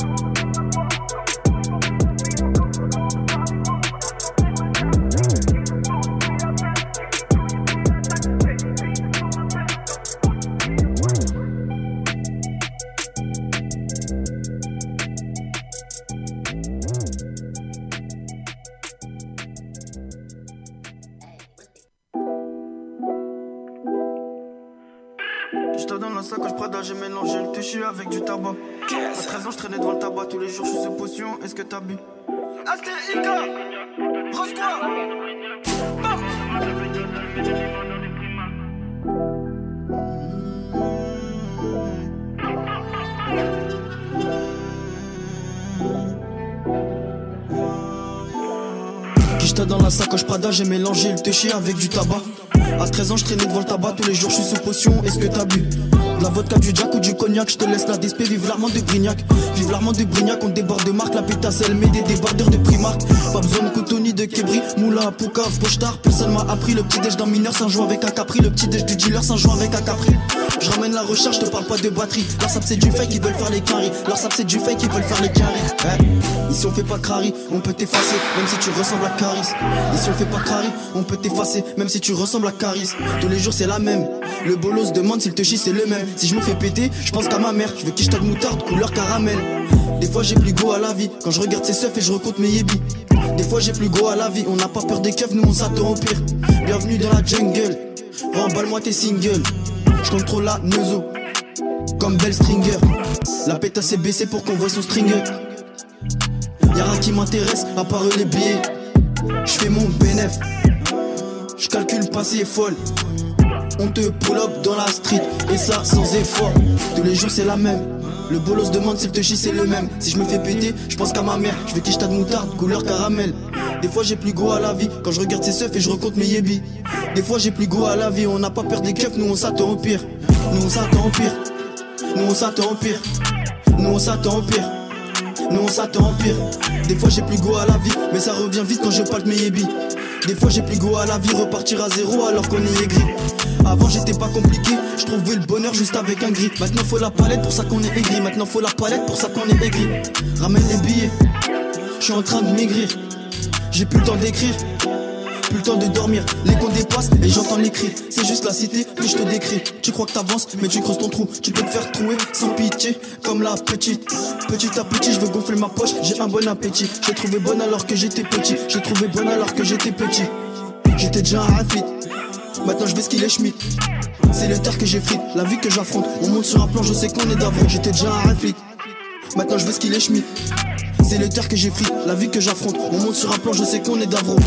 J'étais dans la sacoche Prada, j'ai mélangé le toucher avec du tabac. À treize ans, je traînais devant le tabac, tous les jours je suis sous potion, est-ce que t'as bu? Astéika, Rose quoi? J'étais dans la sacoche Prada, j'ai mélangé le toucher avec du tabac. À treize ans, je traînais devant le tabac, tous les jours je suis sous potion, est-ce que t'as bu? De la vodka, du jack ou du cognac, je te laisse la D S P, vive l'armand de Brignac. Vive l'armand de Brignac, on déborde de marque, la pétasse elle met des débardeurs de Primark. Pas besoin de couteau ni de kébri, moula, poucave, pochetard, personne m'a appris. Le petit déj d'un mineur, c'est un joint avec un capri. Le petit déj du dealer, c'est un joint avec un capri. Je ramène la recharge, je te parle pas de batterie. Leur sap c'est du fake, ils veulent faire les carrés. Leur sap c'est du fake, ils veulent faire les carrés. Ouais. Ici on fait pas crari, on peut t'effacer, même si tu ressembles à Caris. Ici on fait pas crari, on peut t'effacer, même si tu ressembles à Caris. Tous les jours c'est la même, le bolos demande s'il te chie c'est le même. Si je me fais péter, je pense qu'à ma mère, je veux quiche de moutarde, couleur caramel. Des fois j'ai plus go à la vie, quand je regarde ses seufs et je recompte mes yébis. Des fois j'ai plus go à la vie, on n'a pas peur des keufs, nous on s'attend au pire. Bienvenue dans la jungle, remballe-moi tes singles. Je contrôle la neuzo, comme Bell Stringer. La pétasse est baissée pour qu'on voit son stringer. Y'a rien qui m'intéresse à part les billets. J'fais mon bénéf, j'calcule pas si est folle. On te pull up dans la street, et ça sans effort. Tous les jours c'est la même, le bolos demande s'il te chie c'est le même. Si je me fais péter, je pense qu'à ma mère. Je veux quiche de moutarde, couleur caramel. Des fois j'ai plus go à la vie, quand je regarde ses seufs et je recompte mes yébis. Des fois j'ai plus go à la vie, on n'a pas peur des keufs, nous on s'attend au pire. Nous on s'attend au pire, nous on s'attend au pire. Nous on s'attend au pire, nous on s'attend au pire. Des fois j'ai plus go à la vie, mais ça revient vite quand je palte mes yébis. Des fois j'ai plus go à la vie, repartir à zéro alors qu'on est aigri. Avant j'étais pas compliqué, je trouvais le bonheur juste avec un gris. Maintenant faut la palette pour ça qu'on est aigri. Maintenant faut la palette pour ça qu'on est aigri. Ramène les billets, je suis en train de maigrir. J'ai plus le temps d'écrire, plus le temps de dormir. Les comptes dépassent et j'entends les cris. C'est juste la cité que je te décris. Tu crois que t'avances mais tu creuses ton trou. Tu peux te faire trouer sans pitié comme la petite. Petit à petit je veux gonfler ma poche. J'ai un bon appétit. J'ai trouvé bonne alors que j'étais petit. J'ai trouvé bonne alors que j'étais petit. J'étais déjà un athlète. Maintenant je vais skiller Schmitt. C'est le terre que j'ai frite, la vie que j'affronte. On monte sur un plan, je sais qu'on est d'avant. J'étais déjà un athlète. Maintenant je vais skiller Schmitt. C'est le terre que j'ai frite, la vie que j'affronte. On monte sur un plan, je sais qu'on est d'avant.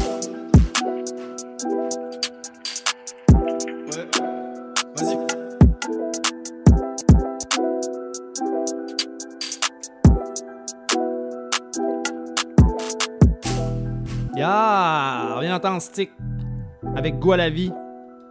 Yeah! On vient d'entendre Stick avec Goût à la vie.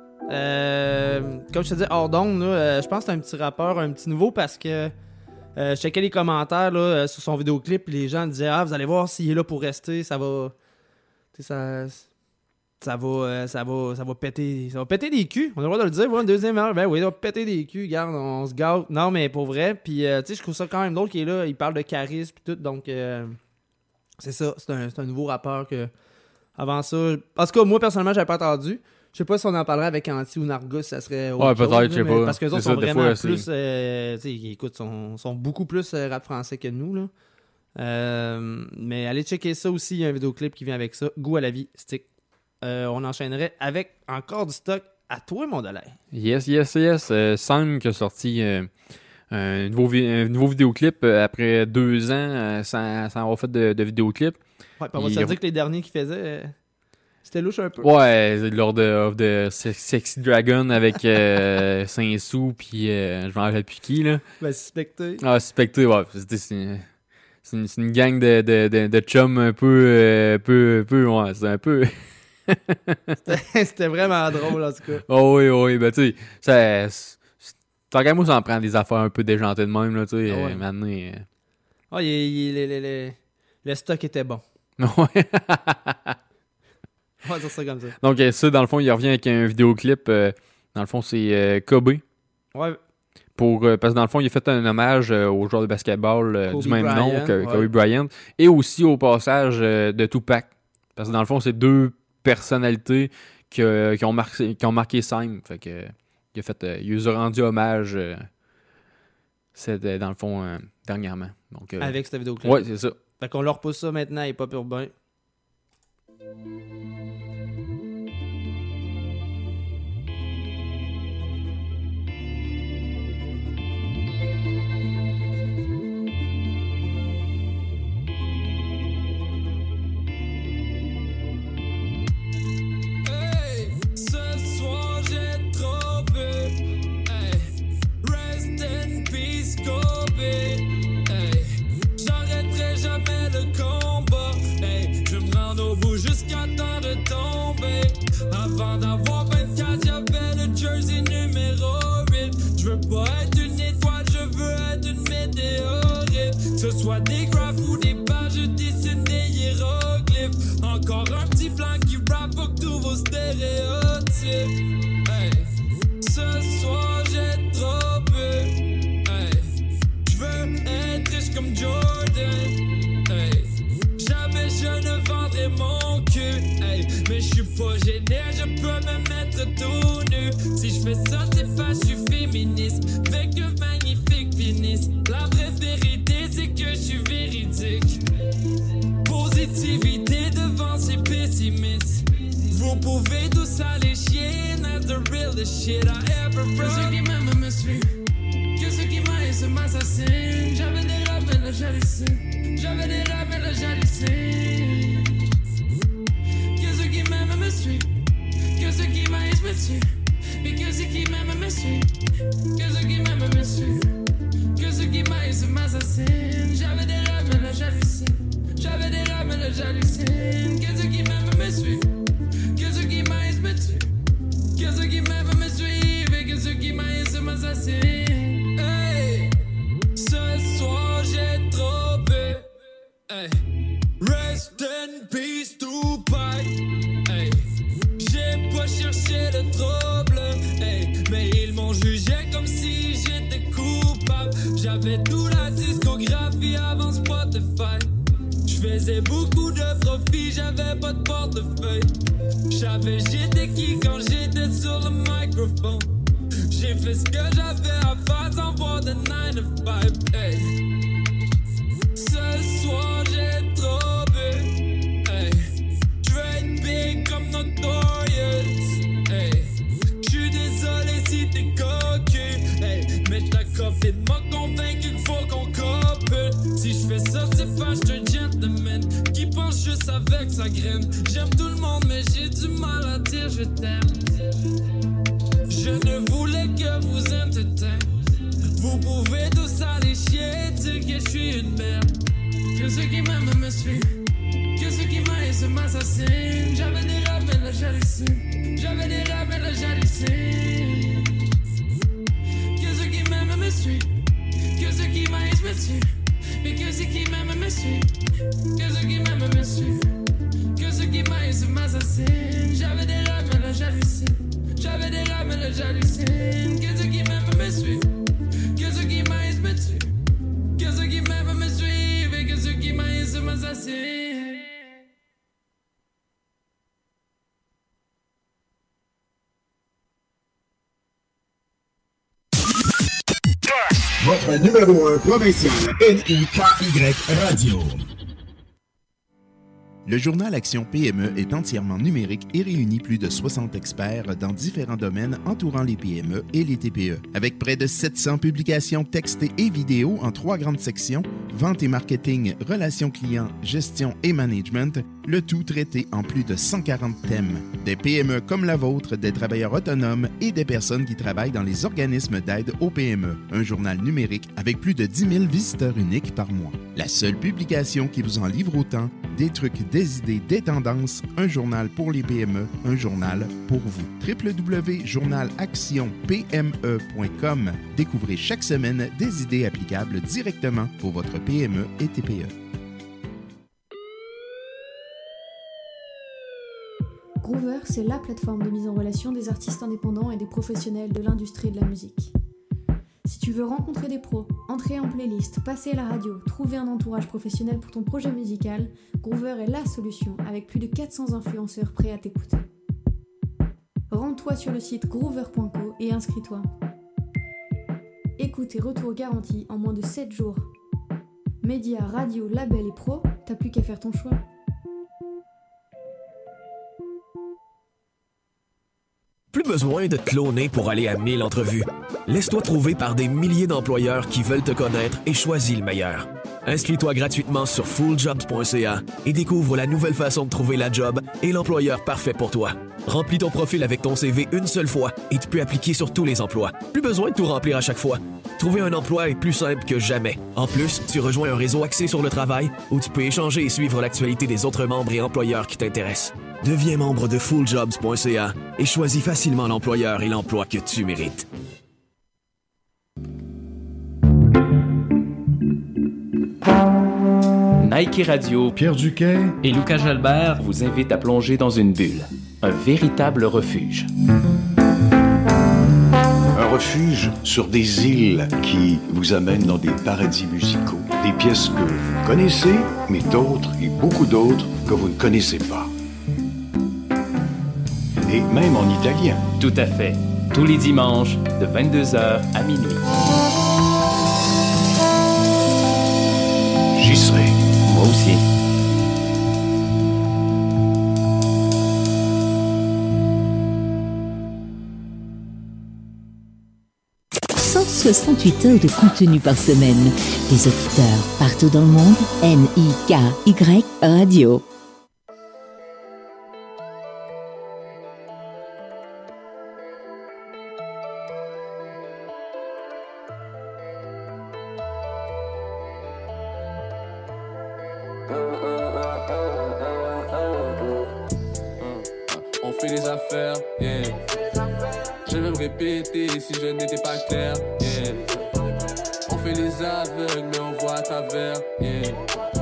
Euh, comme je te disais, hors d'onde, euh, je pense que c'est un petit rappeur, un petit nouveau parce que euh, je checkais les commentaires là, euh, sur son vidéoclip. Les gens disaient ah, vous allez voir s'il est là pour rester, ça va. Ça, ça va. Euh, ça va. Ça va péter. Ça va péter des culs. On a le droit de le dire. Voilà, une deuxième heure. Ben oui, il va péter des culs. Regarde, on se gâte. Non, mais pour vrai. Puis, euh, tu sais, je trouve ça quand même drôle qu'il est là. Il parle de charisme et tout. Donc, euh, c'est ça. C'est un, c'est un nouveau rappeur que. Avant ça. En tout cas, moi, personnellement, j'avais pas entendu. Je sais pas si on en parlerait avec Anti ou Nargus, ça serait autre ouais, peut-être, chose, je sais là, pas. Parce que les autres ça, sont vraiment fois, plus... Euh, tu sais, écoute, sont, sont beaucoup plus euh, rap français que nous, là. Euh, mais allez checker ça aussi, il y a un vidéoclip qui vient avec ça. Goût à la vie, Stick. Euh, on enchaînerait avec encore du stock à toi, mon dollar. Yes, yes, yes. Euh, Sam qui a sorti euh, un, nouveau vi- un nouveau vidéoclip euh, après deux ans euh, sans, sans avoir fait de, de vidéoclip. Ouais, puis on va se Il... dire que les derniers qu'il faisait... Euh... C'était louche un peu. Ouais, lors de, of the Sexy Dragon avec euh, Saint-Sou, puis euh, je m'en rappelle plus qui, là. Ben, Suspecté. Ah, Suspecté, ouais. C'était, c'est, une, c'est, une, c'est une gang de, de, de, de chums un peu, euh, peu, peu, ouais, c'est un peu... c'était, c'était vraiment drôle, en tout cas. Oh oui, oui, ben tu sais, ça... Tant qu'à moi, ça en prend des affaires un peu déjantées de même, là, tu sais, ah ouais. euh, maintenant... Euh... Ah, il, il, le, le, le, le stock était bon. Ouais. On va dire ça comme ça. Donc, ça, dans le fond, il revient avec un vidéoclip. Euh, dans le fond, c'est euh, Kobe. Ouais. Pour, euh, parce que dans le fond, il a fait un hommage euh, au joueur de basketball euh, du même Bryant, nom, que, ouais. Kobe Bryant. Et aussi au passage euh, de Tupac. Parce que dans le fond, c'est deux personnalités qui, euh, qui, ont, marqué, qui ont marqué Sam. Fait que, il a fait, euh, il nous a rendu hommage. Euh, c'est euh, dans le fond, euh, dernièrement. Donc, euh, avec cette vidéoclip. Ouais, c'est ça. Fait qu'on leur repousse ça maintenant à Hip-Hop Urbain. Avant d'avoir vingt-quatre, j'avais le jersey numéro huit. Je veux pas être une étoile, je veux être une météorite. Que ce soit des graphes ou des pages, je dessine des hiéroglyphes. Encore un petit plan qui rappe pour tous vos stéréotypes. Hey. Ce soir, j'ai trop bu. Hey. Je veux être riche comme Jordan. Hey. Jamais je ne vendrai mon cul. Hey. Mais je suis pas gêné, je peux me mettre tout nu. Si je fais ça, c'est pas je suis féministe. Avec le magnifique pénis. La vraie vérité, c'est que je suis véridique. Positivité devant ces pessimistes. Vous pouvez tous aller chier. That's the realest shit I ever wrote. Que ceux qui m'aiment me suivent. Que ceux qui m'aiment m'assassinent. J'avais des rêves, mais là j'hallucine. J'avais des rêves, mais là j'hallucine. Que ceux qui m'aiment me suivent. Que ceux qui m'aiment me tuent. Et que ceux qui m'aiment me suivent. Que ceux qui m'aiment me suivent. Que ceux qui m'aiment m'assassinent. J'avais des rêves, mais là j'hallucine. J'avais des rêves, mais là j'hallucine. Que ceux qui m'aiment me suivent. Que ceux qui m'aiment me tuent. Que ceux qui m'aiment me suivent. Et que ceux qui m'aiment m'assassinent. Hey. Ce soir j'ai trop bu. Hey. Rest in peace Tupac. Hey. J'ai pas cherché le trouble, hey. Mais ils m'ont jugé comme si j'étais coupable. J'avais toute la discographie avant Spotify. J'faisais beaucoup de profit, j'avais pas de portefeuille. J'savais j'étais qui quand j'étais sur le microphone. J'ai fait ce que j'avais à faire sans voir de nine to five, hey. Ce soir j'ai trop bu, hey. J'veux être big comme Notorious, hey. J'suis désolé si t'es cocu, hey. Mais ta copine m'a convaincu qu'il faut qu'on copule. Si j'fais ça c'est pas j'suis un gentleman qui pense juste avec sa graine. J'aime tout le monde mais j'ai du mal à dire je t'aime. Je ne voulais que vous entertain. Vous pouvez tous aller chier, dire que je suis une merde. Que ceux qui m'aiment me suivent, que ceux qui m'aiment m'assassinent. J'avais des rêves mais là j'hallucine. J'avais des rêves mais là j'hallucine. Que ceux qui m'aiment me suivent, que ceux qui m'aiment me tuent. Et que ceux qui m'aiment me suivent, que ceux qui m'aiment me suivent. Que ceux qui m'aiment m'assassinent. J'avais des rêves mais là j'hallucine. J'avais des rêves mais là j'hallucine. Que ceux qui m'aiment me suivent, que ceux qui m'aiment me tuent. Que ceux qui m'aiment me suivent et que ceux qui m'aiment m'assassinent. Votre numéro un provincial N I K Y Radio. Le journal Action P M E est entièrement numérique et réunit plus de soixante experts dans différents domaines entourant les P M E et les T P E. Avec près de sept cents publications textées et vidéos en trois grandes sections, vente et marketing, relations clients, gestion et management, le tout traité en plus de cent quarante thèmes. Des P M E comme la vôtre, des travailleurs autonomes et des personnes qui travaillent dans les organismes d'aide aux P M E. Un journal numérique avec plus de dix mille visiteurs uniques par mois. La seule publication qui vous en livre autant, des trucs, des idées, des tendances, un journal pour les P M E, un journal pour vous. w w w point journal action p m e point com. Découvrez chaque semaine des idées applicables directement pour votre P M E et T P E. Groover, c'est la plateforme de mise en relation des artistes indépendants et des professionnels de l'industrie de la musique. Si tu veux rencontrer des pros, entrer en playlist, passer à la radio, trouver un entourage professionnel pour ton projet musical, Groover est la solution avec plus de quatre cents influenceurs prêts à t'écouter. Rends-toi sur le site groover point co et inscris-toi. Écoute et retour garantis en moins de sept jours. Médias, radio, label et pro, t'as plus qu'à faire ton choix. Plus besoin de te cloner pour aller à mille entrevues. Laisse-toi trouver par des milliers d'employeurs qui veulent te connaître et choisis le meilleur. Inscris-toi gratuitement sur full jobs point c a et découvre la nouvelle façon de trouver la job et l'employeur parfait pour toi. Remplis ton profil avec ton C V une seule fois et tu peux appliquer sur tous les emplois. Plus besoin de tout remplir à chaque fois. Trouver un emploi est plus simple que jamais. En plus, tu rejoins un réseau axé sur le travail où tu peux échanger et suivre l'actualité des autres membres et employeurs qui t'intéressent. Deviens membre de full jobs point c a et choisis facilement l'employeur et l'emploi que tu mérites. Nike Radio, Pierre Duquet et Lucas Jalbert vous invitent à plonger dans une bulle. Un véritable refuge. Un refuge sur des îles qui vous amènent dans des paradis musicaux. Des pièces que vous connaissez, mais d'autres et beaucoup d'autres que vous ne connaissez pas. Et même en italien. Tout à fait. Tous les dimanches, de vingt-deux heures à minuit. J'y serai. Moi aussi. cent soixante-huit heures de contenu par semaine. Des auditeurs partout dans le monde. N I K Y Radio. On fait les affaires, yeah. Je vais me répéter si je n'étais pas clair, yeah. On fait les aveugles mais on voit à travers, yeah. Yeah,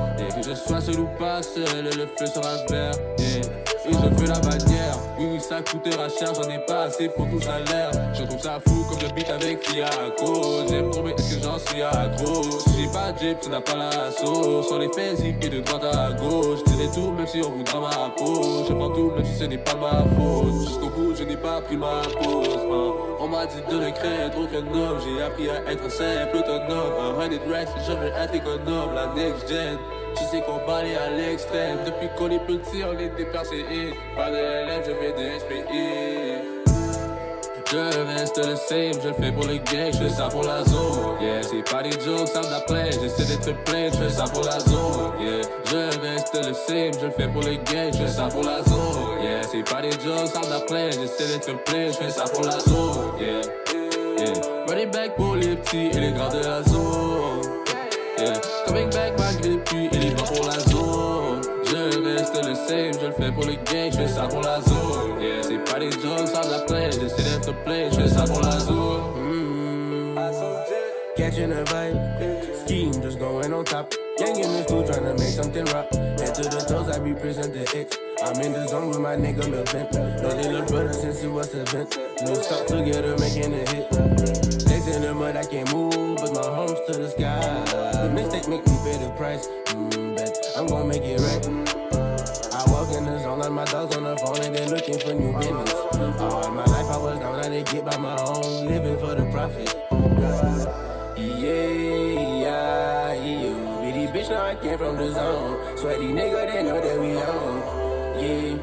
je sois seul ou pas seul, le feu sera vert, yeah. Et je fais la bannière, oui oui ça coûtera cher, j'en ai pas assez pour tout salaire. Je trouve ça fou comme le beat avec Fiaco. J'aime trop mais est-ce que j'en suis accro? Si j'ai pas de jeep, tu n'as pas la sauce. Sur les fesses, il de droite à gauche. Je dirai tout même si on voudra ma peau. Je prends tout même si ce n'est pas ma faute. Jusqu'au bout je n'ai pas pris ma pause, hein. On m'a dit de ne craindre aucun homme. J'ai appris à être un simple autonome. Un hundred racks, je veux être économe. La next gen, tu sais qu'on balaye à l'extrême. Depuis qu'on est petit, on est dépercé. Pas de L M, je fais des S P I. Je reste le same, je le fais pour le gang, je fais ça pour la zone. Yeah, c'est pas des jokes, ça me la plaît. J'essaie d'être plein, je fais ça pour la zone. Yeah, je reste le same, je le fais pour le gang, je fais ça pour la zone. Yeah, c'est pas des jokes, ça me la plaît. J'essaie d'être plein, je fais ça pour la zone. Yeah, yeah. Running back pour les petits et les grands de la zone. Yeah, coming back malgré le puits et les grands pour la zone. Je reste le same, je le fais pour le gang, je fais ça pour la zone. Yeah, c'est pas des jokes, ça me la plaît. J'essaie d'être plein, je fais ça pour la zone. Mm-hmm. Catching a vibe, scheme just going on top. Gang in the stool trying to make something rock. Head to the toes, I represent the X. I'm in the zone with my nigga Lil Vent. Know they look brother since it was a vent. No stuck together making a hit. Legs in the mud, I can't move, but my arms to the sky. The mistake make me pay the price. Mm, bet I'm gonna make it right. I walk in the zone, and my dogs on the phone, and they looking for new business. All my life I was down, I didn't get by my own, living for the profit. Yeah, yeah, yeah. Bitty bitch, now I came from the zone. Sweaty nigga, they know that we on. Yeah,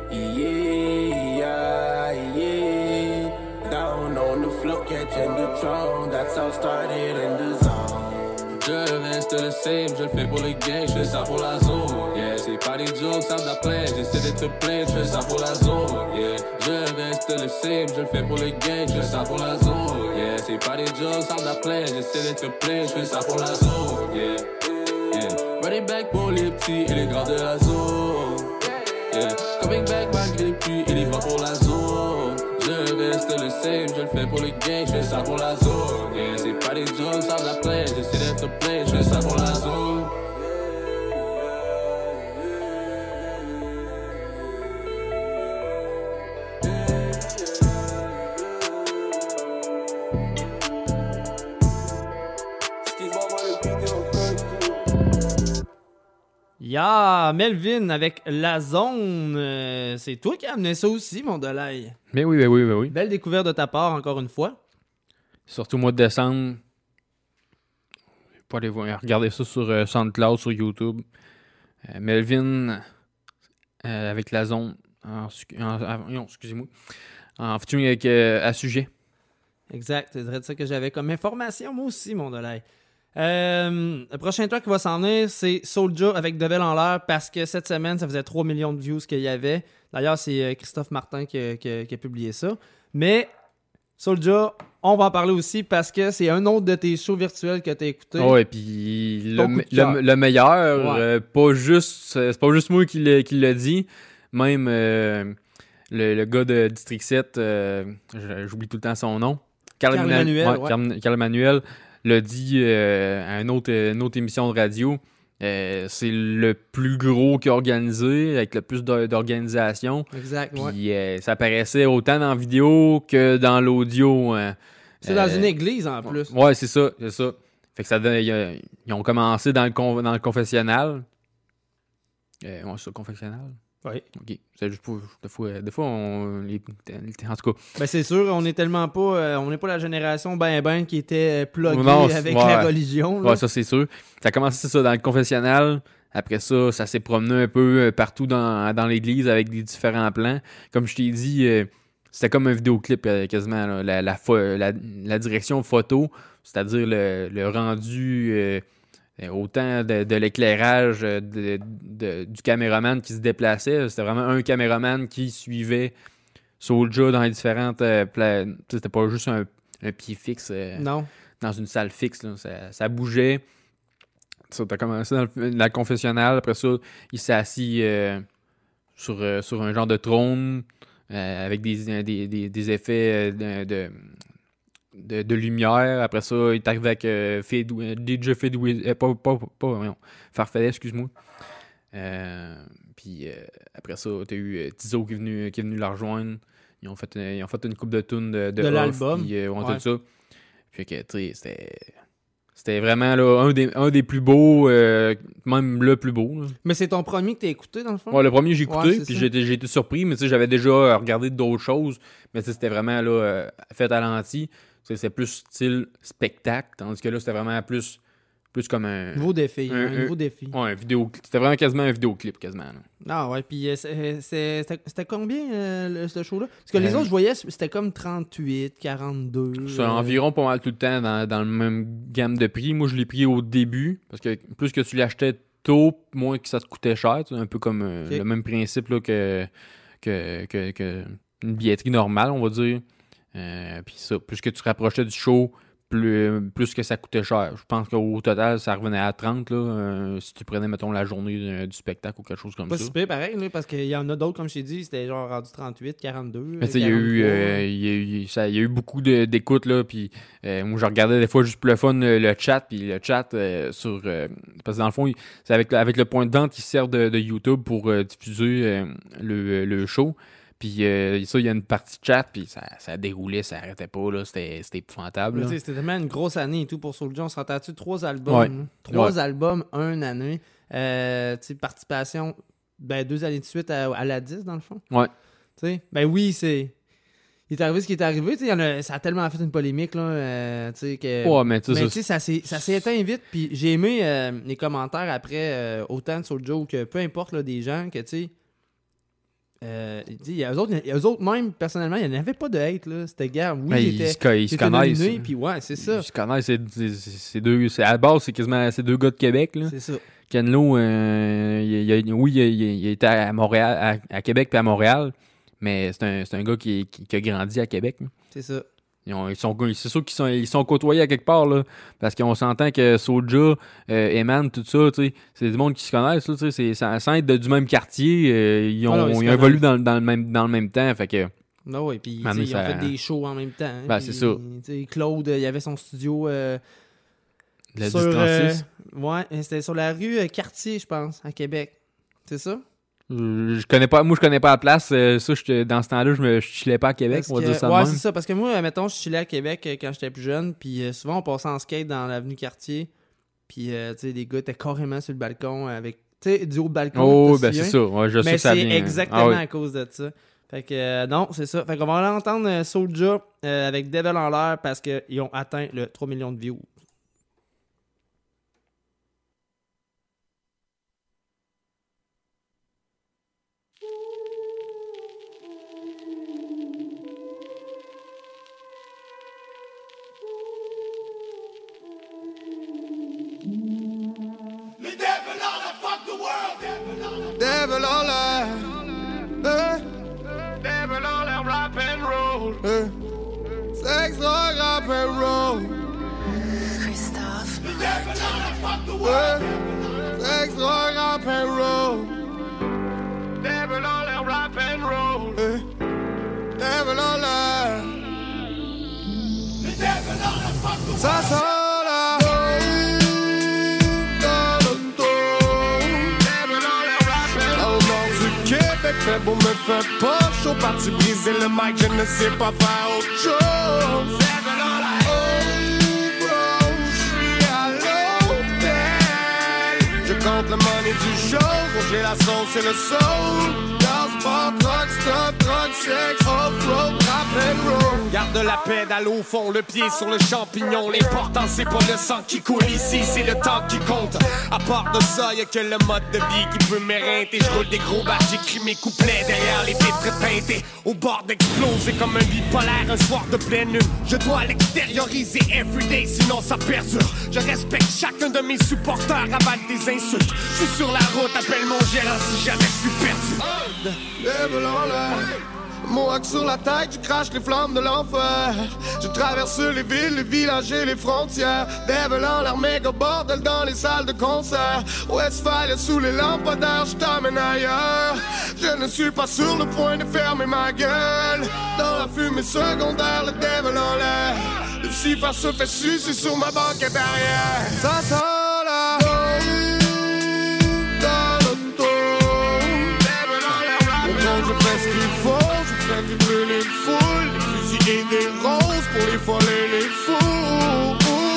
yeah, yeah. Down on the floor, catching the throne. That's how started in the zone. Je reste le same, je le fais pour le gang, je fais ça pour la zone. Yeah, c'est pas des jokes, ça me la plaît. J'essaie d'être plein, je fais ça pour la zone. Yeah, je reste le same, je le fais pour le gang, je fais ça pour la zone. Yeah, c'est pas des jokes, ça me la plaît. J'essaie d'être plein, je fais ça pour la zone. Yeah, yeah. Running back pour les petits et les grands de la zone. Yeah, coming back malgré les pluies et les vents pour la zone. Je reste le same, je le fais pour le gang, je fais ça pour la zone. Yeah, c'est pas des jokes, ça me la plaît. J'essaie d'être plein, je fais ça pour la zone. Yeah, Melvin avec La Zone. Euh, c'est toi qui as amené ça aussi, mon Dolaï. Mais oui, mais oui, mais oui. Belle découverte de ta part, encore une fois. Surtout au mois de décembre. Pas aller voir, regarder ça sur euh, SoundCloud, sur YouTube. Euh, Melvin euh, avec La Zone. En, en, en, non, excusez-moi. En featuring avec euh, à sujet. Exact, c'est vrai ça que j'avais comme information, moi aussi, mon Dolaï. Euh, le prochain track qui va s'en venir, c'est Soulja avec Devil en l'air, parce que cette semaine, ça faisait trois millions de views qu'il y avait. D'ailleurs, c'est Christophe Martin qui a, qui a, qui a publié ça. Mais Soulja, on va en parler aussi parce que c'est un autre de tes shows virtuels que tu as écouté. Ouais, puis le, le, le meilleur, ouais. euh, pas juste, c'est pas juste moi qui l'a, qui l'a dit, même euh, le, le gars de District sept, euh, j'oublie tout le temps son nom. Carl Emmanuel. Ouais, ouais. Carl, Carl Emmanuel l'a dit euh, à une autre, une autre émission de radio. Euh, c'est le plus gros qu'il a organisé, avec le plus d'organisation. Exact, Puis ouais. euh, ça apparaissait autant dans la vidéo que dans l'audio. Euh, c'est dans euh, une église, en plus. Ouais, c'est ça, c'est ça. Fait que ça donne, ils, ils ont commencé dans le, con, dans le confessionnal. Euh, ouais, c'est ça, confessionnal. Oui. OK. C'est juste pour, des fois, des fois on... Les, en tout cas. Ben c'est sûr, on n'est tellement pas... Euh, on n'est pas la génération ben ben qui était pluguée non, avec ouais, la religion. Là. Ouais, ça, c'est sûr. Ça a commencé ça dans le confessionnal. Après ça, ça s'est promené un peu partout dans, dans l'église avec des différents plans. Comme je t'ai dit, euh, c'était comme un vidéoclip quasiment. Là. La, la, la, la direction photo, c'est-à-dire le, le rendu... Euh, autant de, de l'éclairage de, de, du caméraman qui se déplaçait. C'était vraiment un caméraman qui suivait Soulja dans les différentes... Euh, pla... C'était pas juste un, un pied fixe euh, non. dans une salle fixe. Là. Ça, ça bougeait. Ça a commencé dans, le, dans la confessionnal. Après ça, il s'est assis euh, sur, euh, sur un genre de trône euh, avec des, des, des, des effets de... de de, de lumière. Après ça, il est arrivé avec euh, Fade, D J Fade Wiz, euh, pas, pas, pas, pas non, Farfadet, excuse-moi. Euh, puis euh, après ça, t'as eu euh, Tizo qui est venu, qui est venu la rejoindre. Ils ont fait, ils ont fait une couple de tunes de, de, de off, l'album. Puis euh, on ouais. tout ça. Puis que, tu sais, c'était... C'était vraiment là, un, des, un des plus beaux, euh, même le plus beau. Là. Mais c'est ton premier que t'as écouté, dans le fond? Ouais, le premier que j'ai écouté, ouais, puis j'ai été, j'ai été surpris, mais tu sais, j'avais déjà regardé d'autres choses, mais c'était vraiment là, euh, fait à l'anti. C'est plus style spectacle, tandis que là, c'était vraiment plus, plus comme un... Nouveau défi, un, un, un nouveau défi. Ouais, un vidéo, c'était vraiment quasiment un vidéoclip, quasiment. Là. Ah ouais, puis euh, c'est, c'est, c'était, c'était combien, euh, le, ce show-là? Parce que les euh, autres, je voyais, c'était comme trente-huit, quarante-deux. C'est euh... environ pas mal tout le temps dans, dans le même gamme de prix. Moi, je l'ai pris au début, parce que plus que tu l'achetais tôt, moins que ça te coûtait cher. Un peu comme euh, okay. le même principe là, que, que, que, que une billetterie normale, on va dire. Euh, puis ça, plus que tu rapprochais du show, plus, plus que ça coûtait cher. Je pense qu'au total, ça revenait à trente là, euh, si tu prenais, mettons, la journée euh, du spectacle ou quelque chose comme pas ça. Pas si pire, pareil, là, parce qu'il y en a d'autres, comme je t'ai dit, c'était genre rendu trente-huit, quarante-deux. Mais tu sais, il y a eu, euh, il y a eu, ça, il y a eu beaucoup de, d'écoutes, là, puis euh, moi, je regardais des fois juste pour le fun le, le chat, puis le chat euh, sur... Euh, parce que dans le fond, c'est avec, avec le point de vente qui sert de, de YouTube pour euh, diffuser euh, le, le show. Puis euh, ça, il y a une partie chat, puis ça, ça déroulait, ça arrêtait pas, là. C'était, c'était épouvantable. C'était tellement une grosse année et tout pour Soulja. On se rendait dessus trois albums. Ouais. Hein? Trois ouais. albums, une année. Euh, tu sais, participation, ben deux années de suite à, à la dix, dans le fond. Ouais. Tu sais, ben oui, c'est... Il est arrivé ce qui est arrivé, tu sais, ça a tellement fait une polémique, là, euh, tu sais, que... Ouais, mais tu sais, ça, ça, s'est, ça s'est éteint vite, puis j'ai aimé euh, les commentaires après, euh, autant de Soulja que peu importe, là, des gens, que, tu sais, Euh, il y a eux autres, eux autres même, personnellement, il n'y en avait pas de hate, là. C'était gars, oui, ben, il était, ils, ils se connaissent. Nominé, puis ouais, c'est ça. Ils se connaissent, c'est, c'est, c'est deux, c'est, à la base, c'est quasiment c'est deux gars de Québec, là. C'est ça. Ken Lo, euh, il, il, oui, il, il était à Montréal, à, à Québec puis à Montréal, mais c'est un, c'est un gars qui, qui, qui a grandi à Québec. Là. C'est ça. Ils ont, ils sont, c'est sûr qu'ils sont, ils sont côtoyés à quelque part, là, parce qu'on s'entend que Soulja, euh, Eman, tout ça, tu sais, c'est du monde qui se connaissent, là, tu sais, c'est, sans, sans être de, du même quartier, euh, ils ont, ah non, ils ils ont évolué dans, dans, le même, dans le même temps, fait que... Non, oui, puis ils ça... ont fait des shows en même temps. Hein, ben, pis, c'est ça. Claude, il y avait son studio... Euh, la sur, dix trente-six. Euh, ouais, c'était sur la rue Cartier, je pense, à Québec. C'est ça? Je, je connais pas, moi je connais pas la place. Euh, ça, je, dans ce temps-là, je me je chillais pas à Québec, parce on va que, dire ça. Ouais, même. c'est ça, parce que moi, mettons, je chillais à Québec euh, quand j'étais plus jeune, puis euh, souvent on passait en skate dans l'avenue Cartier, puis euh, tu sais, les gars étaient carrément sur le balcon avec, tu sais, du haut balcon. Oh, ben c'est ça, ouais, je mais sais que ça c'est vient. exactement ah, oui. à cause de ça. Fait que euh, non, c'est ça. Fait qu'on va aller entendre euh, Soulja euh, avec Devil en l'air parce qu'ils ont atteint le trois millions de views. Devil all that, eh? Devil all that rock and roll, eh? Sex, drug, rock and roll. Christophe. The devil all that fuck the world. Eh? Sex, drug, rock and roll. Devil all that rock and roll, eh? Devil all that. The devil all that fuck the world. Ça sort là. Fait beau, me fait pas chaud. Parti briser le mic, je ne sais pas faire autre chose. Oh bro, j'suis à l'hôtel. Je compte le money du show. J'ai la sauce et le soul. Gas, bar, truck, stop, truck, sex, off-road, rap and roll. Garde la pédale au fond, le pied sur le champignon. L'important c'est pas le sang qui coule ici, c'est le temps qui compte. À part de ça, y'a que le mode de vie qui peut m'éreinter. J'roule des gros bars, j'écris mes couplets derrière les vitres peintées. Au bord d'exploser comme un bipolaire un soir de pleine lune. Je dois l'extérioriser everyday, sinon ça perdure. Je respecte chacun de mes supporters, avale des insultes. J'suis sur la route, appelle mon gérant si jamais j'suis perdu. Devil en l'air, mon hack sur la tête, je crache les flammes de l'enfer. Je traverse les villes, les villages et les frontières. Devil en l'air, méga bordel dans les salles de concert. Westphalia sous les lampadaires, je t'amène ailleurs. Je ne suis pas sur le point de fermer ma gueule. Dans la fumée secondaire, le devil en l'air. Le Lucifer se fait sucer sur ma banquette arrière. Ça sent là dans le dos. Maintenant je fais ce qu'il faut, je fais vibrer les foules, des fusils et des roses pour les folles et les fous.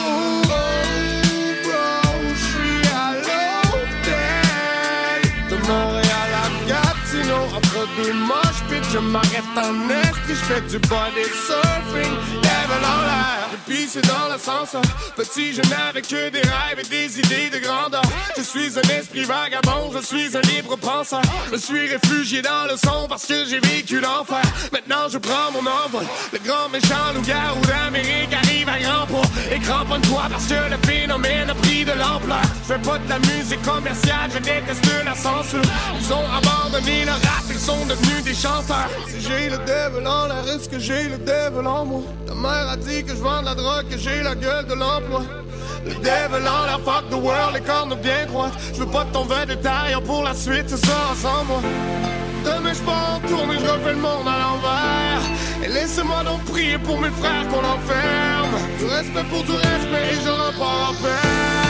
Entre deux moches pis je m'arrête en est puis je fais du body surfing, devil en l'air. Depuis c'est dans l'ascenseur, petit je n'avais que des rêves et des idées de grandeur. Je suis un esprit vagabond, je suis un libre penseur. Je me suis réfugié dans le son parce que j'ai vécu l'enfer. Maintenant je prends mon envol, le grand méchant loup-garou d'Amérique arrive à grands pas. Et cramponne-toi parce que le phénomène a pris de l'ampleur. Je fais pas de la musique commerciale, je déteste la censure. Ils ont abandonné le rap, ils sont devenus des chanteurs. Si j'ai le devil en l'air, est-ce que j'ai le devil en moi? Ta mère a dit que je vends de la drogue, que j'ai la gueule de l'emploi. Le devil en l'air, fuck the world, les cornes bien droites. Je veux pas de ton vin de taille, pour la suite, c'est ça sans moi. Demain je pars en tournée, je refais le monde à l'envers. Et laissez-moi donc prier pour mes frères qu'on enferme. Du respect pour du respect et je repars en paix.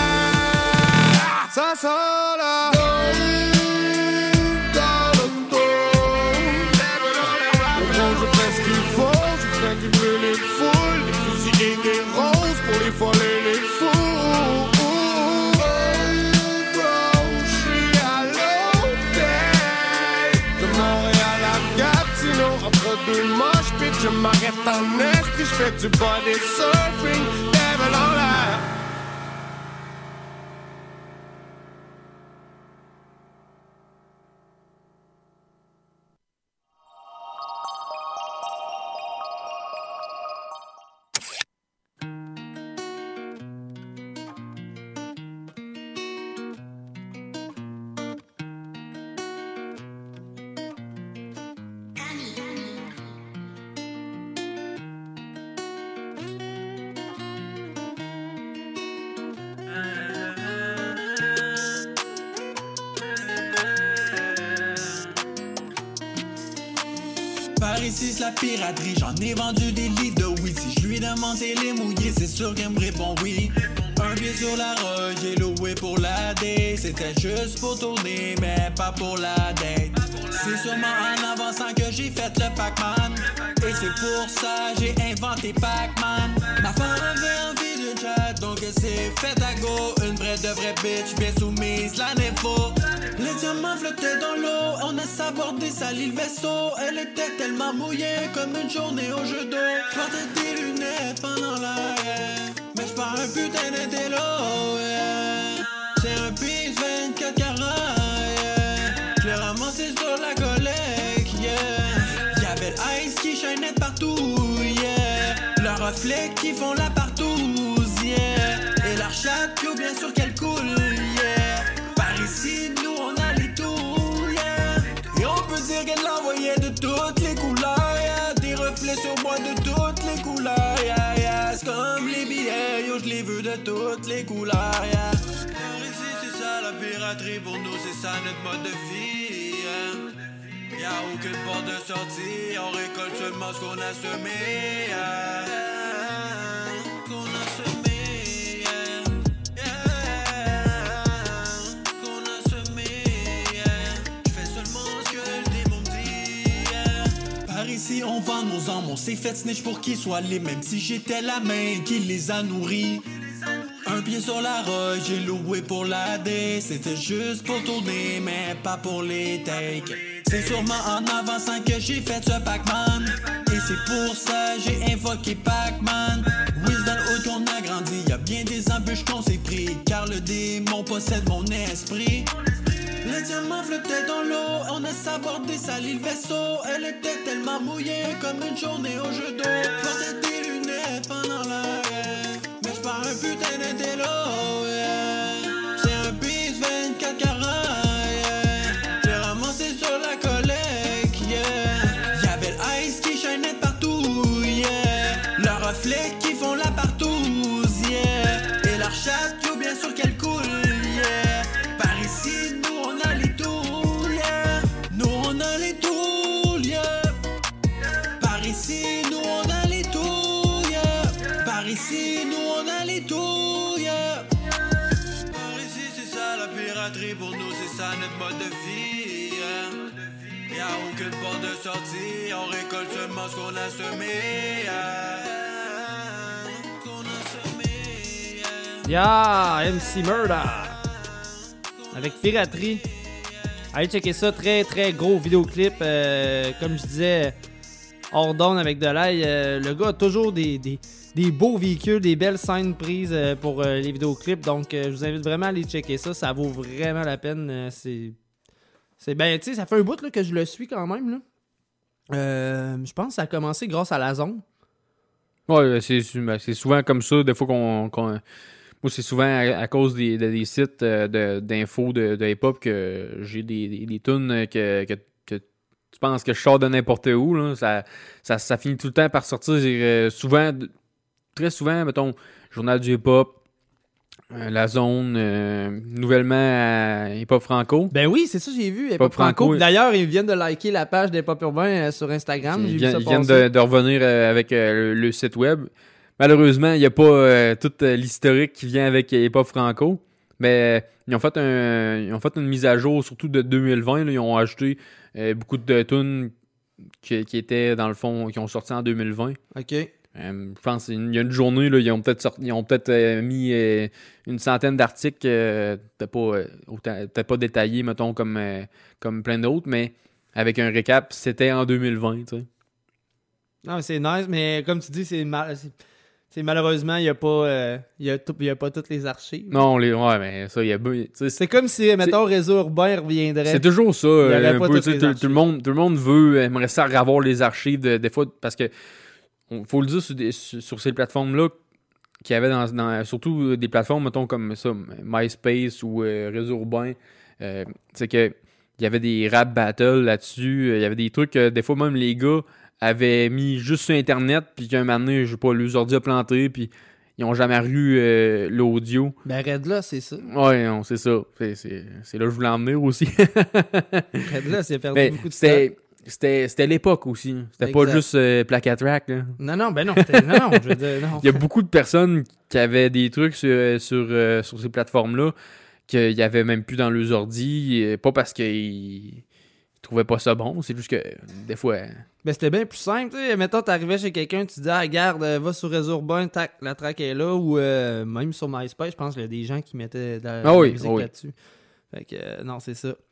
Ça sent là vibrer les foules, des fusils et des roses pour les folles et les fous. Bro, j'suis à l'hôtel de Montréal à Gatineau. Entre deux moches pis je m'arrête en est puis j'fais du body surfing, devil en l'air. Par ici c'est la piraterie, j'en ai vendu des litres de weed. Si je lui demande si les mouillés, c'est sûr qu'elle me répond oui. Un pied sur la roche, j'ai loué pour la date. C'était juste pour tourner, mais pas pour la date. C'est sûrement en avançant que j'ai fait le Pac-Man. Et c'est pour ça j'ai inventé Pac-Man. Ma femme avait envie d'une chat, donc c'est fait à go. Une vraie de vraie bitch, bien soumise, la néfo. Les diamants flottaient dans l'eau, on a sabordé, sali le vaisseau. Elle était tellement mouillée comme une journée au jeu d'eau. J'portais des lunettes pendant l'arrêt, mais j'pars un putain d'intello, yeah. C'est un pisse vingt-quatre carats, yeah. J'l'ai ramassé sur la collecte, yeah. Y'avait l'ice qui shinait partout, yeah. Leurs reflets qui font la partouze, yeah. Et leur chat, yo, bien sûr qu'elle coule, yeah. Par ici, nous on a les tours, yeah. Et on peut dire qu'elle l'envoyait de toutes les couleurs, yeah. Des reflets sur moi de toutes les couleurs, yeah, yeah. C'est comme les billets, yo, je les veux de toutes les couleurs, yeah. Par ici, c'est ça la piraterie, pour nous c'est ça notre mode de vie, yeah. Y'a aucune porte de sortie, on récolte seulement ce qu'on a semé, yeah. Qu'on a semé, yeah. Yeah. Qu'on a semé, yeah. J'fais seulement ce que le démon dit, yeah. Par ici on vend nos âmes, on s'est fait snitch pour qu'ils soient libres. Même si j'étais la main qui les a nourris. Un pied sur la roche, j'ai loué pour la D. C'était juste pour tourner, mais pas pour les takes. C'est sûrement en avançant que j'ai fait ce Pac-Man. Et c'est pour ça j'ai invoqué Pac-Man. Oui, c'est dans le haut qu'on a grandi, y'a bien des embûches qu'on s'est pris. Car le démon possède mon esprit. Le diamant flottait dans l'eau, on a sabordé, sali le vaisseau. Elle était tellement mouillée comme une journée au jeu d'eau. Portait des lunettes pendant l'arrêt, mais j'pars un putain d'intello, yeah. C'est un pisse vingt-quatre carats, yeah. J'ai ramassé sur la collecte, yeah. Y'avait l'ice qui shinait partout, yeah. Leurs reflets qui font la partouze, yeah. Et leur chat, yo, bien sûr qu'elle coule, yeah. Par ici, nous on a les tools, yeah. Nous on a les tools, yeah. Par ici, nous on a les tools, yeah. Par ici, aucune porte de sortie. On récolte seulement ce qu'on a semé. Yeah. Qu'on a semé. Yeah, M C Murda avec Piraterie. Allez checker ça, très très gros vidéoclip. Euh, comme je disais, hors d'onde avec Delay, euh, le gars a toujours des, des, des beaux véhicules, des belles scènes prises euh, pour euh, les vidéoclips. Donc euh, je vous invite vraiment à aller checker ça, ça vaut vraiment la peine. Euh, c'est, c'est ben tu sais, ça fait un bout là, que je le suis quand même là. Euh, je pense que ça a commencé grâce à la zone. Ouais, c'est, c'est souvent comme ça, des fois qu'on... qu'on... Moi, c'est souvent à, à cause des, des, des sites euh, de, d'infos de, de hip-hop que j'ai des, des, des tunes que, que, que tu penses que je sors de n'importe où. Là. Ça, ça, ça finit tout le temps par sortir. Euh, souvent, très souvent, mettons, Journal du hip-hop, euh, La Zone, euh, nouvellement à Hip-Hop Franco. Ben oui, c'est ça j'ai vu, Hip-Hop, Hip-Hop Franco. Franco. D'ailleurs, ils viennent de liker la page d'Hip-Hop Urbain euh, sur Instagram. Ils, j'ai vient, vu ça ils viennent de, de revenir euh, avec euh, le, le site web. Malheureusement, il n'y a pas euh, tout euh, l'historique qui vient avec euh, Hip-Hop Franco. Mais euh, ils, ont fait un, ils ont fait une mise à jour, surtout de deux mille vingt. Là, ils ont ajouté euh, beaucoup de tunes qui, qui étaient, dans le fond, qui ont sorti en deux mille vingt. OK. Euh, je pense qu'il y a une journée, là, ils ont peut-être, sorti, ils ont peut-être euh, mis euh, une centaine d'articles, euh, peut-être pas, euh, autant, peut-être pas détaillés, mettons, comme, euh, comme plein d'autres, mais avec un récap, c'était en deux mille vingt. Tu sais. Non, c'est nice, mais comme tu dis, c'est mal. C'est... C'est malheureusement, il n'y a pas euh, y a tout, y a pas toutes les archives. Non, les, ouais, mais ça, il y a... C'est comme si, mettons, Réseau Urbain reviendrait. C'est toujours ça. Euh, un peu, tout, tout, le monde, tout le monde veut, aimerait ça avoir les archives de, des fois, parce que, on, faut le dire, sur, des, sur, sur ces plateformes-là, qu'il y avait dans, dans, surtout des plateformes, mettons, comme ça, MySpace ou euh, Réseau Urbain, euh, c'est que il y avait des rap battles là-dessus, il y avait des trucs, euh, des fois même les gars avaient mis juste sur Internet, puis qu'un moment donné, je sais pas, les ordi a planté, puis ils ont jamais eu euh, l'audio. Ben, Redla, c'est ça. Ouais, non, c'est ça. C'est, c'est, c'est là que je voulais en venir aussi. Redla, c'est perdu ben, beaucoup de c'était, temps. C'était, c'était l'époque aussi. C'était exact. Pas juste euh, plaque à track. Là. Non, non, ben non. non, non, je veux dire, non. Il y a beaucoup de personnes qui avaient des trucs sur, sur, euh, sur ces plateformes-là qu'il n'y avait même plus dans leurs ordi. Pas parce qu'ils trouvaient pas ça bon, c'est juste que des fois... Ben c'était bien plus simple, tu sais. Mettons, t'arrivais chez quelqu'un, tu dis, ah, regarde, va sur Réseau Urbain, tac, la track est là, ou euh, même sur MySpace, je pense qu'il y a des gens qui mettaient de la, ah oui, la musique oui. là-dessus. Fait que, euh, non, c'est ça.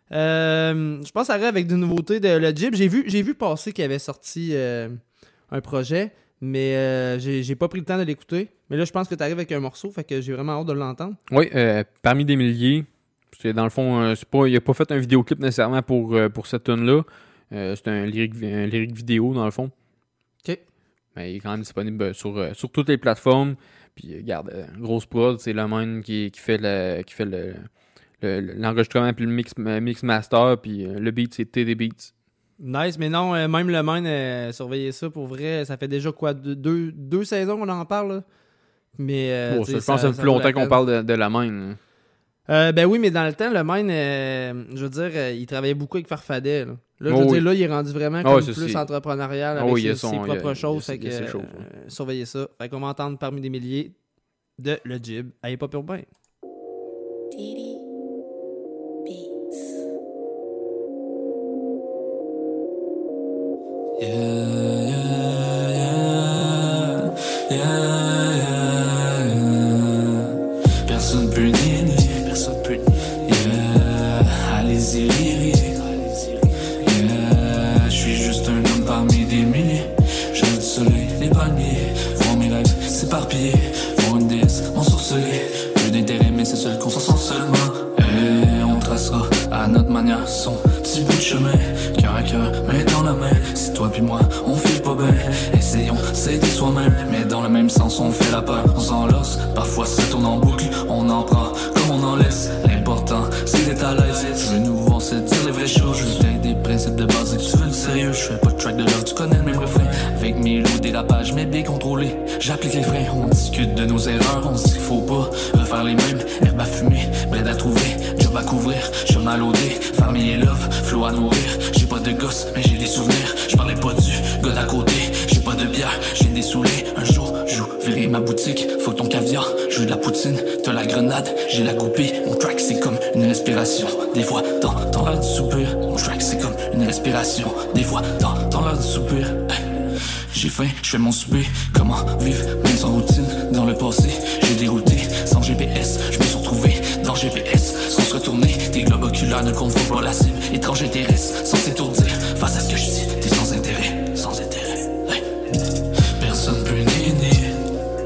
Euh, je pense arriver avec des nouveautés de le Jib. J'ai vu, j'ai vu passer qu'il avait sorti euh, un projet, mais euh, j'ai, j'ai pas pris le temps de l'écouter. Mais là, je pense que t'arrives avec un morceau, fait que j'ai vraiment hâte de l'entendre. Oui, euh, parmi des milliers. C'est, dans le fond, euh, c'est pas, il a pas fait un vidéoclip nécessairement pour, euh, pour cette tune-là. Euh, c'est un lyric, un lyric vidéo, dans le fond. OK. Mais il est quand même disponible sur, euh, sur toutes les plateformes. Puis, regarde, euh, grosse prod, c'est le même qui, qui fait, le, qui fait le, le, l'enregistrement puis le mix, mix master. Puis euh, le beat, c'est T D Beats. Nice, mais non, euh, même le main, euh, surveillez ça pour vrai. Ça fait déjà quoi, deux, deux, deux saisons qu'on en parle, là? Mais, euh, bon, ça, je pense que ça fait plus longtemps qu'on parle de, de la main. Euh, ben oui, mais dans le temps, le Maine, euh, je veux dire, euh, il travaillait beaucoup avec Farfadet. Là, là je oh, veux oui. dire, là, il est rendu vraiment comme oh, plus c'est, entrepreneurial oh, avec oui, ses, son, ses propres a, choses. Il y a, fait il y a que, choses, euh, surveillez ça. Fait qu'on va entendre parmi des milliers de Le Jib à Hip-Hop Urbain. Didi Beats. Yeah, yeah, yeah, yeah, yeah, yeah. Personne peut nier, personne peut nier. Yeah, allez-y, rire. Yeah, je suis juste un homme parmi des milliers. Je veux du soleil, les palmiers. Voir mes rêves s'éparpiller. Voir une déesse m'ensorceler. Peu d'intérêt, mais c'est seul qu'on s'en sent seulement. Et on tracera à notre manière son petit bout de chemin. Cœur à cœur, main dans la main. Si toi puis moi, on fait pas bien. Essayons s'aider soi-même, mais dans le même sens, on fait la peur. On s'enlace, parfois ça tourne en boucle. On en prend comme on en laisse. L'important, c'est d'être à l'aise. Je veux nous voir se dire les vraies choses. Je veux des principes de base et que tu veux du sérieux. Je fais pas de track de love, tu connais le même refrain. Avec mes lots, dérapages, mes billes contrôlées. J'applique les freins, on discute de nos erreurs. On se dit qu'il faut pas refaire les mêmes. Herbe à fumer, bled à trouver, job à couvrir. Je suis mal au dé, famille et love, flow à nourrir. J'ai pas de gosse, mais j'ai des souvenirs. Je parlais pas du gars d'à côté. J'ai pas de bière, j'ai des saoulés. Un jour, j'ouvrirai ma boutique. Faut ton caviar, je veux de la poutine. T'as la grenade, j'ai la goupille. Mon track c'est comme une respiration. Des fois, t'entends du soupir. Mon track c'est comme une respiration. Des fois, dans, dans l'heure du soupir, hey. J'ai faim, je fais mon souper. Comment vivre même sans routine? Dans le passé, j'ai dérouté. Sans G P S, je me suis retrouvé dans G P S. Sans se retourner, tes globes oculaires ne comptent pas la cible. Étrange intéresse, sans s'étourdir. Face à ce que je dis, t'es sans intérêt. Sans intérêt, hey. Personne peut nier.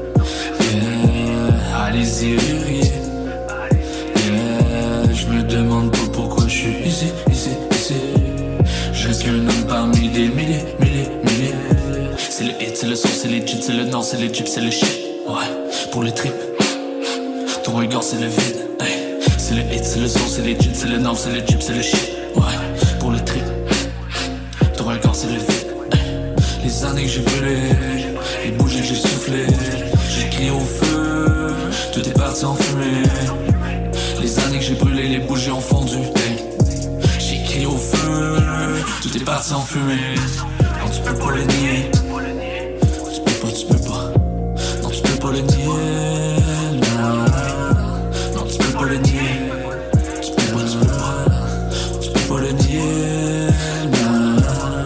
Yeah, allez-y, riez. Yeah, je me demande pas pourquoi je suis ici, ici, ici. Je reste qu'un homme parmi des milliers, milliers, milliers. C'est le hit, c'est le son, c'est legit, c'est le nom, c'est le jeep, c'est le shit. Ouais, pour le trip. Ton regard, c'est le vide. Hey. C'est le hit, c'est le son, c'est legit, c'est le nom, c'est le jeep, c'est le shit. Ouais, pour le trip. Ton regard, c'est le vide. Hey. Les années que j'ai brûlées, les bougies que j'ai soufflées. J'ai crié au feu, tout est parti en fumée. Les années que j'ai brûlées, les bougies ont fondu. Hey. J'ai crié au feu, tout est parti en fumée. Non, tu peux pas le nier. Tu peux pas, tu peux pas. Non, tu peux pas le nier. Non, non tu peux pas le nier. Tu peux pas, tu peux pas. Tu peux pas le nier. Non.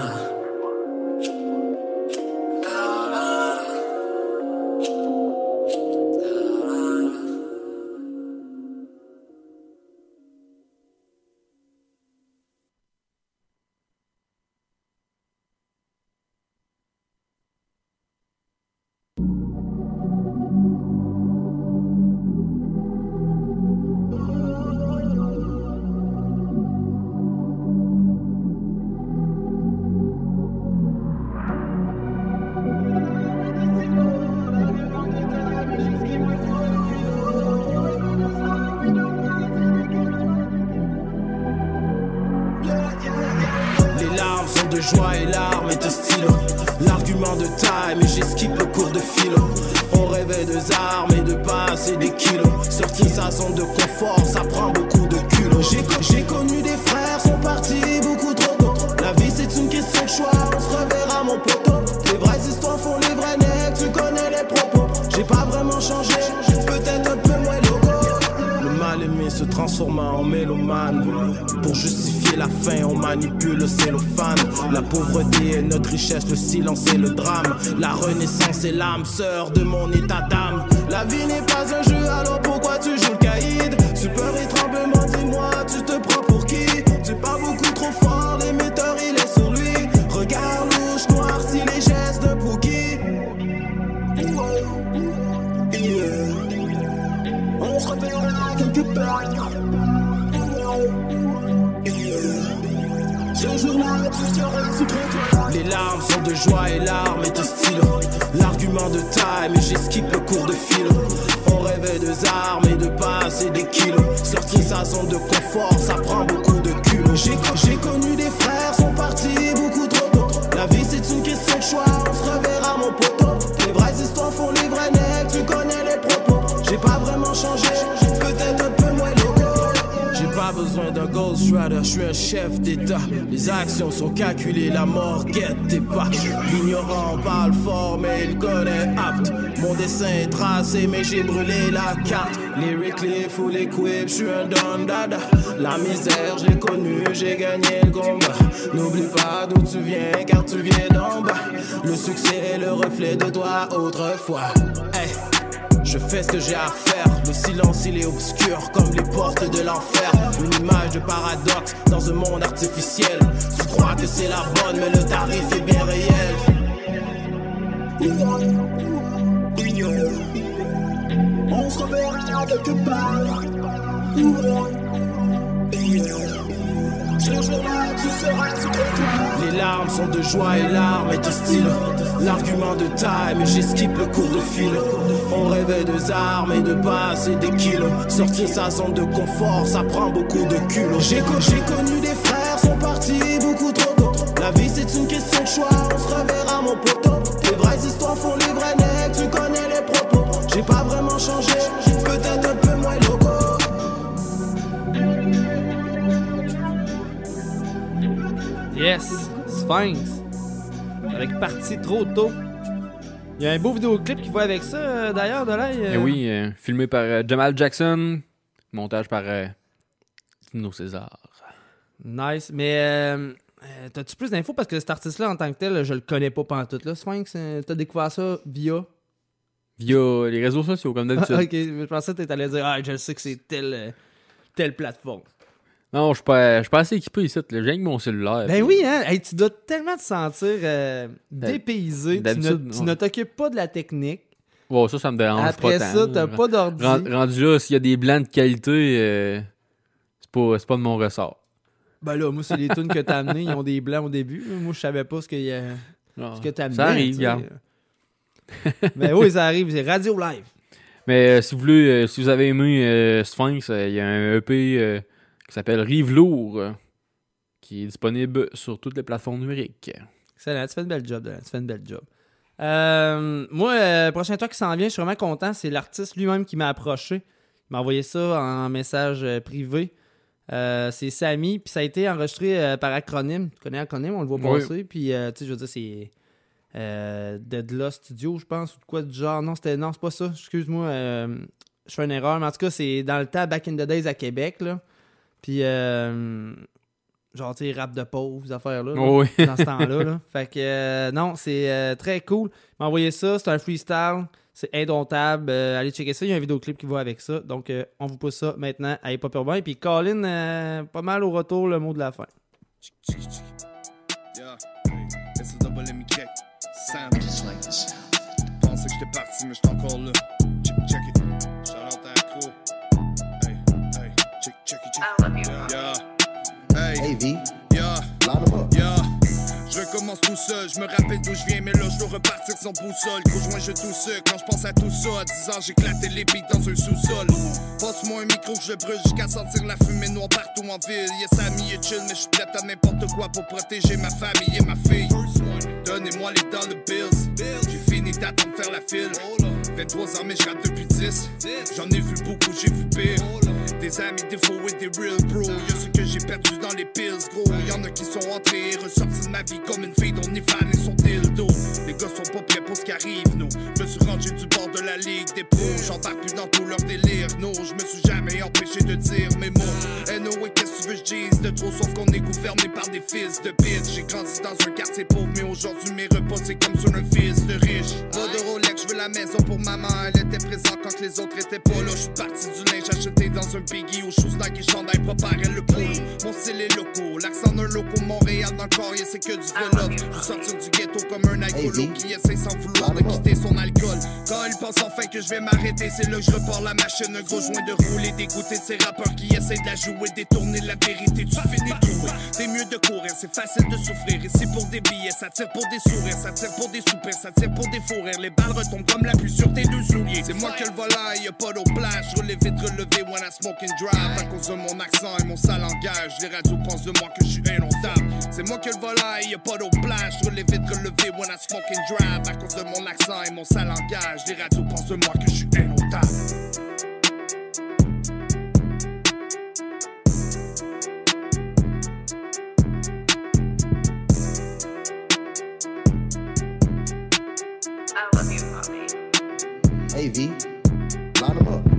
joie et larmes et de stylo. L'argument de taille, mais j'esquive le cours de philo. On rêvait de armes et de passer des kilos. Sortir sa zone de confort, ça prend beaucoup de culot. J'ai, j'ai connu des frères, sont partis beaucoup trop tôt. La vie c'est une question de choix, on se reverra mon poteau. Les vraies histoires font les vrais necks, tu connais les propos. J'ai pas vraiment changé, peut-être un peu moins logo. Le mal aimé se transforma en mélomane. Pour justifier la faim, on manipule le cellophane. La pauvreté est notre richesse, le silence est le drame. La renaissance est l'âme sœur de mon état d'âme. La vie n'est pas un jeu, alors pourquoi tu joues le caïd? Super et tremblement, dis-moi, tu te prends pour qui? Tu parles beaucoup trop fort, l'émetteur il est sur lui. Regarde louche, noirci les gestes d'un Pookie. On se reverra quelque part. Ce jour-là, tu seras sous toi. Les larmes sont de joie et larmes et de stylo. L'argument de taille, mais j'esquive le cours de philo. On rêvait de armes et de passer des kilos. Sortir sa zone de confort, ça prend beaucoup de culot. J'ai, j'ai connu des frères, sont partis beaucoup trop tôt. La vie c'est une question de choix, on se reverra mon poteau. Les vraies histoires font les vrais necks, tu connais les propos. J'ai pas vraiment changé, peut-être un peu moins logo. J'ai pas besoin d'un Ghost Rider, je suis un chef d'état. Les actions sont calculées, la mort guette tes pas. L'ignorant parle fort mais il connaît apte. Mon dessin est tracé mais j'ai brûlé la carte. Lyrically full equip, je suis un don dada. La misère j'ai connu, j'ai gagné le combat. N'oublie pas d'où tu viens car tu viens d'en bas. Le succès est le reflet de toi autrefois. Hey. Je fais ce que j'ai à faire, le silence il est obscur comme les portes de l'enfer. Une image de paradoxe dans un monde artificiel. Tu crois que c'est la bonne mais le tarif est bien réel. On se reverra quelque part. Ce jour-là, tu seras sur toi. Les larmes sont de joie et larmes et de stylo. L'argument de taille, mais j'esquive le cours de philo. On rêvait de armes et de passer des kilos. Sortir sa zone de confort, ça prend beaucoup de culot. J'ai, co- j'ai connu des frères, sont partis beaucoup trop tôt. La vie c'est une question de choix, on se reverra mon poteau. Les vraies histoires font les vrais necks, tu connais les propos. J'ai pas vraiment changé, peut-être un peu moins logo. Yes, Sphinx. Avec Parti trop tôt. Il y a un beau vidéoclip qui va avec ça, euh, d'ailleurs, de l'œil. Euh... Eh oui, euh, filmé par euh, Jamal Jackson. Montage par euh, Dino César. Nice. Mais euh, Euh, t'as-tu plus d'infos? Parce que cet artiste-là, en tant que tel, je le connais pas pantoute. Là, Sphinx, euh, t'as découvert ça via... Via les réseaux sociaux, comme d'habitude. Ah, ok, je pensais que t'allais dire « Ah, je sais que c'est telle, euh, telle plateforme. » Non, je suis pas, pas assez équipé ici. J'ai rien que mon cellulaire. Ben puis... oui, hein? Hey, tu dois tellement te sentir euh, dépaysé. Tu ne, tu ne t'occupes pas de la technique. Bon, ça, ça me dérange Après pas ça, tant. Après ça, t'as pas d'ordi. Rendu là, s'il y a des blancs de qualité, euh, c'est pas, c'est pas de mon ressort. Ben là, moi, c'est les tunes que t'as amenées. Ils ont des blancs au début. Moi, je savais pas ce que, y a... non, ce que t'as amené. Ça arrive, regarde. Ben oui, ça arrive. C'est Radio Live. Mais euh, si vous voulez, euh, si vous avez aimé euh, Sphinx, il euh, y a un E P euh, qui s'appelle Rive Lourd, euh, qui est disponible sur toutes les plateformes numériques. Excellent, tu fais une belle job, là. Tu fais une belle job. Euh, moi, le euh, prochain truc qui s'en vient, je suis vraiment content. C'est l'artiste lui-même qui m'a approché. Il m'a envoyé ça en message euh, privé. Euh, c'est Samy, puis ça a été enregistré euh, par Acronyme. Tu connais Acronyme, on le voit passer. Oui. Puis, euh, tu sais, je veux dire, c'est euh, Deadla Studio, je pense, ou de quoi du genre. Non, c'était, non, c'est pas ça. Excuse-moi, euh, je fais une erreur. Mais en tout cas, c'est dans le temps, Back in the Days à Québec, là. Puis, euh, genre, tu sais, rap de pauvres, ces affaires-là, là, oh oui. dans ce temps-là. Là. Fait que, euh, non, c'est euh, très cool. Il m'a envoyé ça, c'est un freestyle. C'est indomptable. Euh, allez checker ça. Il y a un vidéoclip qui va avec ça. Donc, euh, on vous pousse ça maintenant à Hip Hop Urbain. Puis, Colin, euh, pas mal au retour, le mot de la fin. Yeah, it's a double M kick. Sam, just like the sound. Pensais que j'étais parti, mais j'étais encore là. Check, check it. Shout out à Accro. Hey, hey, check, check it, check. I love you. Yeah, yeah. Hey, hey V. Yeah, line them up. Yeah. Je recommence tout seul, je me rappelle d'où je viens, mais là je dois repartir sans boussole. Conjoint, je tout seul, quand je pense à tout ça, à dix ans j'éclatais les beats dans un sous-sol. Passe-moi un micro que je brûle jusqu'à sentir la fumée noire partout en ville. Yes, ami est chill, mais je suis prête à n'importe quoi pour protéger ma famille et ma fille. Donnez-moi les dollar bills, j'ai fini d'attendre faire la file. vingt-trois ans, mais je rate depuis dix. J'en ai vu beaucoup, j'ai vu pire. Des amis, des faux et des real bro. Y'a ceux que j'ai perdus dans les pills, gros. Y'en a qui sont entrés et ressortis de ma vie comme une fille dont ni fan et son dildo. Les gars sont pas prêts pour ce qui arrive, non. Je me suis rangé du bord de la ligue des pros. J'embarque plus dans tout leur délire, non. Je me suis jamais empêché de dire mes mots. Anyway, qu'est-ce que tu veux que je dise de trop, sauf qu'on est gouverné par des fils de bitch. J'ai grandi dans un quartier pauvre, mais aujourd'hui mes repas c'est comme sur un fils de riche. Pas de Rolex, je veux la maison pour maman. Elle était présente quand les autres étaient pas là. Je suis parti du linge acheté dans un Biggie aux choses Nike et chandail préparé le pot. Mon style est loco, l'accent d'un loco Montréal dans le corps, yeah, c'est que du vrai love. Je sortir du ghetto comme un alcoolo qui essaie sans vouloir de quitter son alcool. Quand il pense enfin que je vais m'arrêter, c'est là que je repars la machine. Un gros joint de rouler, dégoûté de ces rappeurs qui essaient de la jouer, détourner la vérité, tu finis troué. T'es mieux de courir, c'est facile de souffrir. Ici pour des billets, ça tire pour des sourires, ça tire pour des soupirs, ça tire pour des fous rires. Les balles retombent comme la pluie sur tes deux souliers. C'est moi que le volaille, y'a pas d'eau plage. Je roule vite relevé when I smoke and drive. À cause de mon accent et mon sale langage, les radios pensent de moi que je suis indomptable. C'est moi que le volaille, y'a pas d'eau plage. Je roule vite relevé when I smoke and drive. À cause de mon accent et mon sale langage, les radios pensent de moi que je suis indomptable. I love you, mommy. Hey V, line them up.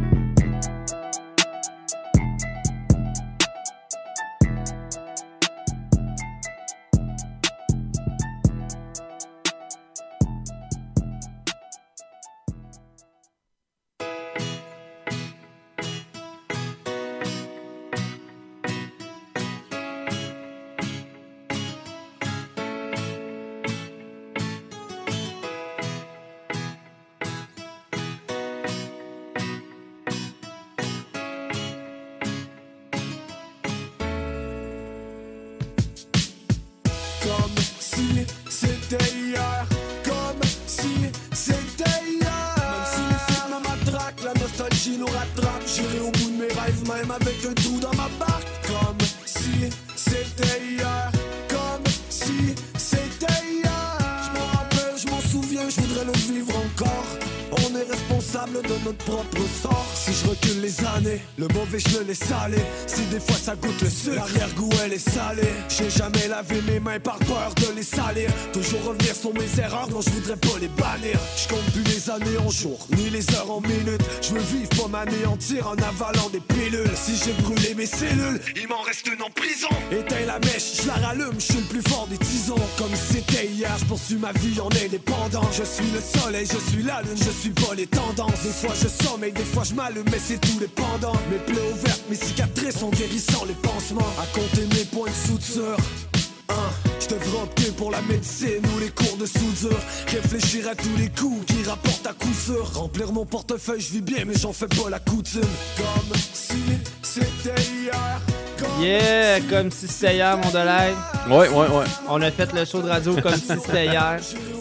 Comme si c'était hier, comme si c'était hier. Même si les films me matraquent, la nostalgie nous rattrape. J'irai au bout de mes rêves, même avec un trou dans ma barque. Comme si c'était hier, comme si c'était hier. Je me rappelle, je m'en souviens, je voudrais le vivre encore. On est responsable responsable de notre propre sort. Si je recule les années, le mauvais je le laisse aller. Si des fois ça goûte le sucre, l'arrière-goût elle est salée. J'ai jamais lavé mes mains par peur de les salir. Toujours revenir sur mes erreurs, non je voudrais pas les bannir. Je compte plus les années en jours, ni les heures en minutes. Je veux vivre pas m'anéantir en avalant des pilules. Si j'ai brûlé mes cellules, il m'en reste une en prison. Éteins la mèche, je la rallume, je suis le plus fort des tisons. Comme si c'était hier, je poursuis ma vie en indépendant. Je suis le soleil, je suis la lune, je suis pas les tendances. Des fois je sommeille, des fois je m'allume, mais c'est tout dépendant. Mes plaies ouvertes, mes cicatrices sont guérissant les pansements. À compter mes points de suture. Je devrais opter pour la médecine ou les cours de soudure. Réfléchir à tous les coups qui rapportent à coup sûr. Remplir mon portefeuille, je vis bien mais j'en fais pas la coutume. Comme si c'était hier. Yeah, comme si c'était hier, mon Delaine. Ouais, ouais, ouais. On a fait le show de radio comme si c'était hier.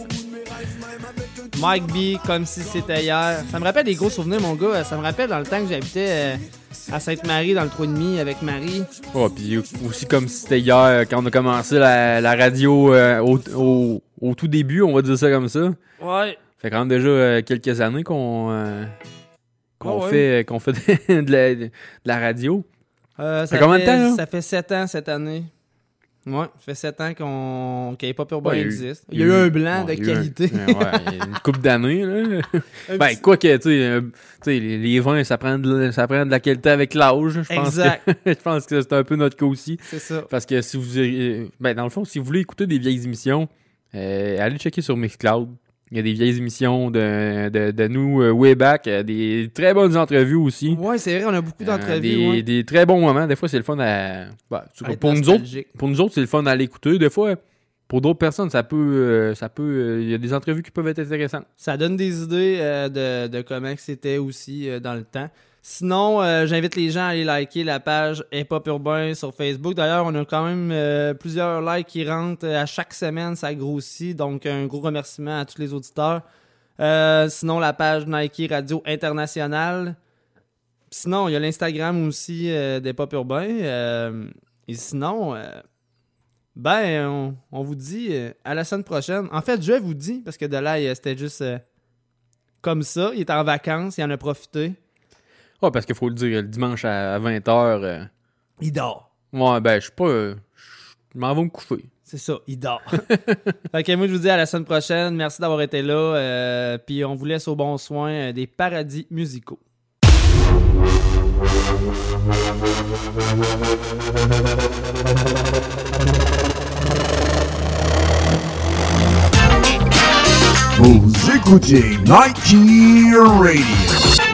Mike B, comme si c'était hier. Ça me rappelle des gros souvenirs, mon gars. Ça me rappelle dans le temps que j'habitais euh, à Sainte-Marie, dans le trois et demi, avec Marie. Ouais, puis aussi comme si c'était hier, quand on a commencé la, la radio euh, au, au, au tout début, on va dire ça comme ça. Ouais. Fait quand même déjà euh, quelques années qu'on, euh, qu'on, oh, ouais. fait, qu'on fait de la, de la radio. Euh, ça, ça fait combien fait, de temps, là? Ça fait sept ans cette année. Ouais, ça fait sept ans qu'on, qu'Hip Hop Urbain ouais, existe. Il y a eu un blanc ouais, de qualité. Un, ouais, il y a une couple d'années, là. Ben, quoi que, tu sais, euh, les, les vins, ça prend, de, ça prend de la qualité avec l'âge. Je pense exact. Que, je pense que c'est un peu notre cas aussi. C'est ça. Parce que si vous, euh, ben, dans le fond, si vous voulez écouter des vieilles émissions, euh, allez checker sur Mixcloud. Il y a des vieilles émissions de, de, de nous, euh, way back, euh, des très bonnes entrevues aussi. Ouais, c'est vrai, on a beaucoup d'entrevues. Euh, des, ouais. des très bons moments. Des fois, c'est le fun à... Bah, à pour, nous autres, pour nous autres, c'est le fun à l'écouter. Des fois, pour d'autres personnes, ça peut... Euh, ça peut. Il euh, y a des entrevues qui peuvent être intéressantes. Ça donne des idées euh, de, de comment c'était aussi euh, dans le temps. Sinon, euh, j'invite les gens à aller liker la page Hip Hop Urbain sur Facebook. D'ailleurs, on a quand même euh, plusieurs likes qui rentrent à chaque semaine. Ça grossit. Donc, un gros remerciement à tous les auditeurs. Euh, sinon, la page Nike Radio International. Sinon, il y a l'Instagram aussi euh, d'Hip Hop Urbain. Euh, et sinon, euh, ben, on, on vous dit euh, à la semaine prochaine. En fait, je vous dis, parce que de là, c'était juste euh, comme ça. Il était en vacances, il en a profité. Ouais, parce qu'il faut le dire, le dimanche à vingt heures... Euh... Il dort. Ouais, ben, je suis pas... Euh, je m'en vais me coucher. C'est ça, il dort. Fait que moi, je vous dis à la semaine prochaine. Merci d'avoir été là. Euh, Puis on vous laisse au bon soin euh, des paradis musicaux. Vous écoutez Nike Radio.